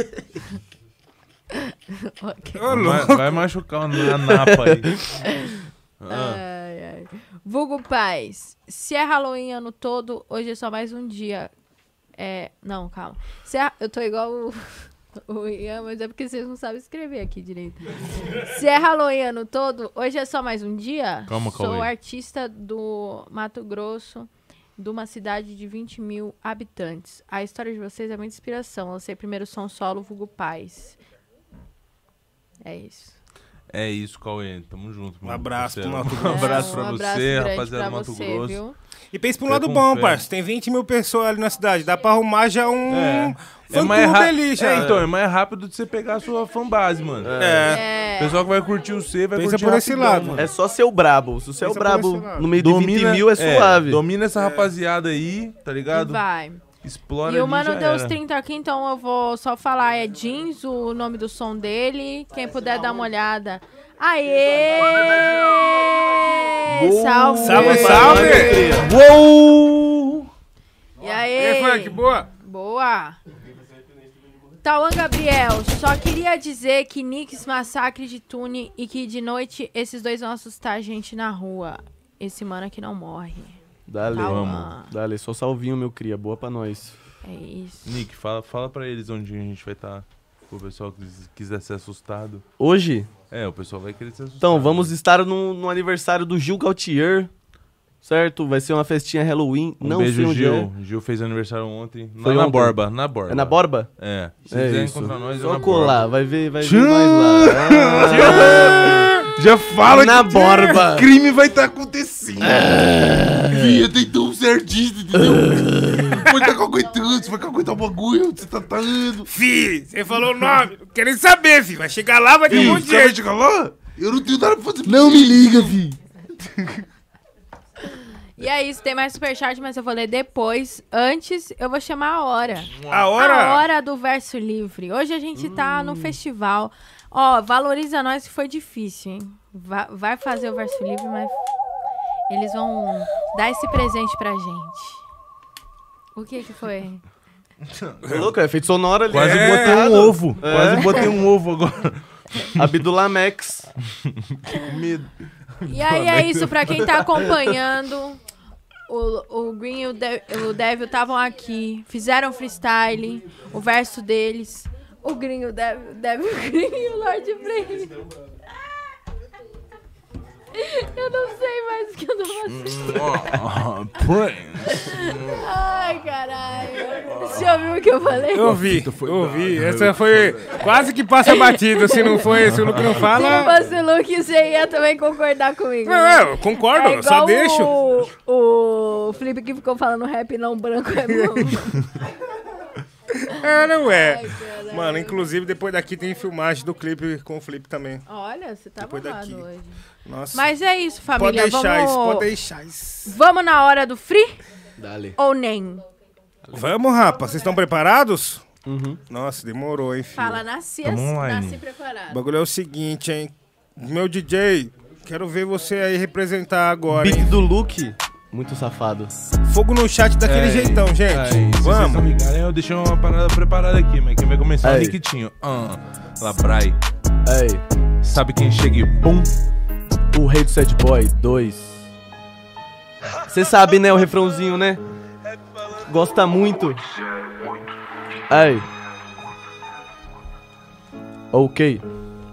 Ok. Ô, Vai, louco. vai machucar na napa aí. Ah, Ai, ai. Vulgo Paz, se é Halloween ano todo, hoje é só mais um dia. É. Não, calma. Se é- Eu tô igual o. O Ian, mas é porque vocês não sabem escrever aqui direito. Se é Halloween ano todo, hoje é só mais um dia? Calma, Sou Cauê. artista do Mato Grosso, de uma cidade de vinte mil habitantes. A história de vocês é muita inspiração. Lancei primeiro som solo, Vulgo Paz. É isso. é isso, Cauê. Tamo junto. Um meu abraço pro parceiro. Mato Um Grosso. abraço pra É, um abraço você, grande rapaziada pra do Mato você, Grosso. viu? E pensa pra um Fé lado com bom, fé. parça. Tem vinte mil pessoas ali na cidade. Dá pra arrumar já um É. fã mais clube ra- ali já. É, então, é mais rápido de você pegar a sua fanbase, mano. É. É. O pessoal que vai curtir o C vai Pensa curtir por esse rapidão, lado. mano. É só ser o brabo. Se você é o Pensa por brabo esse lado. no meio de vinte mil, é suave. domina essa rapaziada aí, tá E ligado? vai. Explora E o ali, mano já deu os era. trinta aqui, então eu vou só falar. É Jeans, o nome do som dele. Quem puder dar uma olhada. Aê! Salve! Salve, salve! Uou! E E aí? aí, Frank, boa? Boa! Tauan Gabriel, só queria dizer que Nix Massacre de Tune e que de noite esses dois vão assustar a gente na rua. Esse mano aqui não morre. Dale, Calma. Dale, só salvinho, meu cria. Boa pra nós. É isso. Nick, fala, fala pra eles onde a gente vai estar. O pessoal que quiser ser assustado. Hoje, É, o pessoal vai querer ser assustado. então, vamos estar no, no aniversário do Gil Gautier, certo? Vai ser uma festinha Halloween. Um Não beijo, sei onde Gil. Gil fez aniversário ontem. Foi na ontem? Borba, na Borba. é. É na Borba? É. Se É quiser isso. encontrar nós, é Só na colar, Borba. vai ver, vai ver Tchau! nós lá. Ah, Já fala na que Borba. o crime vai estar acontecendo. Via, tem tão certinho, entendeu? Vai estar caguetando, você vai caguetar o bagulho, você tá tando. Fi, você falou o nome. Não quero nem saber, fi. Vai chegar lá, vai ter um monte de Você vai gente. chegar lá? Eu não tenho nada pra fazer. Não me liga, vi. E é isso, tem mais superchat, mas eu vou ler depois. Antes, eu vou chamar a hora. A hora... A hora do verso livre. Hoje a gente tá no festival. Ó, valoriza nós que foi difícil, hein? Va- vai fazer o verso livre, mas eles vão dar esse presente pra gente. O que que foi? Louco, é feito sonora ali. Quase É, botei um ovo. É. Quase botei um ovo agora. Abdulamex. Com medo. E aí é isso, pra quem tá acompanhando, o, o Green e o, De o Devil estavam aqui, fizeram freestyle, o verso deles. O Green, o Devil, o Devil, o Green e o Lorde Brain. Eu não sei mais o que eu tô fazendo. Ai, caralho. Você ouviu o que eu falei? Eu ouvi, eu ouvi. Essa foi quase que passa batido. Se não foi, se o Luke não Se fala... não fosse o Luke, você ia também concordar comigo. Não, né? eu concordo, É eu só igual deixo. O, o Felipe que ficou falando rap não branco é bom. É, não é. Ai, caralho. Mano, inclusive depois daqui tem filmagem do clipe com o Felipe também. Olha, você tá Depois babado daqui. hoje. Nossa. Mas é isso, pode família. deixar Vamos... isso, pode deixar isso. Vamos na hora do free Dale. ou nem? Vamos, rapa. Vocês estão preparados? Uhum. Nossa, demorou, hein, filho. Fala, nasci, Tamo online. nasci O preparado. bagulho é o seguinte, hein. Meu D J, quero ver você aí representar agora, Beat hein. do Luke. Muito safado. Fogo no chat daquele É, jeitão, gente. Aí, se vocês não Vamos. me enganem, eu deixei uma parada preparada aqui, mas quem vai começar é o Aí. Nikitinho. Ah, Labrai. Ei, Sabe quem chega e pum? o rei do Sad Boy dois. Cê sabe, né, o refrãozinho, né? Gosta muito. Ei. Ok.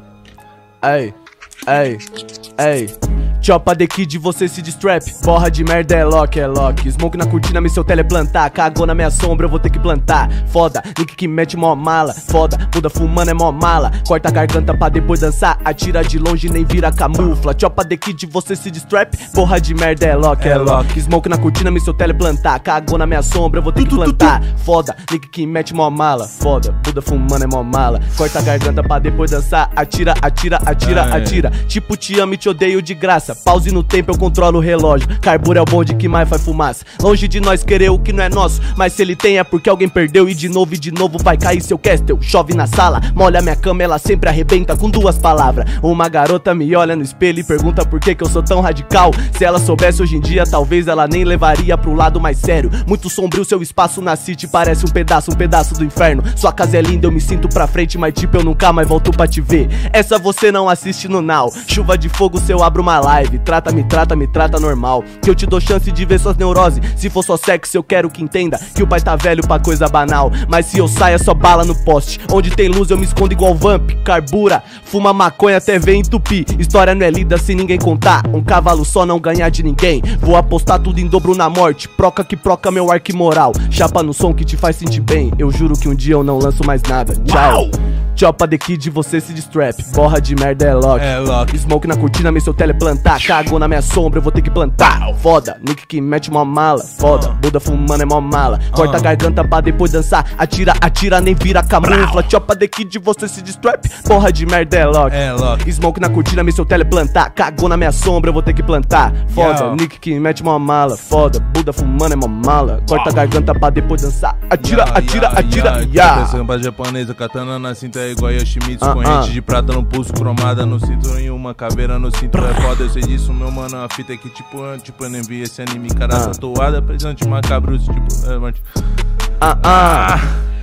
Ei, ei, ei. Chopa de kid, você se distrap. Porra de merda é lock, é lock. Smoke na cortina, me seu teleplantar. Cagou na minha sombra, eu vou ter que plantar. Foda, Nick que mete mó mala. Foda, Buda fumando é mó mala. Corta a garganta pra depois dançar. Atira de longe, nem vira camufla. Chopa de kid, você se distrap. Porra de merda é lock, é, É lock. Smoke na cortina, me seu teleplantar. Cagou na minha sombra, eu vou ter que plantar. Foda, Nick que mete mó mala. Foda, Buda fumando é mó mala. Corta a garganta pra depois dançar. Atira, atira, atira, É. atira. Tipo, te amo e te odeio de graça. Pause no tempo, eu controlo o relógio. Carbura é o bonde que mais faz fumaça. Longe de nós querer o que não é nosso, mas se ele tem é porque alguém perdeu. E de novo e de novo vai cair seu castle. Chove na sala, molha minha cama, ela sempre arrebenta com duas palavras. Uma garota me olha no espelho e pergunta por que que eu sou tão radical. Se ela soubesse hoje em dia, talvez ela nem levaria pro lado mais sério. Muito sombrio seu espaço na city, parece um pedaço, um pedaço do inferno. Sua casa é linda, eu me sinto pra frente, mas tipo eu nunca mais volto pra te ver. Essa você não assiste no now. Chuva de fogo se eu abro uma live. Trata, me trata, me trata normal. Que eu te dou chance de ver suas neuroses. Se for só sexo, eu quero que entenda que o pai tá velho pra coisa banal. Mas se eu saio é só bala no poste. Onde tem luz eu me escondo igual vamp. Carbura, fuma maconha até ver entupir. História não é lida se ninguém contar. Um cavalo só não ganhar de ninguém. Vou apostar tudo em dobro na morte. Proca que proca meu arco moral. Chapa no som que te faz sentir bem. Eu juro que um dia eu não lanço mais nada. Tchau. Chopa de kid, você se distrap. Borra de merda é lock. É lock. Smoke na cortina, me seu teleplantar. Cagou na minha sombra, eu vou ter que plantar. Foda, Nick que mete mó mala. Foda, Buda fumando é mó mala. Corta a garganta pra depois dançar. Atira, atira, nem vira camufla. Chopa de kid, você se distrap. Porra de merda é lock. É lock. Smoke na cortina, me seu teleplantar. Cagou na minha sombra, eu vou ter que plantar. Foda, Yo. Nick que mete mó mala. Foda, Buda fumando é mó mala. Corta a garganta pra depois dançar. Atira, Ya, atira, ya, atira, ya. ya. Samba japonesa, katana na cinta é igual Yoshimitsu. Ah, Corrente ah. de prata no pulso, cromada no cinto e uma caveira no cinto. É foda, eu sei disso, meu mano. A fita é que tipo, tipo eu nem vi esse anime. Cara, Ah. tatuada, presente macabro, tipo. É, mas... Ah, ah.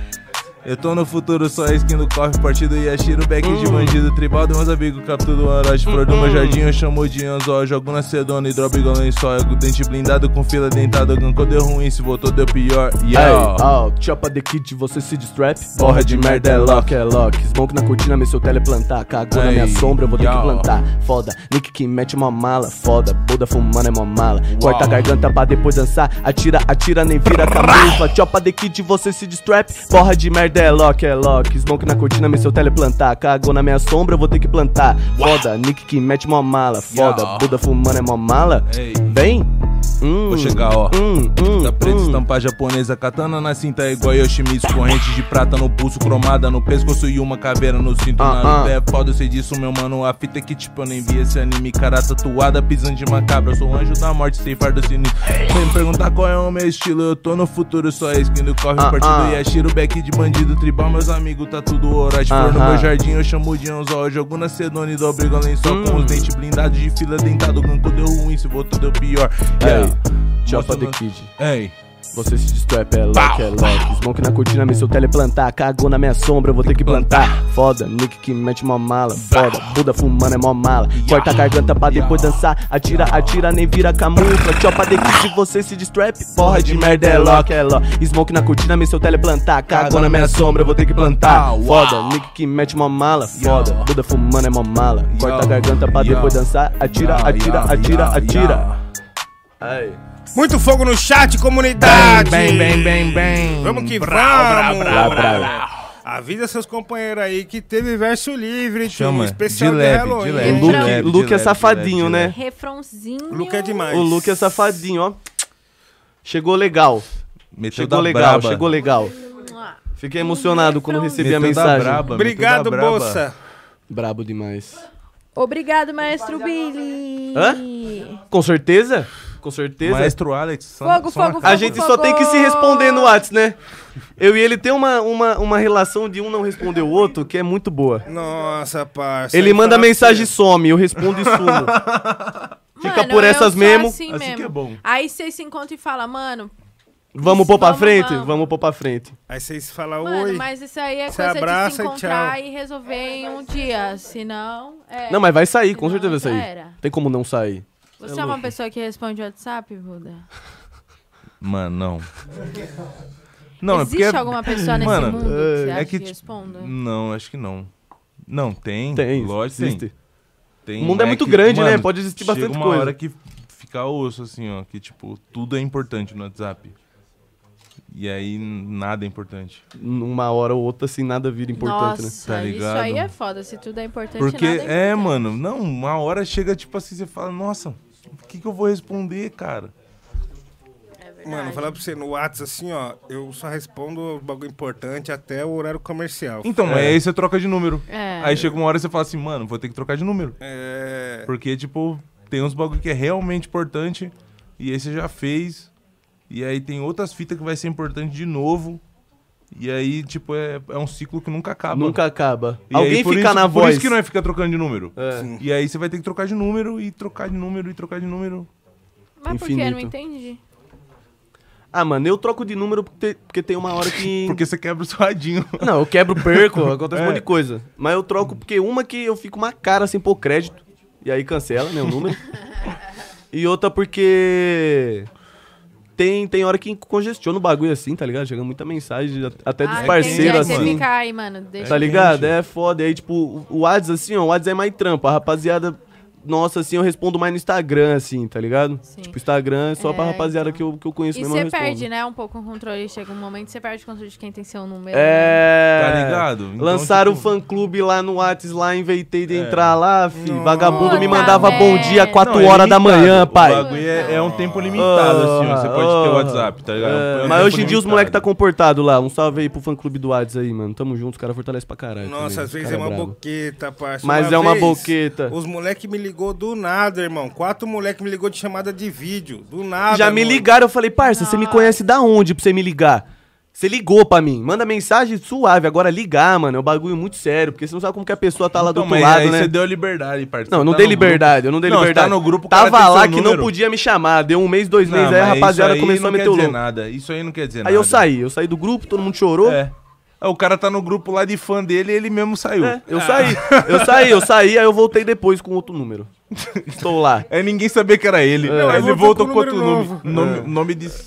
Eu tô no futuro, só a skin do cofre, partido Yashiro, back de bandido, tribal de meus amigos, captura o Orochi, flor do meu jardim, eu chamo de anzol, jogo na sedona, hidroba igual lençol, eu com dente blindado, com fila dentada, ganco deu ruim, se voltou deu pior, Hey, yeah. oh, chopa de kid, você se distrap. Borra de merda é lock, é lock. Smoke na cortina, me seu teleplantar. Cagou na minha Hey, sombra, eu vou ter que yo. plantar. Foda, Nick que mete uma mala. Foda, Buda fumando é mó mala. Corta a Uau. garganta pra depois dançar. Atira, atira, nem vira camufla. Chopa de kid, você se distrap. Borra de merda é lock, é lock. Smoke na cortina, me seu teleplantar. Cagou na minha sombra, eu vou ter que plantar. Foda, Nick que mete mó mala. Foda, Yo. Buda fumando é mó mala. Ei. Vem. Hum, Vou chegar, ó. Hum, hum, Da preta hum. estampa japonesa, katana na cinta é igual Yoshimitsu. Corrente de prata no pulso, cromada no pescoço e uma caveira no cinto. Ah, Na luta ah. é foda, eu sei disso, meu mano. A fita é que tipo eu nem vi esse anime. Cara tatuada, pisando de macabra. Eu sou o anjo da morte, sem fardo sinistro. Sem me perguntar qual é o meu estilo, eu tô no futuro, só a skin do corre, Ah, partido ah. Yashiro, back de bandido, tribal, meus amigos, tá tudo Orochi. Flor no Aham. meu jardim, eu chamo de anzol. Eu jogo na sedona e dobro igual lençol. Hum. Com os dentes blindados de fila dentado, ganco deu ruim, se voltou deu pior. Ei, Yeah. Chopa Mostra de no- kid. Ei, Você se distrai, é lock, é lock. Smoke na cortina, me seu teleplantar. Cagou na minha sombra, eu vou ter que plantar. Foda, Nick que mete mó mala. Foda, Buda fumando é mó mala. Corta a garganta pra depois dançar. Atira, atira, nem vira camufla. Chopa de que se você se distrai, porra de merda é lock, é lock. Smoke na cortina, me seu teleplantar. Cagou na minha sombra, eu vou ter que plantar. Foda, Nick que mete mó mala. Foda, Buda fumando é mó mala. Corta a garganta pra depois dançar. Atira, atira, atira, atira. Aí. Muito fogo no chat, comunidade! Bem, bem, bem, bem. Vamos que Brau, vamos! brau, brau, brau. Avisa seus companheiros aí que teve verso livre, tio. Chama, Especial de de, leve, Halloween. de O leve. Luke, de leve, Luke de é leve, safadinho, de leve, né? de Refrãozinho. O Luke é demais. O Luke é safadinho, ó. Chegou legal. Meteu Chegou da legal, braba. chegou legal. Fiquei emocionado quando recebi a Meteu da mensagem. braba, Obrigado, meteu da braba. moça. Brabo demais. Obrigado, maestro Billy. Hã? Com certeza? Com certeza. Maestro Alex. só- Fogo, só uma fogo, cara. A gente só tem que se responder no Whats, né? Eu e ele tem uma, uma, uma relação de um não responder o outro que é muito boa. Nossa, parça. Ele Aí manda fala mensagem e pra some, eu respondo e sumo. Fica Mano, por eu essas sou mesmo. Assim Assim mesmo. que é bom. Aí vocês se encontram e falam, mano. Vamos pôr pra Vamos, frente? vamos. Vamos pôr pra frente. você. Aí vocês falam, Mano, oi. mas isso aí é Se coisa de abraça se e encontrar tchau. e, resolver em um dia. Senão. É, Não, mas vai sair, com senão certeza vai já sair. era. Tem como não sair. Você é, uma pessoa que responde WhatsApp, Buda? Mano, não. Não, Existe é porque... alguma pessoa nesse Mano, mundo que você é acha que, que, tipo, responda? Não, acho que não. Não, tem. Tem, Lógico que existe. tem. Tem, O mundo é mas muito que, grande, né? mano, Pode existir chega bastante uma coisa. hora que fica osso, assim, ó. Que, tipo, tudo é importante no WhatsApp. E aí, nada é importante. Numa hora ou outra, assim, nada vira importante, né? Nossa, Tá isso ligado? aí é foda. Se tudo é importante, Porque, nada é é, importante. mano, não, uma hora chega, tipo assim, você fala, nossa, o que que eu vou responder, cara? É verdade. Mano, falar pra você, no WhatsApp, assim, ó, eu só respondo bagulho importante até o horário comercial. Então, É. aí você troca de número. É. Aí chega uma hora e você fala assim, mano, vou ter que trocar de número. É... Porque, tipo, tem uns bagulho que é realmente importante, e aí você já fez, e aí tem outras fitas que vai ser importante de novo, e aí, tipo, é, é um ciclo que nunca acaba. Nunca acaba. E Alguém aí, por fica isso- na Por voz. isso que não é ficar trocando de número. É. E aí você vai ter que trocar de número, e trocar de número, e trocar de número. Mas por que? Eu não infinito. entendi. Ah, mano, eu troco de número porque, porque tem uma hora que... Porque você quebra o seu radinho. Não, eu quebro, perco, acontece um É. monte de coisa. Mas eu troco porque uma que eu fico uma cara sem pôr crédito. E aí cancela, né, o número. E outra porque... Tem, tem hora que congestiona o bagulho assim, tá ligado? Chega muita mensagem, até dos Ah, entendi. parceiros Aí assim. você fica aí, mano. Deixa Tá eu- ligado? É foda. E aí, tipo, o- o WhatsApp, assim, ó, o WhatsApp é mais trampo. A rapaziada, nossa, assim, eu respondo mais no Instagram, assim, tá ligado? Sim. Tipo, Instagram é só pra É, rapaziada então. que, eu, que eu conheço E mesmo, eu você respondo. perde, né, um pouco o controle. Chega um momento que você perde o controle de quem tem seu número. né? É. Tá ligado? Então, Lançaram tipo- o fã-clube lá no WhatsApp, lá, inventei de É. entrar lá, fi. Nossa, Vagabundo me Puta mandava bom dia às merda. quatro Não, é horas da limitado. manhã, pai. O bagulho é, é um tempo limitado, assim, ó. Você pode ter o WhatsApp, tá ligado? É, É um mas tempo hoje em dia os limitado. moleques tá comportado lá. Um salve aí pro fã-clube do WhatsApp aí, mano. Tamo junto, os caras fortalecem pra caralho. Nossa, também. às vezes Cara é uma brabo. boqueta, parça. Mas é uma vez, boqueta. Os moleques me ligou do nada, irmão. Quatro moleques me ligou de chamada de vídeo. Do nada. Já me mano. ligaram, eu falei, parça, você me conhece da onde pra você me ligar? Você ligou pra mim. Manda mensagem suave. Agora ligar, mano, é um bagulho muito sério. Porque você não sabe como que a pessoa tá lá do Então, outro mas lado, aí né? você deu a liberdade, parceiro. Não, eu não Tá dei no liberdade, grupo. eu não dei Não, você liberdade. tá no grupo, o cara Tava tem lá seu que não número. podia me chamar. Deu um mês, dois Não, meses, aí a mas rapaziada isso aí começou não a meter quer o dizer louco. nada. Isso aí não quer dizer nada. Aí eu saí, eu saí do grupo, todo mundo chorou. É. Aí o cara tá no grupo lá de fã dele e ele mesmo saiu. É, eu saí, eu saí, eu saí, aí eu voltei depois com outro número. Estou lá. Aí ninguém sabia que era ele. Não, Aí aí ele voltou voltou com com outro número nome. novo. Nome, É. nome de...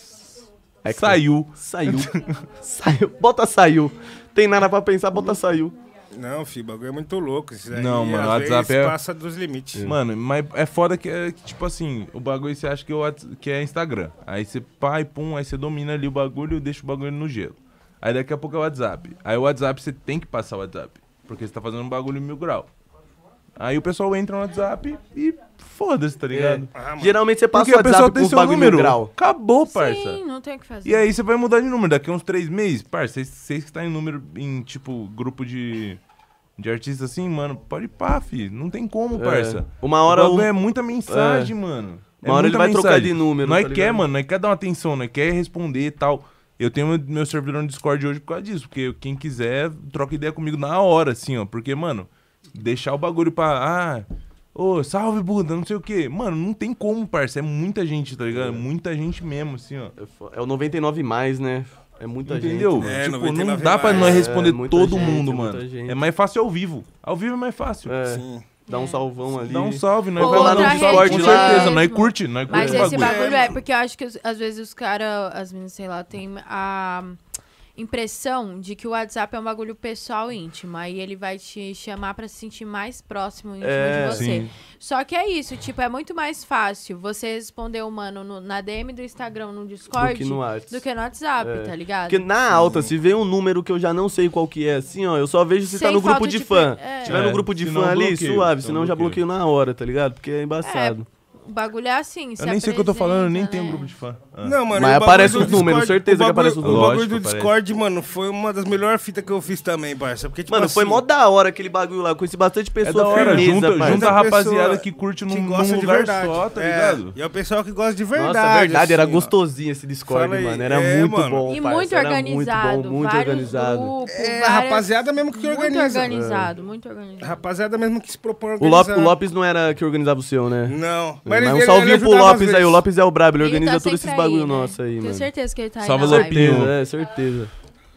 É que- Saiu. Saiu. Saiu. Bota saiu. Tem nada pra pensar, bota saiu. Não, filho, o bagulho é muito louco. Isso aí, Não, mano, às o WhatsApp vezes é- passa dos limites. Mano, mas é foda que, é, que, tipo assim, o bagulho você acha que, é o Whats- que é Instagram. Aí você pai, pum, aí você domina ali o bagulho e deixa o bagulho no gelo. Aí daqui a pouco é o WhatsApp. Aí o WhatsApp você tem que passar o WhatsApp. Porque você tá fazendo um bagulho mil grau. Aí o pessoal entra no WhatsApp e foda-se, tá ligado? Ah, mano. Geralmente você passa Porque o a pessoa WhatsApp com tem os seu bagulho número. mil grau. Acabou, parça. Sim, não tem o que fazer. E aí você vai mudar de número daqui a uns três meses. Parça, vocês- vocês que estão em número, em tipo, grupo de, de artistas assim, mano, pode ir pá, fi. Não tem como, parça. Uma hora o bagulho um- é muita mensagem, mano. É Uma hora ele muita vai trocar de número, Nós tá quer, ligado? mano, nós quer dar uma atenção, nós quer responder e tal. Eu tenho meu, meu servidor no Discord hoje por causa disso, porque quem quiser troca ideia comigo na hora, assim, ó. Porque, mano, deixar o bagulho pra... Ah, Ô, salve, Buda, não sei o quê. Mano, não tem como, parça. É muita gente, tá ligado? Muita gente mesmo, assim, ó. É o noventa e nove mais, né? É muita Entendeu? gente. É, Tipo, noventa e não nove dá pra mais. nós responder É, muita todo gente, mundo, muita mano. gente. É mais fácil ao vivo. Ao vivo é mais fácil. É, Sim. dá um salvão ali. Dá um salve, nós Ou vai lá no outra Discord. rede Com certeza, mesmo. nós curte, nós curte Mas o esse bagulho. bagulho é porque eu acho que os- às vezes os caras, as meninas, sei lá, tem a impressão de que o WhatsApp é um bagulho pessoal íntimo. Aí ele vai te chamar pra se sentir mais próximo íntimo É, de você. sim. Só que é isso, tipo, é muito mais fácil você responder o mano no- na D M do Instagram, no Discord, Do que no WhatsApp. do que no WhatsApp, É. tá ligado? Porque na alta, se vem um número que eu já não sei qual que é, assim, ó, eu só vejo se Sem tá no grupo falta de de fã. per- é. Se tiver É, no grupo de senão fã ali, bloqueio, suave, senão senão eu já bloqueio. bloqueio na hora, tá ligado? Porque é embaçado. O bagulho é assim, Eu nem sei o que eu tô falando, eu nem tenho um grupo de fã. Ah. Não, mano, Mas e o bagulho aparece do os números, Discord- certeza o que bagulho- aparece os O números. bagulho do Lógico, Discord, mano, foi uma das melhores fitas que eu fiz também, parça. Porque, tipo Mano, assim, foi mó da hora aquele bagulho lá, conheci bastante É pessoa da hora, firmeza, junta, parça. junta a Muita rapaziada pessoa que curte num, que num gosta de lugar verdade. só, tá É, ligado? E é o pessoal que gosta de verdade. Nossa, verdade, era assim, ó. gostosinho esse Discord, Fala aí, mano. Era é, muito mano. bom, E parça, muito era organizado, muito bom, muito vários organizado. grupos, É, várias- rapaziada mesmo que muito organiza. organizado, muito organizado. Rapaziada mesmo que se propõe a O, Lop- organizar. o Lopes não era que organizava o seu, né? Não. Mas ele- um ele- salvinho ele pro ajudava às Lopes aí, vezes. o Lopes é o brabo, ele Ele organiza tá todos sempre esses bagulho aí, né? nossos aí, Tenho mano. certeza que ele tá aí Salve, na Lopinho. live. É, certeza.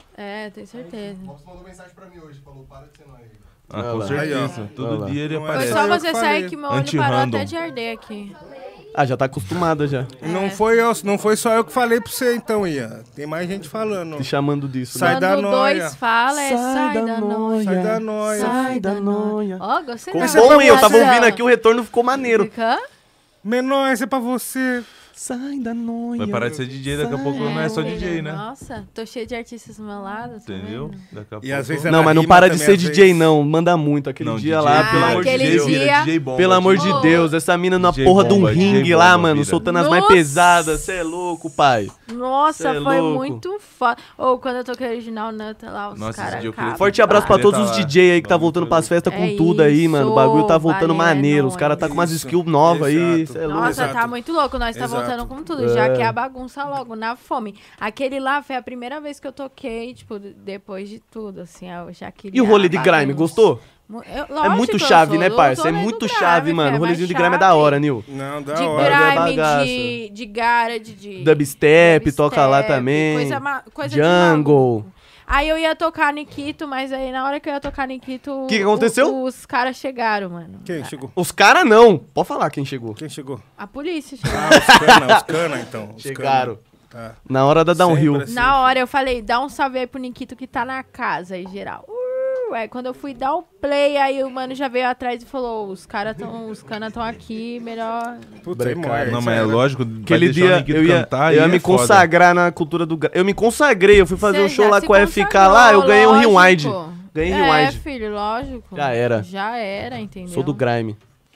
É, tenho certeza. O Lopes mandou mensagem pra mim hoje, falou, para de ser nós. Ah, Olha com lá. certeza. Aí, ó. Todo Olha lá. dia ele Não é Foi aparece. só eu você que sair falei. que meu olho Anti-random. parou até de arder aqui. Ah, já tá acostumada já. Não, É. foi eu, não foi só eu que falei pra você, então, Ian. Tem mais gente falando. Te chamando disso. Sai né? da Quando noia. dois fala, é sai, da noia. Sai da noia. Sai da noia. Ó, gostei Ficou da Esse é bom, pra hein? Eu tava você. ouvindo aqui, o retorno ficou maneiro. Fica? Menor, esse é pra você. Sai da noia. Vai parar de ser D J, daqui a pouco não é só D J, né? Nossa, tô cheio de artistas do meu lado. tá Entendeu? vendo? Daqui a pouco... E às vezes é Não, na mas não rima para de também, ser às D J, vezes. não. Manda muito. Aquele Não, dia D J, lá, Ah, pelo amor de aquele Deus. dia- vira D J bomba, Pelo amor D de J. Oh. Deus, essa mina na D J porra de um bomba, D J ringue lá, bomba, mano, vira. soltando as mais Nossa. pesadas. Cê é louco, pai. Nossa, Cê é foi louco. muito foda. Ou quando eu toquei original Nanta lá, os Nossa, esse caras dia eu queria- Forte abraço pra Ah, todos tá os lá. D J aí que tá Vamos voltando fazer. pras festas com É tudo aí, mano. O bagulho tá isso, voltando valeu, é maneiro. Os caras tá com umas Isso. skills novas aí. Exato. Cê é louco. Nossa, Exato. tá muito louco. Nós tá Exato. voltando com tudo. Já que é a bagunça logo, na fome. Aquele lá foi a primeira vez que eu toquei, tipo, depois de tudo, assim. Eu já queria. E o rolê de a grime, bagunça. gostou? Mu- eu- É lógico, muito eu chave, sou né, do parça? É rolê do muito grime, chave, mano. fé, O rolezinho de mais grime é da chave. hora, Nil. Não, da De hora. é grime, bagaça. de, de garage, de... Dubstep, toca lá dubstep, também. Coisa, ma- coisa de Jungle. maluco. Aí eu ia tocar Nikito, mas aí na hora que eu ia tocar Nikito... O Que que aconteceu? o- os caras chegaram, mano. Quem chegou? Os caras não. Pode falar quem chegou. Quem chegou? A polícia chegou. Ah, os cana, os cana, então. Os Chegaram. cana. Tá. Na hora da downhill. Sempre assim. Na hora eu falei, dá um salve aí pro Nikito que tá na casa aí, geral. Uh, aí quando eu fui dar o play, aí o mano já veio atrás e falou, os caras tão, os canas tão aqui, melhor... Puta, aí Brecar. morre. Não, mas é lógico, vai Aquele deixar o dia Nikito eu ia, cantar eu ia e me é foda. consagrar na cultura do gra... Eu me consagrei, eu fui fazer Cê um show já lá se com a F K consagrou, lá, eu ganhei um rewind. lógico. Ganhei É, rewind. filho, lógico. Já era. Já era, entendeu? Sou do grime.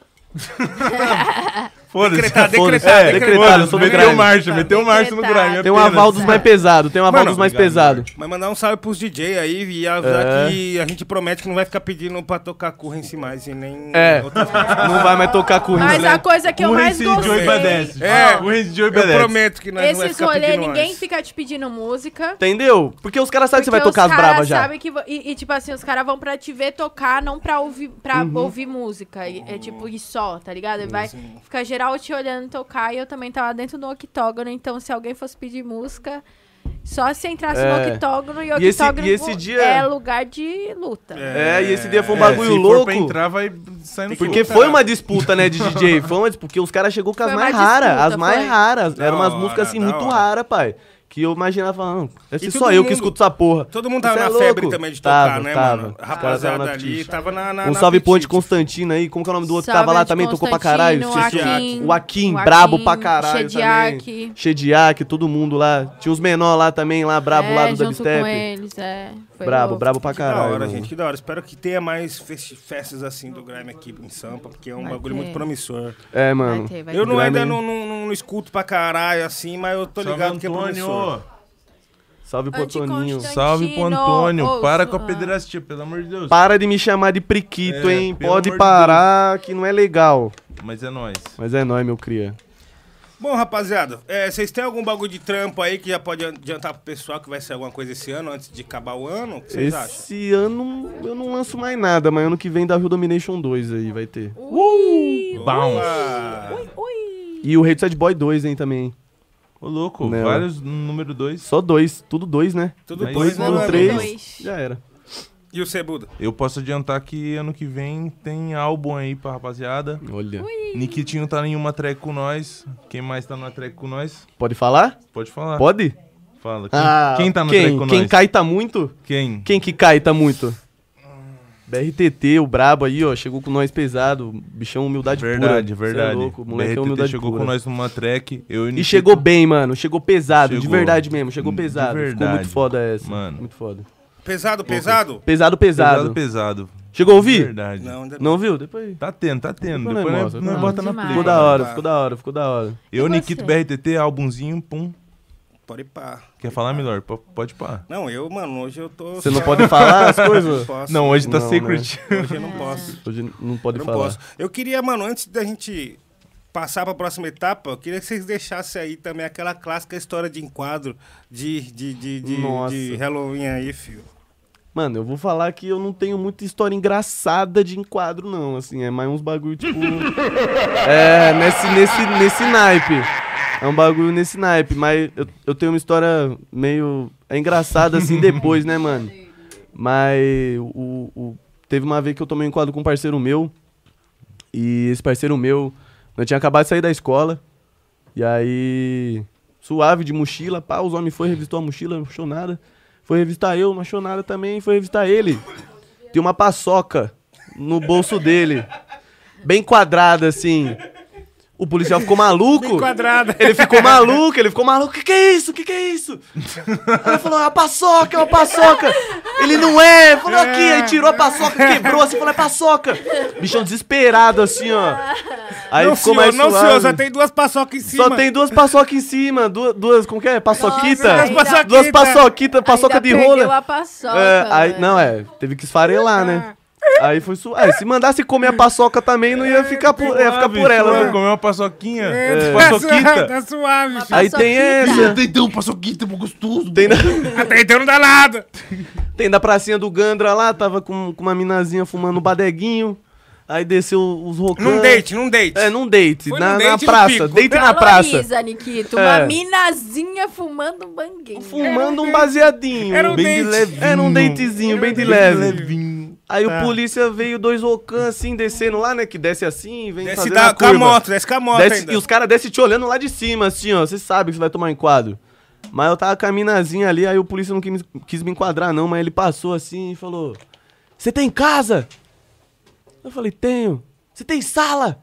Foda-se. Decretar, Foda-se. decretar, É, decretar. decretado, eu sou do Meteu grime. marcha, meteu marcha no Decretado. grime. Tem um aval dos mais pesados, tem um aval Mano, dos mais obrigado, pesados. Mas mandar um salve pros D J aí e avisar que a gente promete que não vai ficar pedindo pra tocar currency mais e nem É, outras coisas. não vai mais tocar com Mas isso, a né? coisa que eu mais Currency de gostei... obedece. É. Currency de Eu obedece. prometo que nós não vai Esses ficar rolê, pedindo ninguém mais. fica te pedindo música. Entendeu? Porque os caras sabem que você vai Porque tocar os as caras bravas já. sabem que vo- e, e, tipo assim, os caras vão pra te ver tocar, não pra ouvir, pra ouvir música. E, é tipo, e só, tá ligado? Ele vai ficar geral te olhando tocar e eu também tava dentro do octógono, então se alguém fosse pedir música, só se entrasse É. no octógono e o E esse- octógono e esse dia- é lugar de luta. É, e esse dia foi um É, bagulho se for louco. pra entrar, vai sair no Porque fogo. foi uma disputa, né, de D J. Foi uma disputa, porque os caras chegou com as Foi mais uma raras. As disputa, mais foi. raras. Da Eram umas hora, músicas assim da muito hora. raras, pai. Que eu imaginava, não, deve E ser todo só eu que mundo- escuto essa porra. Todo mundo Você tava é na febre louco? também de tocar, Tava, né, tava. mano? Os A caras rapaziada tavam na ali pista. tava na, na Um na salve Ponte apetite. Constantino aí, como que é o nome do outro que Salve tava lá de também, tocou pra caralho? Constantino, Esqueci. o O Akin, Akin, brabo pra caralho Shediak. também. Shediak, todo mundo lá. Tinha os menor lá também, lá, brabo é, lá do junto dubstep. com eles, é. Foi Brabo, louco. brabo pra Que da caralho. hora, mano. gente, que da hora. Espero que tenha mais festi- festas assim do Grime aqui em Sampa, porque é um Vai bagulho ter. muito promissor. É, Vai mano. ter, vai Eu ter. não, ainda Grime- não, não, não- não escuto pra caralho assim, mas eu tô Salve, ligado que é promissor. Antônio. Salve pro Toninho. Anticonstante- Salve pro Antônio. Ô, Para su- com a ah. pederastia, pelo amor de Deus. Para de me chamar de priquito, É, hein? pelo Pode amor de parar, que não é legal. Mas é nóis. Mas é nóis, meu cria. Bom, rapaziada, é, vocês têm algum bagulho de trampo aí que já pode adiantar pro pessoal que vai ser alguma coisa esse ano, antes de acabar o ano? O que vocês acham? Esse ano eu não lanço mais nada, mas ano que vem da Rio Domination dois aí vai ter. Ui! Bounce. Ah, Ui, ui! E o Rei do Sad Boy dois, hein, também. Ô, louco, Não. vários número dois. Só dois, tudo dois, né? tudo Mas dois, né, no mano? três. Dois. Já era. E o Cebuda? Eu posso adiantar que ano que vem tem álbum aí pra rapaziada. Olha. Nikitinho tá em uma track com nós. Quem mais tá numa track com nós? Pode falar? Pode falar. Pode? Fala. Quem, Ah, quem tá na quem? track com Quem nós? cai tá muito? Quem? Quem que cai tá muito? B R T T, o brabo aí, ó, chegou com nós pesado. Bichão, humildade Verdade, pura. Cê verdade. É louco, moleque é B R T T humildade chegou pura. com nós numa track. Eu E Nikito- chegou bem, mano. Chegou pesado, de Chegou. verdade mesmo. Chegou De pesado. Ficou verdade. muito foda essa. Mano. Muito foda. Pesado, pesado? Pesado, pesado. Pesado, pesado. Chegou a ouvir? Verdade. Não, ainda Não viu? Depois. Tá tendo, tá tendo. Depois Depois nós nós, mostra, nós tá? bota na Demais. play. Ficou da hora, Tá. ficou da hora, ficou da hora. Eu, E Nikito, você? B R T T, álbumzinho, pum. Pode ir pá. Quer falar, melhor? P- Pode pá. Não, eu, mano, hoje eu tô... Você não só- pode falar as Não coisas? posso. Não, hoje tá Não, secret. Hoje eu não posso. Hoje não pode Eu não falar. posso. Eu queria, mano, antes da gente passar pra próxima etapa, eu queria que vocês deixassem aí também aquela clássica história de enquadro de, de, de, de, Nossa. de Halloween aí, filho. Mano, eu vou falar que eu não tenho muita história engraçada de enquadro, não. Assim, é mais uns bagulho, tipo. é, nesse, nesse, nesse naipe. É um bagulho nesse naipe. Mas eu, eu tenho uma história meio. É engraçada assim depois, né, mano? Mas o, o- teve uma vez que eu tomei um enquadro com um parceiro meu. E esse parceiro meu, eu tinha acabado de sair da escola. E aí. Suave de mochila, pá, os homens foi, revistou a mochila, não achou nada. Foi revistar eu, não achou nada também, foi revistar ele. Tem uma paçoca no bolso dele, bem quadrada assim. O policial ficou maluco. Quadrada. Ele ficou maluco, ele ficou maluco. Que que é isso? Que que é isso? Aí ele falou, é uma paçoca, é uma paçoca. Ele não é. Falou aqui, aí tirou a paçoca, quebrou assim, falou, é paçoca. Bichão desesperado assim, ó. Aí não, ficou senhor, mais não, suave. senhor, só tem duas paçocas em cima. Só tem duas paçocas em cima, duas, duas como que é? Paçoquita? Nossa, ainda- paçoquita. Duas paçoquitas, paçoca Ainda de perdeu rola. a paçoca, É, aí, velho. não, é, teve que esfarelar, né? Aí foi suave. Se mandasse comer a paçoca também, não ia ficar por, ia ficar por ela, Vou né? comer uma paçoquinha. É, Paçoquita. Tá suave, filho. Aí tem essa. Então, paçoquita, gostoso. Tem da, Até então não dá nada. tem da pracinha do Gandra lá, tava com, com uma minazinha fumando um badeguinho. Aí desceu os rocãs. Num date, num date. É, num date. Foi Na, num na date no praça. pico. Date na praça. Valoriza, Nikito. É. Uma minazinha fumando um banguinho. Fumando um baseadinho. Era um Bem de date. levinho. Era um datezinho, bem de Bem leve. levinho. Aí Tá. o polícia veio dois rocãs assim, descendo lá, né? Que desce assim, vem Desce fazendo da, a com a curva. moto, desce com a moto Desce- ainda. e os caras descem te olhando lá de cima, assim, ó. Você sabe que você vai tomar um enquadro. Mas eu tava com a minazinha ali, aí o polícia não quis, quis me enquadrar, não. Mas ele passou assim e falou: Você tem casa? Eu falei: Tenho. Você tem sala?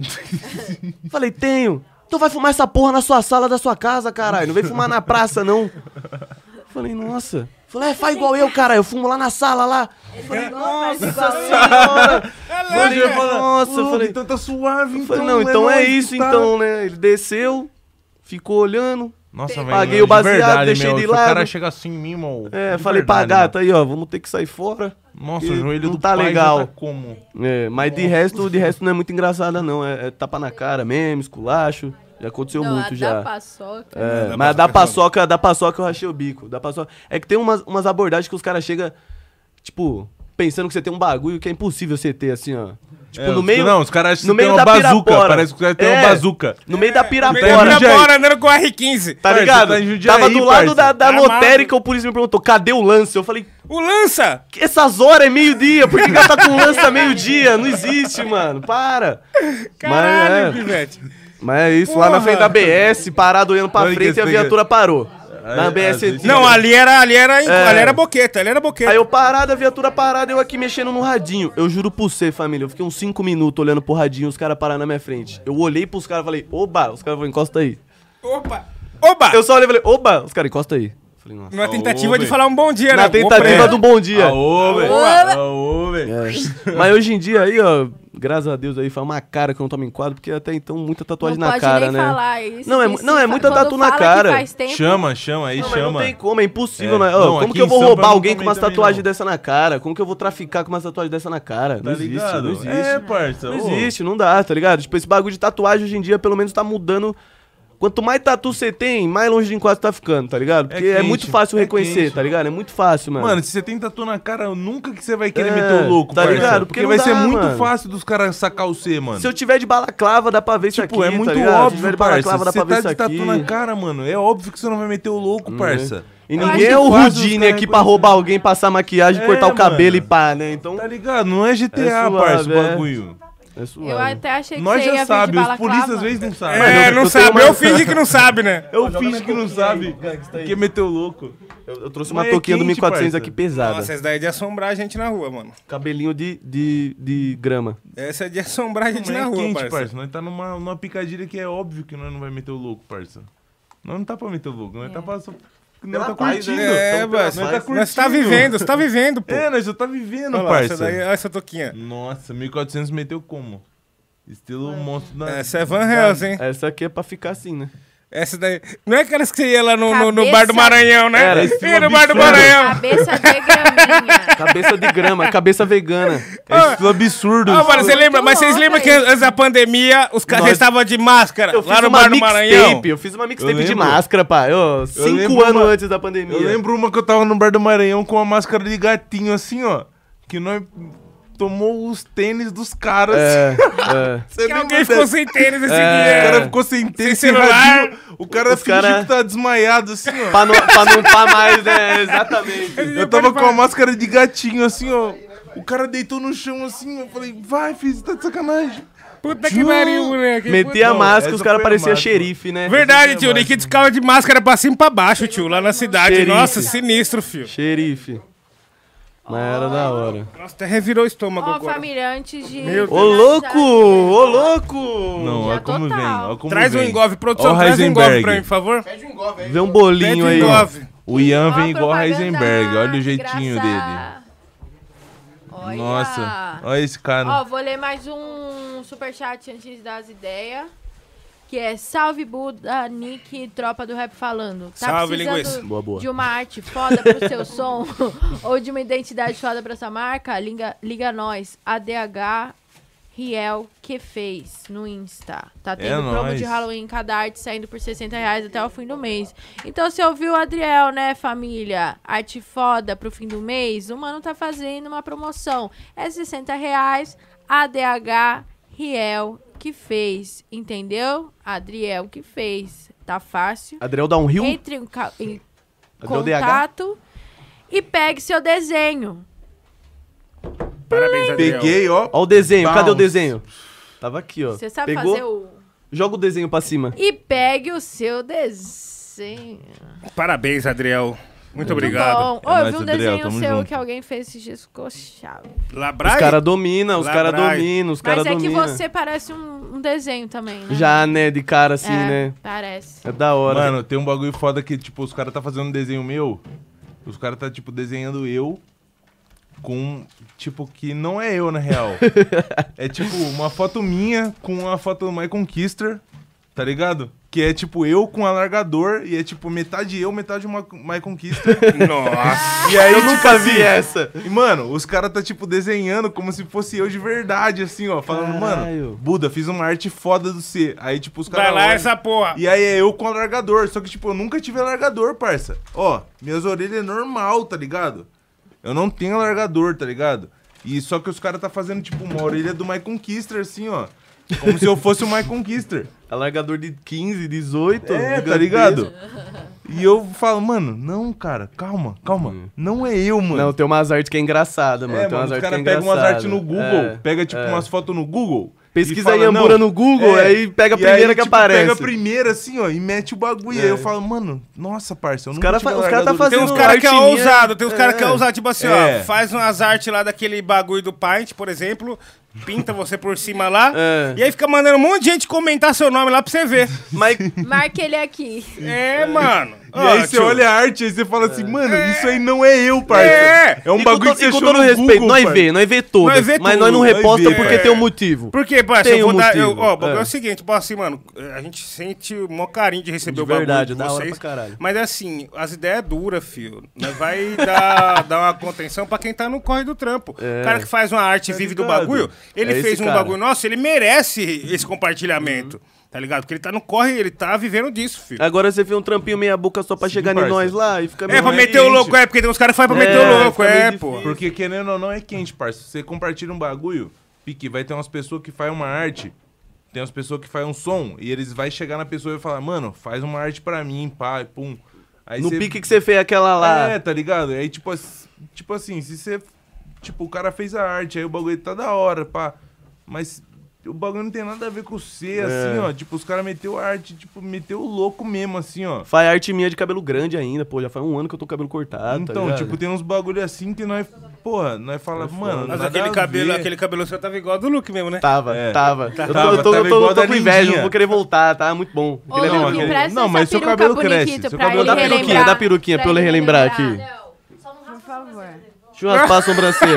Falei: Tenho. Então vai fumar essa porra na sua sala da sua casa, caralho. Não vem fumar na praça, não. Falei: Nossa. Falei: É, faz igual eu, cara. Eu fumo lá na sala, lá. Falei: Nossa senhora. Falei: Nossa. Pô, Falei: então tá suave, então. Falei, não, então é nóis, isso tá? então, né? Ele desceu, ficou olhando. Nossa, velho. Paguei de o baseado, verdade, deixei meu, de se lado. O cara chega assim em mim, mano. É, de falei pra verdade, gata aí, ó, vamos ter que sair fora. mano. Nossa, que o joelho não do tá pai legal. já tá como? É, mas de resto, de resto não é muito engraçada não, é, é tapa na cara mesmo, esculacho. Já aconteceu Não, muito a já. da paçoca. É, Da mas a da paçoca paçoca, da paçoca eu rachei o bico. Da paçoca. É que tem umas, umas abordagens que os caras chegam, tipo, pensando que você tem um bagulho que é impossível você ter, assim, ó. Tipo, É, no os- meio. Não, os caras acham no que tem meio uma da bazuca. Pirapora. Parece que os caras têm É. uma bazuca. No meio da Meio Pirapora. da bora andando com R quinze. Tá Parça, ligado? tá em Jundiaí, Tava do lado parça. da, da Armado. lotérica, o polícia me perguntou, cadê o lance? Eu falei, O lança. que essas horas é meio-dia, por que que ela tá com lança meio-dia? Não existe, mano, para. Caralho, Mas é, pivete. mas é isso, lá na Porra. frente da B S, parado olhando pra Olha que frente e a esse viatura parou. Na Aí, B S às vezes- antiga. Não, ali era, ali era, É. ali era boqueta, ali era boqueta. Aí eu parado, a viatura parada, eu aqui mexendo no radinho. Eu juro por você, família, eu fiquei uns cinco minutos olhando pro radinho, os caras pararam na minha frente. Eu olhei pros caras e falei, oba, os caras falaram, encosta aí. Opa. Opa. Eu só olhei e falei, oba, os caras, encosta aí. Falei, nossa. Numa tentativa Ô, de velho. falar um bom dia, né? Na tentativa Opa, do bom dia. Aô, velho. Boa. Aô, velho. É. Mas hoje em dia aí, ó, graças a Deus aí, faz uma cara que eu não tomo em quadro, porque até então muita tatuagem Não na pode cara, nem né? falar isso. Não, é que mu- se não, é fa- muita quando tatu na fala que cara. faz tempo, Chama, chama aí, Não, mas chama. não tem como, é impossível, É. né? Ó, Não, como aqui que eu em vou Sampa roubar não alguém com também umas também tatuagens não. dessa na cara? Como que eu vou traficar com umas tatuagens dessa na cara? Tá Não existe, ligado? não existe. É, parça. Não ô. existe, não dá, tá ligado? Tipo, esse bagulho de tatuagem hoje em dia, pelo menos, tá mudando Quanto mais tatu você tem, mais longe de enquadro tá ficando, tá ligado? Porque é, quente, muito fácil é reconhecer, quente. tá ligado? É muito fácil, mano. Mano, se você tem tatu na cara, nunca que você vai querer É, meter o louco, tá parça. ligado? Porque, Porque vai não ser dá, muito mano. fácil dos caras sacar o C, mano. Se eu tiver de balaclava, dá pra ver isso Tipo, aqui, é muito tá ligado? Se tiver óbvio, de parça. balaclava, dá Você pra ver tá isso de tatu aqui. na cara, mano. É óbvio que você não vai meter o louco, parça. E Eu ninguém acho é o que fácil os Rudine caras aqui pra reconhecer. roubar alguém, passar maquiagem, É, cortar o cabelo mano. e pá, né? Então, Tá ligado? Não é G T A, É suave, parça, o é. bagulho. é suave. Eu até achei que Nós você já ia vir de sabe, os balaclava. polícias às vezes não sabem. É, eu- não eu sabe. tenho uma- Eu fingi que não sabe, né? Eu finge que não sabe, que meteu o louco. Eu, eu trouxe uma Mas é touquinha do quente, mil e quatrocentos parça. aqui pesada. Nossa, essa daí é de assombrar a gente na rua, mano. Cabelinho de, de, de grama. Essa é de assombrar a gente Não na é rua, quente, parça. parça. Nós tá numa, numa picadilha que é óbvio que nós não vai meter o louco, parça. Nós não tá pra meter o louco, nós tá pra... Só... Nós Pela tá paz, curtindo. né? É, Então, pela parça. paz. Mas Nós você tá tá curtindo. vivendo, você tá vivendo, pô. É, nós já tá vivendo, Olha lá, parça. essa daí, olha essa toquinha. Nossa, mil e quatrocentos meteu como? Estilo monstro da... Essa é Van Helsing, hein? Essa aqui é pra ficar assim, né? Essa daí. Não é aquelas que você ia lá no, no, no Cabeça- bar do Maranhão, né? Era, esse Ia no bar do absurdo. Maranhão. Cabeça de graminha. Cabeça de grama, cabeça vegana. É estilo absurdo. Ah, mano, você Muito lembra? Mas vocês louco lembram que isso. antes da pandemia os caras Nós- estavam de máscara Eu fiz lá no uma bar do Maranhão? mixtape, eu fiz uma mixtape de lembro. máscara, pá. Eu, cinco lembro anos uma- antes da pandemia. Eu lembro uma que eu tava no bar do Maranhão com uma máscara de gatinho assim, ó. Que nós tomou os tênis dos caras. É, é. Você Que alguém lembra ficou dessa? sem tênis esse É. O dia. cara ficou sem tênis, sem celular. radinho. O cara Os fingiu cara- que tá desmaiado assim, ó. pra, não, pra não tá mais, né? Exatamente. Eu tava com a máscara de gatinho assim, ó. O cara deitou no chão assim, eu falei, vai, filho, você tá de sacanagem. Puta que pariu, moleque. Meter a Não, máscara, essa os caras foi a pareciam máscara. xerife, né? Verdade, Essa tio. O é Nikito ficava de máscara pra cima e pra baixo, tio, lá na cidade. Xerife. Nossa, sinistro, filho. Xerife. Mas era da hora. Nossa, até revirou o estômago Ó, agora. família, antes de... Meu Ô, louco! Ô, louco! Não, Já olha como total. vem, olha como Traz um vem. engove, produção, Ó o traz um engove Heisenberg. pra mim, por favor. Vê um bolinho Pede um aí. ó. engove. O Ian Ó, vem igual a propaganda Heisenberg, olha o de jeitinho graça. dele. Olha. Nossa, olha esse cara. Ó, vou ler mais um superchat antes das ideias. Que é Salve Buda, Nick, tropa do rap falando. Tá Salve, precisando linguiça. Boa, boa. de uma arte foda pro seu som ou de uma identidade foda pra sua marca? Liga, liga nós. A D H Riel que fez no Insta. Tá tendo promo nóis. de Halloween, cada arte saindo por sessenta reais até o fim do mês. Então você ouviu o Adriel, né, família? Arte foda pro fim do mês? O mano tá fazendo uma promoção. É sessenta reais, A D H Riel que fez, entendeu? Adriel que fez. Tá fácil. Adriel dá um rio? Entre em, ca- em Adriel D H? contato e pegue seu desenho. Parabéns, Adriel. Peguei, ó. Ó o desenho, cadê o Bounce. desenho? Tava aqui, ó. Você sabe Pegou? fazer o... Joga o desenho pra cima. E pegue o seu desenho. Parabéns, Adriel. Muito Muito obrigado. bom. Ô, É eu nóis, vi um Adriel, desenho tamo seu junto. que alguém fez esses dias, ficou chave. Labrai? Os caras dominam, os caras Labrai. dominam, os Mas caras é que dominam. você parece um, um desenho também, né? Já, né, de cara assim, é, né? parece. É da hora. Mano, tem um bagulho foda que, tipo, os caras tá fazendo um desenho meu. Os caras tá, tipo, desenhando eu com, tipo, que não é eu, na real. É, tipo, uma foto minha com uma foto do Michael Kister, tá ligado? Que é, tipo, eu com alargador e é, tipo, metade eu, metade uma Michael Kister. Nossa. E aí, Eu tipo, nunca vi assim, essa. E, mano, os caras tá, tipo, desenhando como se fosse eu de verdade, assim, ó. Falando, Caralho. mano, Buda, fiz uma arte foda do C. Aí, tipo, os caras Vai lá olham- essa porra. e aí é eu com alargador. Só que, tipo, eu nunca tive alargador, parça. Ó, minhas orelhas é normal, tá ligado? Eu não tenho alargador, tá ligado? E só que os caras tá fazendo, tipo, uma orelha do Michael Kister, assim, ó. Como se eu fosse o Michael Kister. Alargador de quinze, dezoito. É, gigantesco. tá ligado? E eu falo, mano, não, cara, calma, calma. Não é eu, mano. Não, tem umas artes que é engraçada, mano. é, tem mano, umas os artes que é caras pegam umas engraçada. artes no Google, É, pega, tipo, é. umas fotos no Google. Pesquisa e aí fala, Ambura não, no Google, é. aí pega a E primeira aí, que tipo, aparece. pega a primeira, assim, ó, e mete o bagulho. E aí É. eu falo, mano, nossa, parça, eu Os nunca cara tive fa- os cara tá alargador Tem fazendo uns caras que é arte minha. ousado, tem uns caras É. que é ousado, tipo assim, É. ó, faz umas artes lá daquele bagulho do Paint, por exemplo, pinta você por cima lá, É. e aí fica mandando um monte de gente comentar seu nome lá pra você ver. Mas Marque ele aqui. É, mano. E aí você olha a arte e você fala assim, mano, isso aí não é eu, parça. É. É um e bagulho com, que você e com achou todo no respeito, Google, nós parça. vê, nós vê todas, Nós vê mas tudo, nós não nós reposta vê. porque É. tem um motivo. Por quê, parça? Tem Eu vou um dar. eu- motivo. ó, o bagulho é. É. o seguinte, tipo assim, mano, a gente sente o maior carinho de receber De o bagulho verdade, de da hora vocês. pra caralho. Mas é assim, as ideias é duras, filho. Nós vai dar, dar uma contenção pra quem tá no corre do trampo. É. O cara que faz uma arte e vive do ligado? bagulho, ele É esse fez um cara. bagulho nosso, ele merece esse compartilhamento. Tá ligado? Porque ele tá no corre, ele tá vivendo disso, filho. Agora você fez um trampinho meia boca só pra Sim, chegar em parça. nós lá e fica É, meio... pra é meter o quente. louco, é, porque tem uns caras que fazem pra É, meter o louco, fica meio é, difícil. pô. Porque querendo ou não é quente, parça. Você compartilha um bagulho, pique, vai ter umas pessoas que fazem uma arte, tem umas pessoas que fazem um som, e eles vai chegar na pessoa e falar, mano, faz uma arte pra mim, pá, pum. Aí No cê- pique que você fez aquela lá. É, tá ligado? Aí, tipo, as- tipo assim, se você... Tipo, o cara fez a arte, aí o bagulho tá da hora, pá. Mas o bagulho não tem nada a ver com você, É. assim, ó. Tipo, os caras meteu a arte, tipo, meteu o louco mesmo, assim, ó. Faz arte minha de cabelo grande ainda, pô. Já faz um ano que eu tô com o cabelo cortado, tá Então, ligado? tipo, tem uns bagulho assim que nós... Porra, nós fala, mano, Mas nada aquele a cabelo, ver. aquele cabelo seu tava igual ao do Luke mesmo, né? Tava, É. tava. Eu tô, Tava, eu tô, eu tava tô, igual eu tô da com inveja, lindinha. não vou querer voltar, tá? Muito bom. Ô, Aquele é não, Luke, aquele- presta não, mas essa seu peruca cabelo pro cresce, Nikito seu pra cabelo ele Dá a peruquinha, relembrar. dá a peruquinha pra eu ele relembrar aqui. relembrar. Por favor. Deixa eu raspar a sobrancelha.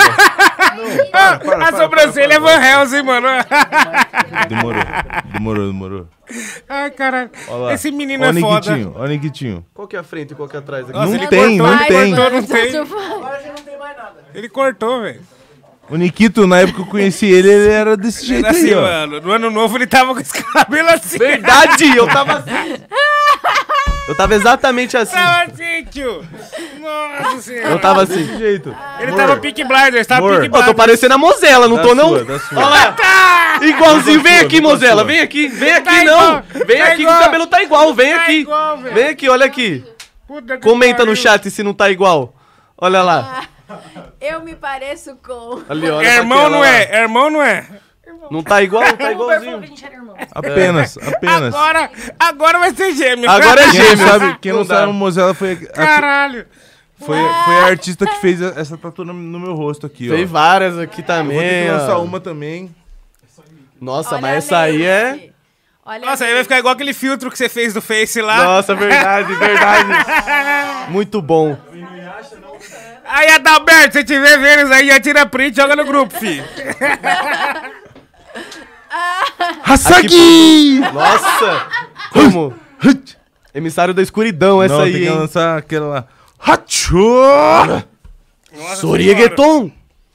Ah, para, a para, sobrancelha para, é Van Helsing, mano. Demorou, demorou, demorou. Ai, caralho. Ó lá. Esse menino Ó o é foda. Niquitinho, ó o Niquitinho. Qual que é a frente e qual que é atrás aqui? Nossa, Não ele tem, cortou, não ele tem. cortou, não tem. Agora já não tem mais nada. Ele cortou, velho. O Nikito, na época que eu conheci ele, ele era desse jeito Era assim, aí, ó. mano. No ano novo ele tava com esse cabelo assim. Verdade, eu tava assim. Eu tava exatamente assim. Tava assim, tio. Nossa senhora. Eu tava assim. Desse jeito. Ele tava Peak Blinders, tava Amor. Peak Ó, tô Blinders. parecendo a Mozela, não Da tô não? sua, da sua. Olha lá. Igualzinho, vem sua, aqui, da Mozela, sua. vem aqui, vem Tá aqui igual, não. Vem tá aqui que igual. o cabelo tá igual, vem Tá aqui. igual, velho. Vem aqui, olha aqui. Puta que Comenta no pariu. chat se não tá igual. Olha lá. Eu me pareço com... Ali, olha É pra irmão, aquela não lá. é? É irmão, não é? Não tá igual? Tá Vamos ver igualzinho. que a gente era irmão. Apenas, apenas. Agora, agora vai ser gêmeo. Agora é Quem não gêmeo. sabe, quem não Não dá. sabe, o Mozela foi, a, Caralho. foi, foi a artista que fez a- essa tatu no, no meu rosto aqui, ó. Tem várias aqui Eu vou ter também. que lançar ó. uma também. Nossa, Olha mas a essa aí é... lente. Olha Nossa, a aí vai ficar igual aquele filtro que você fez do Face lá. Nossa, verdade, verdade. Muito bom. Aí, Adalberto, se tiver vendo isso aí, já tira print e joga no grupo, filho. Hasagi! Nossa! Como? Emissário da escuridão, essa Não, aí, tem que hein? lançar aquela lá. Hachu! Nossa Soriegueton!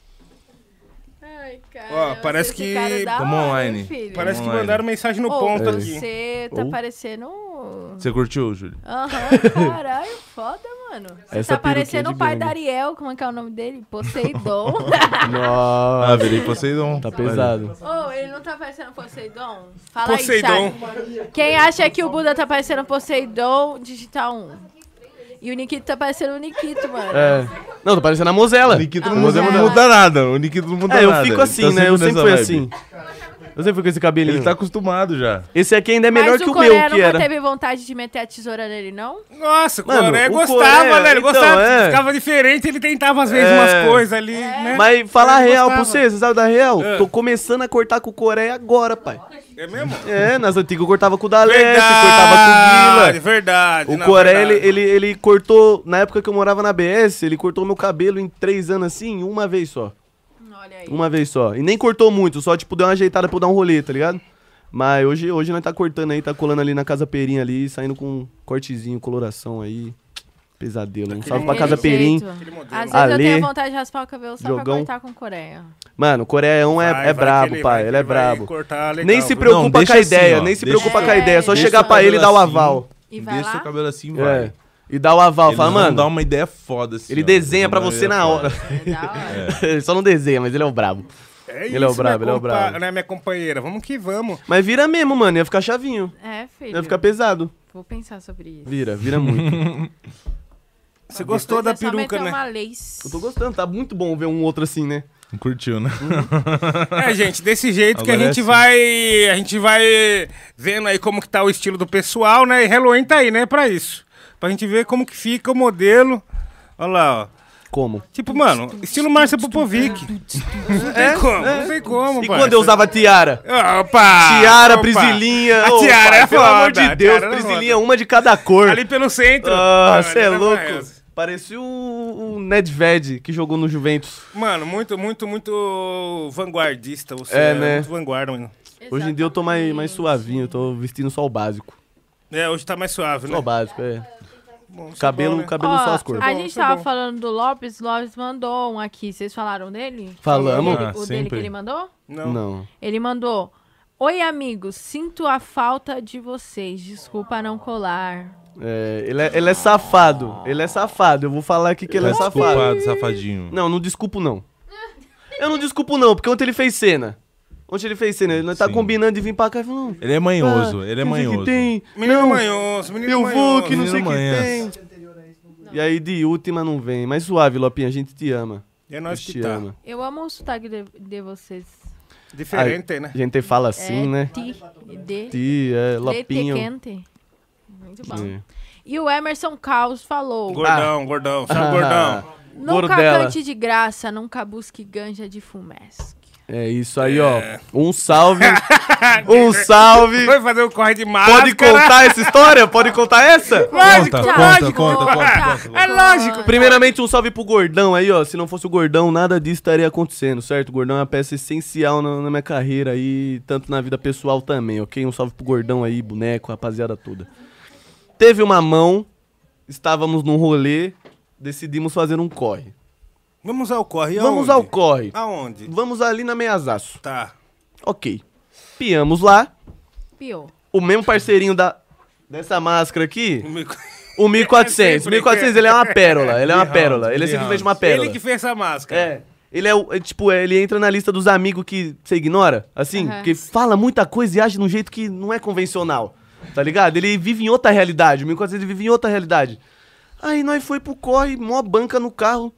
Ai, cara. Ó, parece esse que- cara é da Tamo hora, online. filho. Parece que Online. mandaram mensagem no Ô, ponto aqui. Você tá Ou- parecendo... Você curtiu, Júlio? Aham, caralho, foda, mano. Você Essa tá peruquinha parecendo de o pai gangue. da Ariel, como é que é o nome dele? Poseidon. Ah, Nossa, virei Poseidon. tá pesado. Ô, ele não tá parecendo Poseidon? Fala Poseidon. aí, chat. Quem acha que o Buda tá parecendo Poseidon, digita um. E o Nikito tá parecendo o Nikito, mano. É. Não, tô parecendo a Mozela. O Nikito Ah, não muda, mas não é. muda nada. O Nikito não muda É, eu nada. fico Ele assim, tá né? Eu sempre nessa fui vibe. assim. Eu sempre fui com esse cabelinho. Ele tá acostumado já. Esse aqui ainda é melhor Mas que o o Coreia meu, que nunca era. teve vontade de meter a tesoura nele, não? Nossa, o Mano, Coreia o gostava, Coreia, né? Ele então, gostava, é. ficava diferente, ele tentava às vezes É. umas coisas ali, né? Mas falar a Ele real pra gostava. você, você sabe da real? É. Tô começando a cortar com o Coreia agora, pai. É mesmo? É, nas antigas eu cortava com o Daleste, cortava com o Guila. verdade. O não, Coreia, ele, verdade. ele, ele cortou, na época que eu morava na B S, ele cortou meu cabelo em três anos assim, uma vez só. Olha aí. Uma vez só. E nem cortou muito, só tipo deu uma ajeitada pra eu dar um rolê, tá ligado? Mas hoje, hoje nós tá cortando aí, tá colando ali na Casa Perim ali, saindo com um cortezinho, coloração aí. Pesadelo. Um salve pra Casa Daquele Perim. jeito. Aquele modelo. Às vezes Ale, eu tenho vontade de raspar o cabelo só Jogão. pra cortar com Coreia. Mano, o Coreão é, Vai, é vai brabo, que pai. vai Ele que é vai brabo. cortar legal, Nem se viu? preocupa Não, com a deixa assim, ideia, ó. nem se Deixa- preocupa com a É, ideia. É só Deixa chegar o pra ele e dar o cabelo aval. assim, E vai Deixa lá? seu cabelo assim, É. vai. E dá o aval. Eles Fala, vão mano, dar uma ideia foda assim. ele ó. desenha Eles pra vão dar você uma na ideia hora. foda. É da hora. Ele só não desenha, mas ele é o brabo. É Ele é o isso, brabo, minha ele é o compa- brabo. Né, minha companheira? Vamos que vamos. Mas vira mesmo, mano. Ia ficar chavinho. É, filho. Ia ficar pesado. Vou pensar sobre isso. Vira, vira muito. Você gostou da Depois é só peruca, meter né? uma lace. Eu tô gostando, tá muito bom ver um outro assim, né? Curtiu, né? É, gente, desse jeito que a Agora é gente assim. vai. A gente vai vendo aí como que tá o estilo do pessoal, né? E Halloween tá aí, né? Pra isso. Pra gente ver como que fica o modelo. Olha lá, ó. Como? Tipo, mano, estilo Márcia Popovic. Não tem como, não tem como, E pai. quando eu usava tiara? Opa! Tiara, opa. Priscilinha. A Ô, tiara pai, é pelo foda. amor de a Deus, tiara é Priscilinha, foda. uma de cada cor. Ali pelo centro. Ah, Ah, você é ali na louco. Maionese. Parecia o, o Nedved que jogou no Juventus. Mano, muito, muito, muito vanguardista. Você É, é, né? muito vanguarda, mano. Hoje em dia eu tô mais, mais suavinho, eu tô vestindo só o básico. É, hoje tá mais suave, né? Só o básico, é. Bom, isso é Cabelo, bom, né? cabelo só as cores. a bom, gente isso é tava bom. falando do Lopes, Lopes mandou um aqui. Vocês falaram dele? Falamos? Ele- Ah, o dele sempre. que ele mandou? Não. Não. Ele mandou Oi, amigos. Sinto a falta de vocês. Desculpa não colar. É, ele é, ele é safado. Ele é safado. Eu vou falar aqui que ele é safado. Desculpado, safadinho. Não, não desculpo não. Eu não desculpo não, porque ontem ele fez cena. Ontem ele fez cena. Ele não tá Sim. combinando de vir pra cá e falando... Ele é manhoso, ah, ele é não sei o que manhoso. tem. Menino Não, manhoso, menino eu manhoso. vou que não sei o que Menino tem. E aí de última não vem. Mas suave, Lopinha, a gente te ama. É A nós gente que te tá. ama. Eu amo o sotaque de, de vocês. Diferente, né? A gente fala assim, é né? Ti, de, Ti, é, de Lopinho. quente. Muito bom. É. E o Emerson Caos falou... Gordão, gordão. Salve, Ah. gordão. Nunca Gordela. cante de graça, nunca busque ganja de fumesque. É isso aí, ó. Um salve. Um salve. Vai fazer o corre de máscara. Pode contar essa história? Pode contar essa? Lógico, Conta, lógico. conta, conta, conta, conta. É lógico. Primeiramente, um salve pro Gordão aí, ó. Se não fosse o Gordão, nada disso estaria acontecendo, certo? O Gordão é uma peça essencial na, na minha carreira aí, tanto na vida pessoal também, ok? Um salve pro Gordão aí, boneco, rapaziada toda. Teve uma mão, estávamos num rolê, decidimos fazer um corre. Vamos ao corre. Vamos aonde? ao corre. Aonde? Vamos ali na Meiazaço. Tá. Ok. Piamos lá. Pior. O mesmo parceirinho da, dessa máscara aqui, Ele o mil e quatrocentos. O mil e quatrocentos, ele é uma pérola. Ele é uma De pérola. round, Ele é de simplesmente round. uma pérola. que fez essa máscara. É. Ele é, o- é, tipo, é, ele entra na lista dos amigos que você ignora, assim, Aham. que fala muita coisa e age de um jeito que não é convencional, tá ligado? Ele vive em outra realidade, o mil e quatrocentos ele vive em outra realidade. Aí nós foi pro corre, mó banca no carro.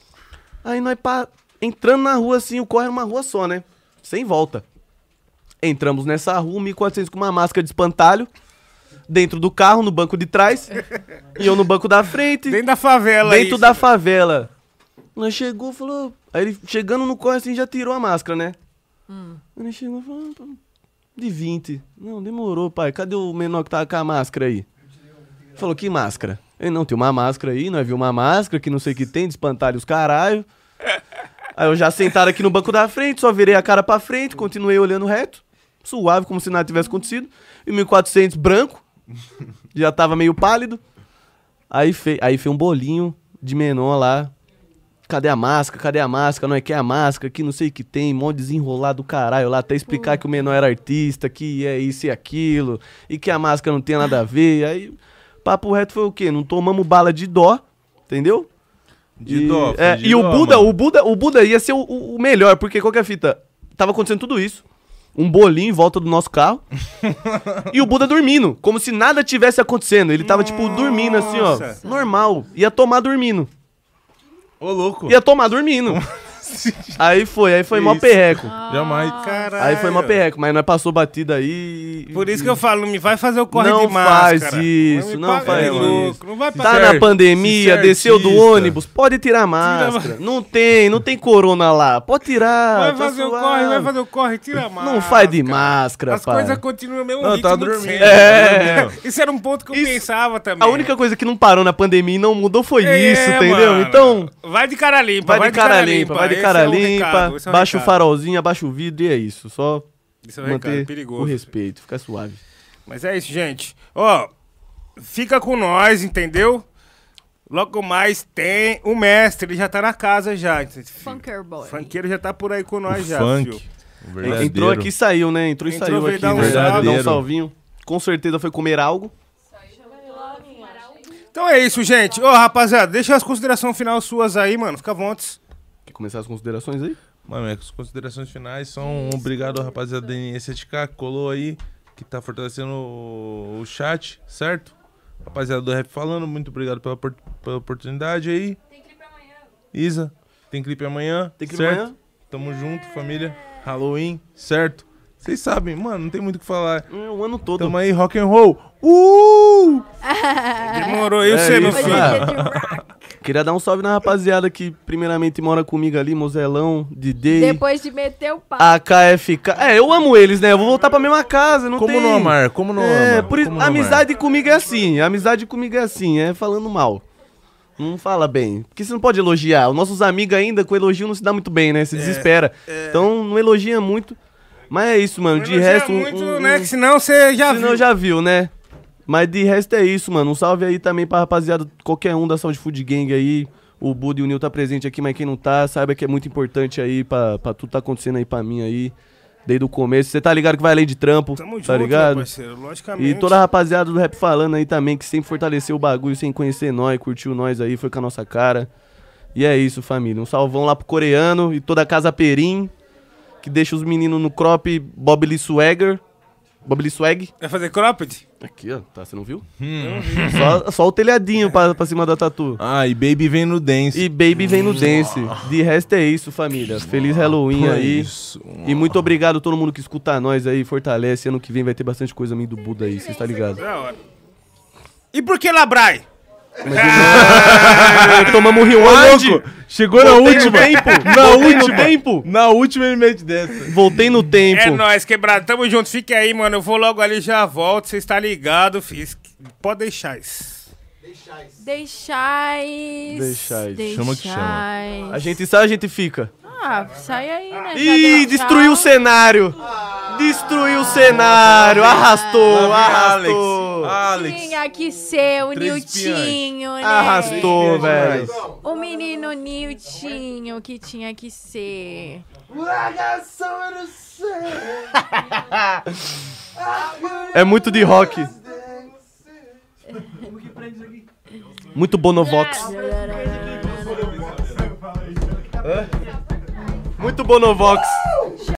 Aí nós pá, entrando na rua assim, o corre é uma rua só, né? Sem volta. Entramos nessa rua, mil e quatrocentos com uma máscara de espantalho, dentro do carro, no banco de trás, e eu no banco da frente. Dentro da favela. Dentro isso. da favela. Nós chegou, falou... Aí ele, chegando no corre assim, já tirou a máscara, né? Aí ele chegou e falou... "Ah, de vinte. Não, demorou, pai. Cadê o menor que tava com a máscara aí? Falou, que máscara? Ele, não, tem uma máscara aí, nós viu uma máscara que não sei o que tem, de espantalho os caralho. Aí eu já sentado aqui no banco da frente, só virei a cara pra frente, continuei olhando reto, suave, como se nada tivesse acontecido. E o mil e quatrocentos branco, já tava meio pálido. Aí fez aí fez um bolinho de menor lá. Cadê a máscara? Cadê a máscara? Não é que é a máscara, que não sei o que tem, mó desenrolado do caralho lá, até explicar que o menor era artista, que é isso e aquilo, e que a máscara não tem nada a ver. Aí, papo reto foi o quê? Não tomamos bala de dó, entendeu? De E, dó, foi é, de e o dó, Buda, mano. o Buda, o Buda ia ser o, o- o melhor, porque qualquer fita, tava acontecendo tudo isso. Um bolinho em volta do nosso carro. E o Buda dormindo, como se nada tivesse acontecendo. Ele tava, tipo, dormindo assim, ó. Nossa. Normal. Ia tomar dormindo. Ô, louco. Ia tomar dormindo. Aí foi, aí foi Que mó isso? perreco. Jamais. Caralho. Aí foi mó perreco, mas nós passou batida aí. e- Por isso que eu falo, não me vai fazer o corre Não de máscara. faz isso, me não paga faz de isso. louco, Não vai Tá pagar. Certo, na pandemia, se desceu do artista. ônibus, pode tirar a máscara. Não tem, não tem corona lá. Pode tirar. Vai tá fazer o suave. corre, vai fazer o corre, tira a máscara. Não faz de máscara, As pai. coisas continuam no mesmo Não, ritmo tá de dormindo. sempre. É. Isso era um ponto que eu Isso- pensava também. A única coisa que não parou na pandemia e não mudou foi É, isso, entendeu? mano. Então, Vai de cara limpa, vai de cara limpa, vai de Esse cara é o limpa, recado, esse é o baixa o recado. farolzinho, abaixa o vidro e é isso. Só Esse é o recado, manter perigoso. o respeito, fica suave. Mas é isso, gente. Ó, fica com nós, entendeu? Logo mais tem o mestre, ele já tá na casa já. Funker O Boy. funkeiro já tá por aí com nós O já, funk. fio. O verdadeiro. Entrou aqui e saiu, né? Entrou e Entrou, saiu veio aqui. dar um verdade, salve. dar um salvinho. Com certeza foi comer algo. Então é isso, gente. Ó, rapaziada, deixa as considerações final suas aí, mano. Fica à vontade. Quer começar as considerações aí? Mano, minhas considerações finais são obrigado, rapaziada da N S T K, que colou aí, que tá fortalecendo o, o chat, certo? Rapaziada do Rap falando, muito obrigado pela, por- pela oportunidade aí. Tem clipe amanhã. Isa, tem clipe amanhã. Tem clipe certo? amanhã? Tamo junto, família. Halloween, certo? Vocês sabem, mano, não tem muito o que falar. É, o ano todo. Tamo aí, rock and roll. Uh! Demorou aí, É você no isso, fim. mano. Hoje é dia de rock. Queria dar um salve na rapaziada que primeiramente mora comigo ali, Mozelão, D J, Depois de meter o pau. A K F K. É, eu amo eles, né? Eu vou voltar pra mesma casa, não Como tem... não amar? Como não É, ama? por isso, Como não amar? amizade comigo é assim, amizade comigo é assim, é falando mal. Não fala bem, porque você não pode elogiar. Os nossos amigos ainda com elogio não se dá muito bem, né? Se desespera. Então não elogia muito. Mas é isso, mano. Não De elogia resto, um- muito, um- né? Que senão você já senão viu. já viu, né? Mas de resto é isso, mano. Um salve aí também pra rapaziada, qualquer um da Sound Food Gang aí. O Bud e o Nil tá presente aqui, mas quem não tá, saiba que é muito importante aí pra, pra tudo tá acontecendo aí pra mim aí. desde o começo. Você tá ligado que vai além de trampo, Tamo tá junto, ligado? meu parceiro, logicamente. E toda a rapaziada do Rap Falando aí também, que sempre fortaleceu o bagulho sem conhecer nós, curtiu nós aí, foi com a nossa cara. E é isso, família. Um salvão lá pro coreano e toda a casa Perim, que deixa os meninos no crop Bob Lee Swagger. Bob Lee Swag. Vai fazer cropped? Aqui, ó. Tá, você não viu? Hum. Só, só o telhadinho pra, pra cima da tatu. Ah, e Baby vem no dance. E Baby vem no dance. De resto é isso, família. Feliz Halloween aí. Isso. E muito obrigado a todo mundo que escuta nós aí, fortalece. Ano que vem vai ter bastante coisa minha do Buda aí, vocês tá ligado? Da hora. E por que Labrai? Tomamos rewind. Chegou na Voltei última. no tempo. Na Voltei no última. tempo. Na última ele mete dessa. Voltei no tempo. É nóis, quebrado. Tamo junto. Fique aí, mano. Eu vou logo ali já volto. Você está ligado, fiz. Pode deixar isso. Deixais. Deixais. Chama que chama. A gente sai, a gente fica. Ah, sai aí, né? Já Ih, deu destruiu o tchau. cenário. Destruiu o cenário. Arrastou, arrastou. Alex. Tinha que ser o Três Niltinho, né? Arrastou, velho. O menino Niltinho que tinha que ser. É muito de rock. Muito Bonovox. Muito Bonovox.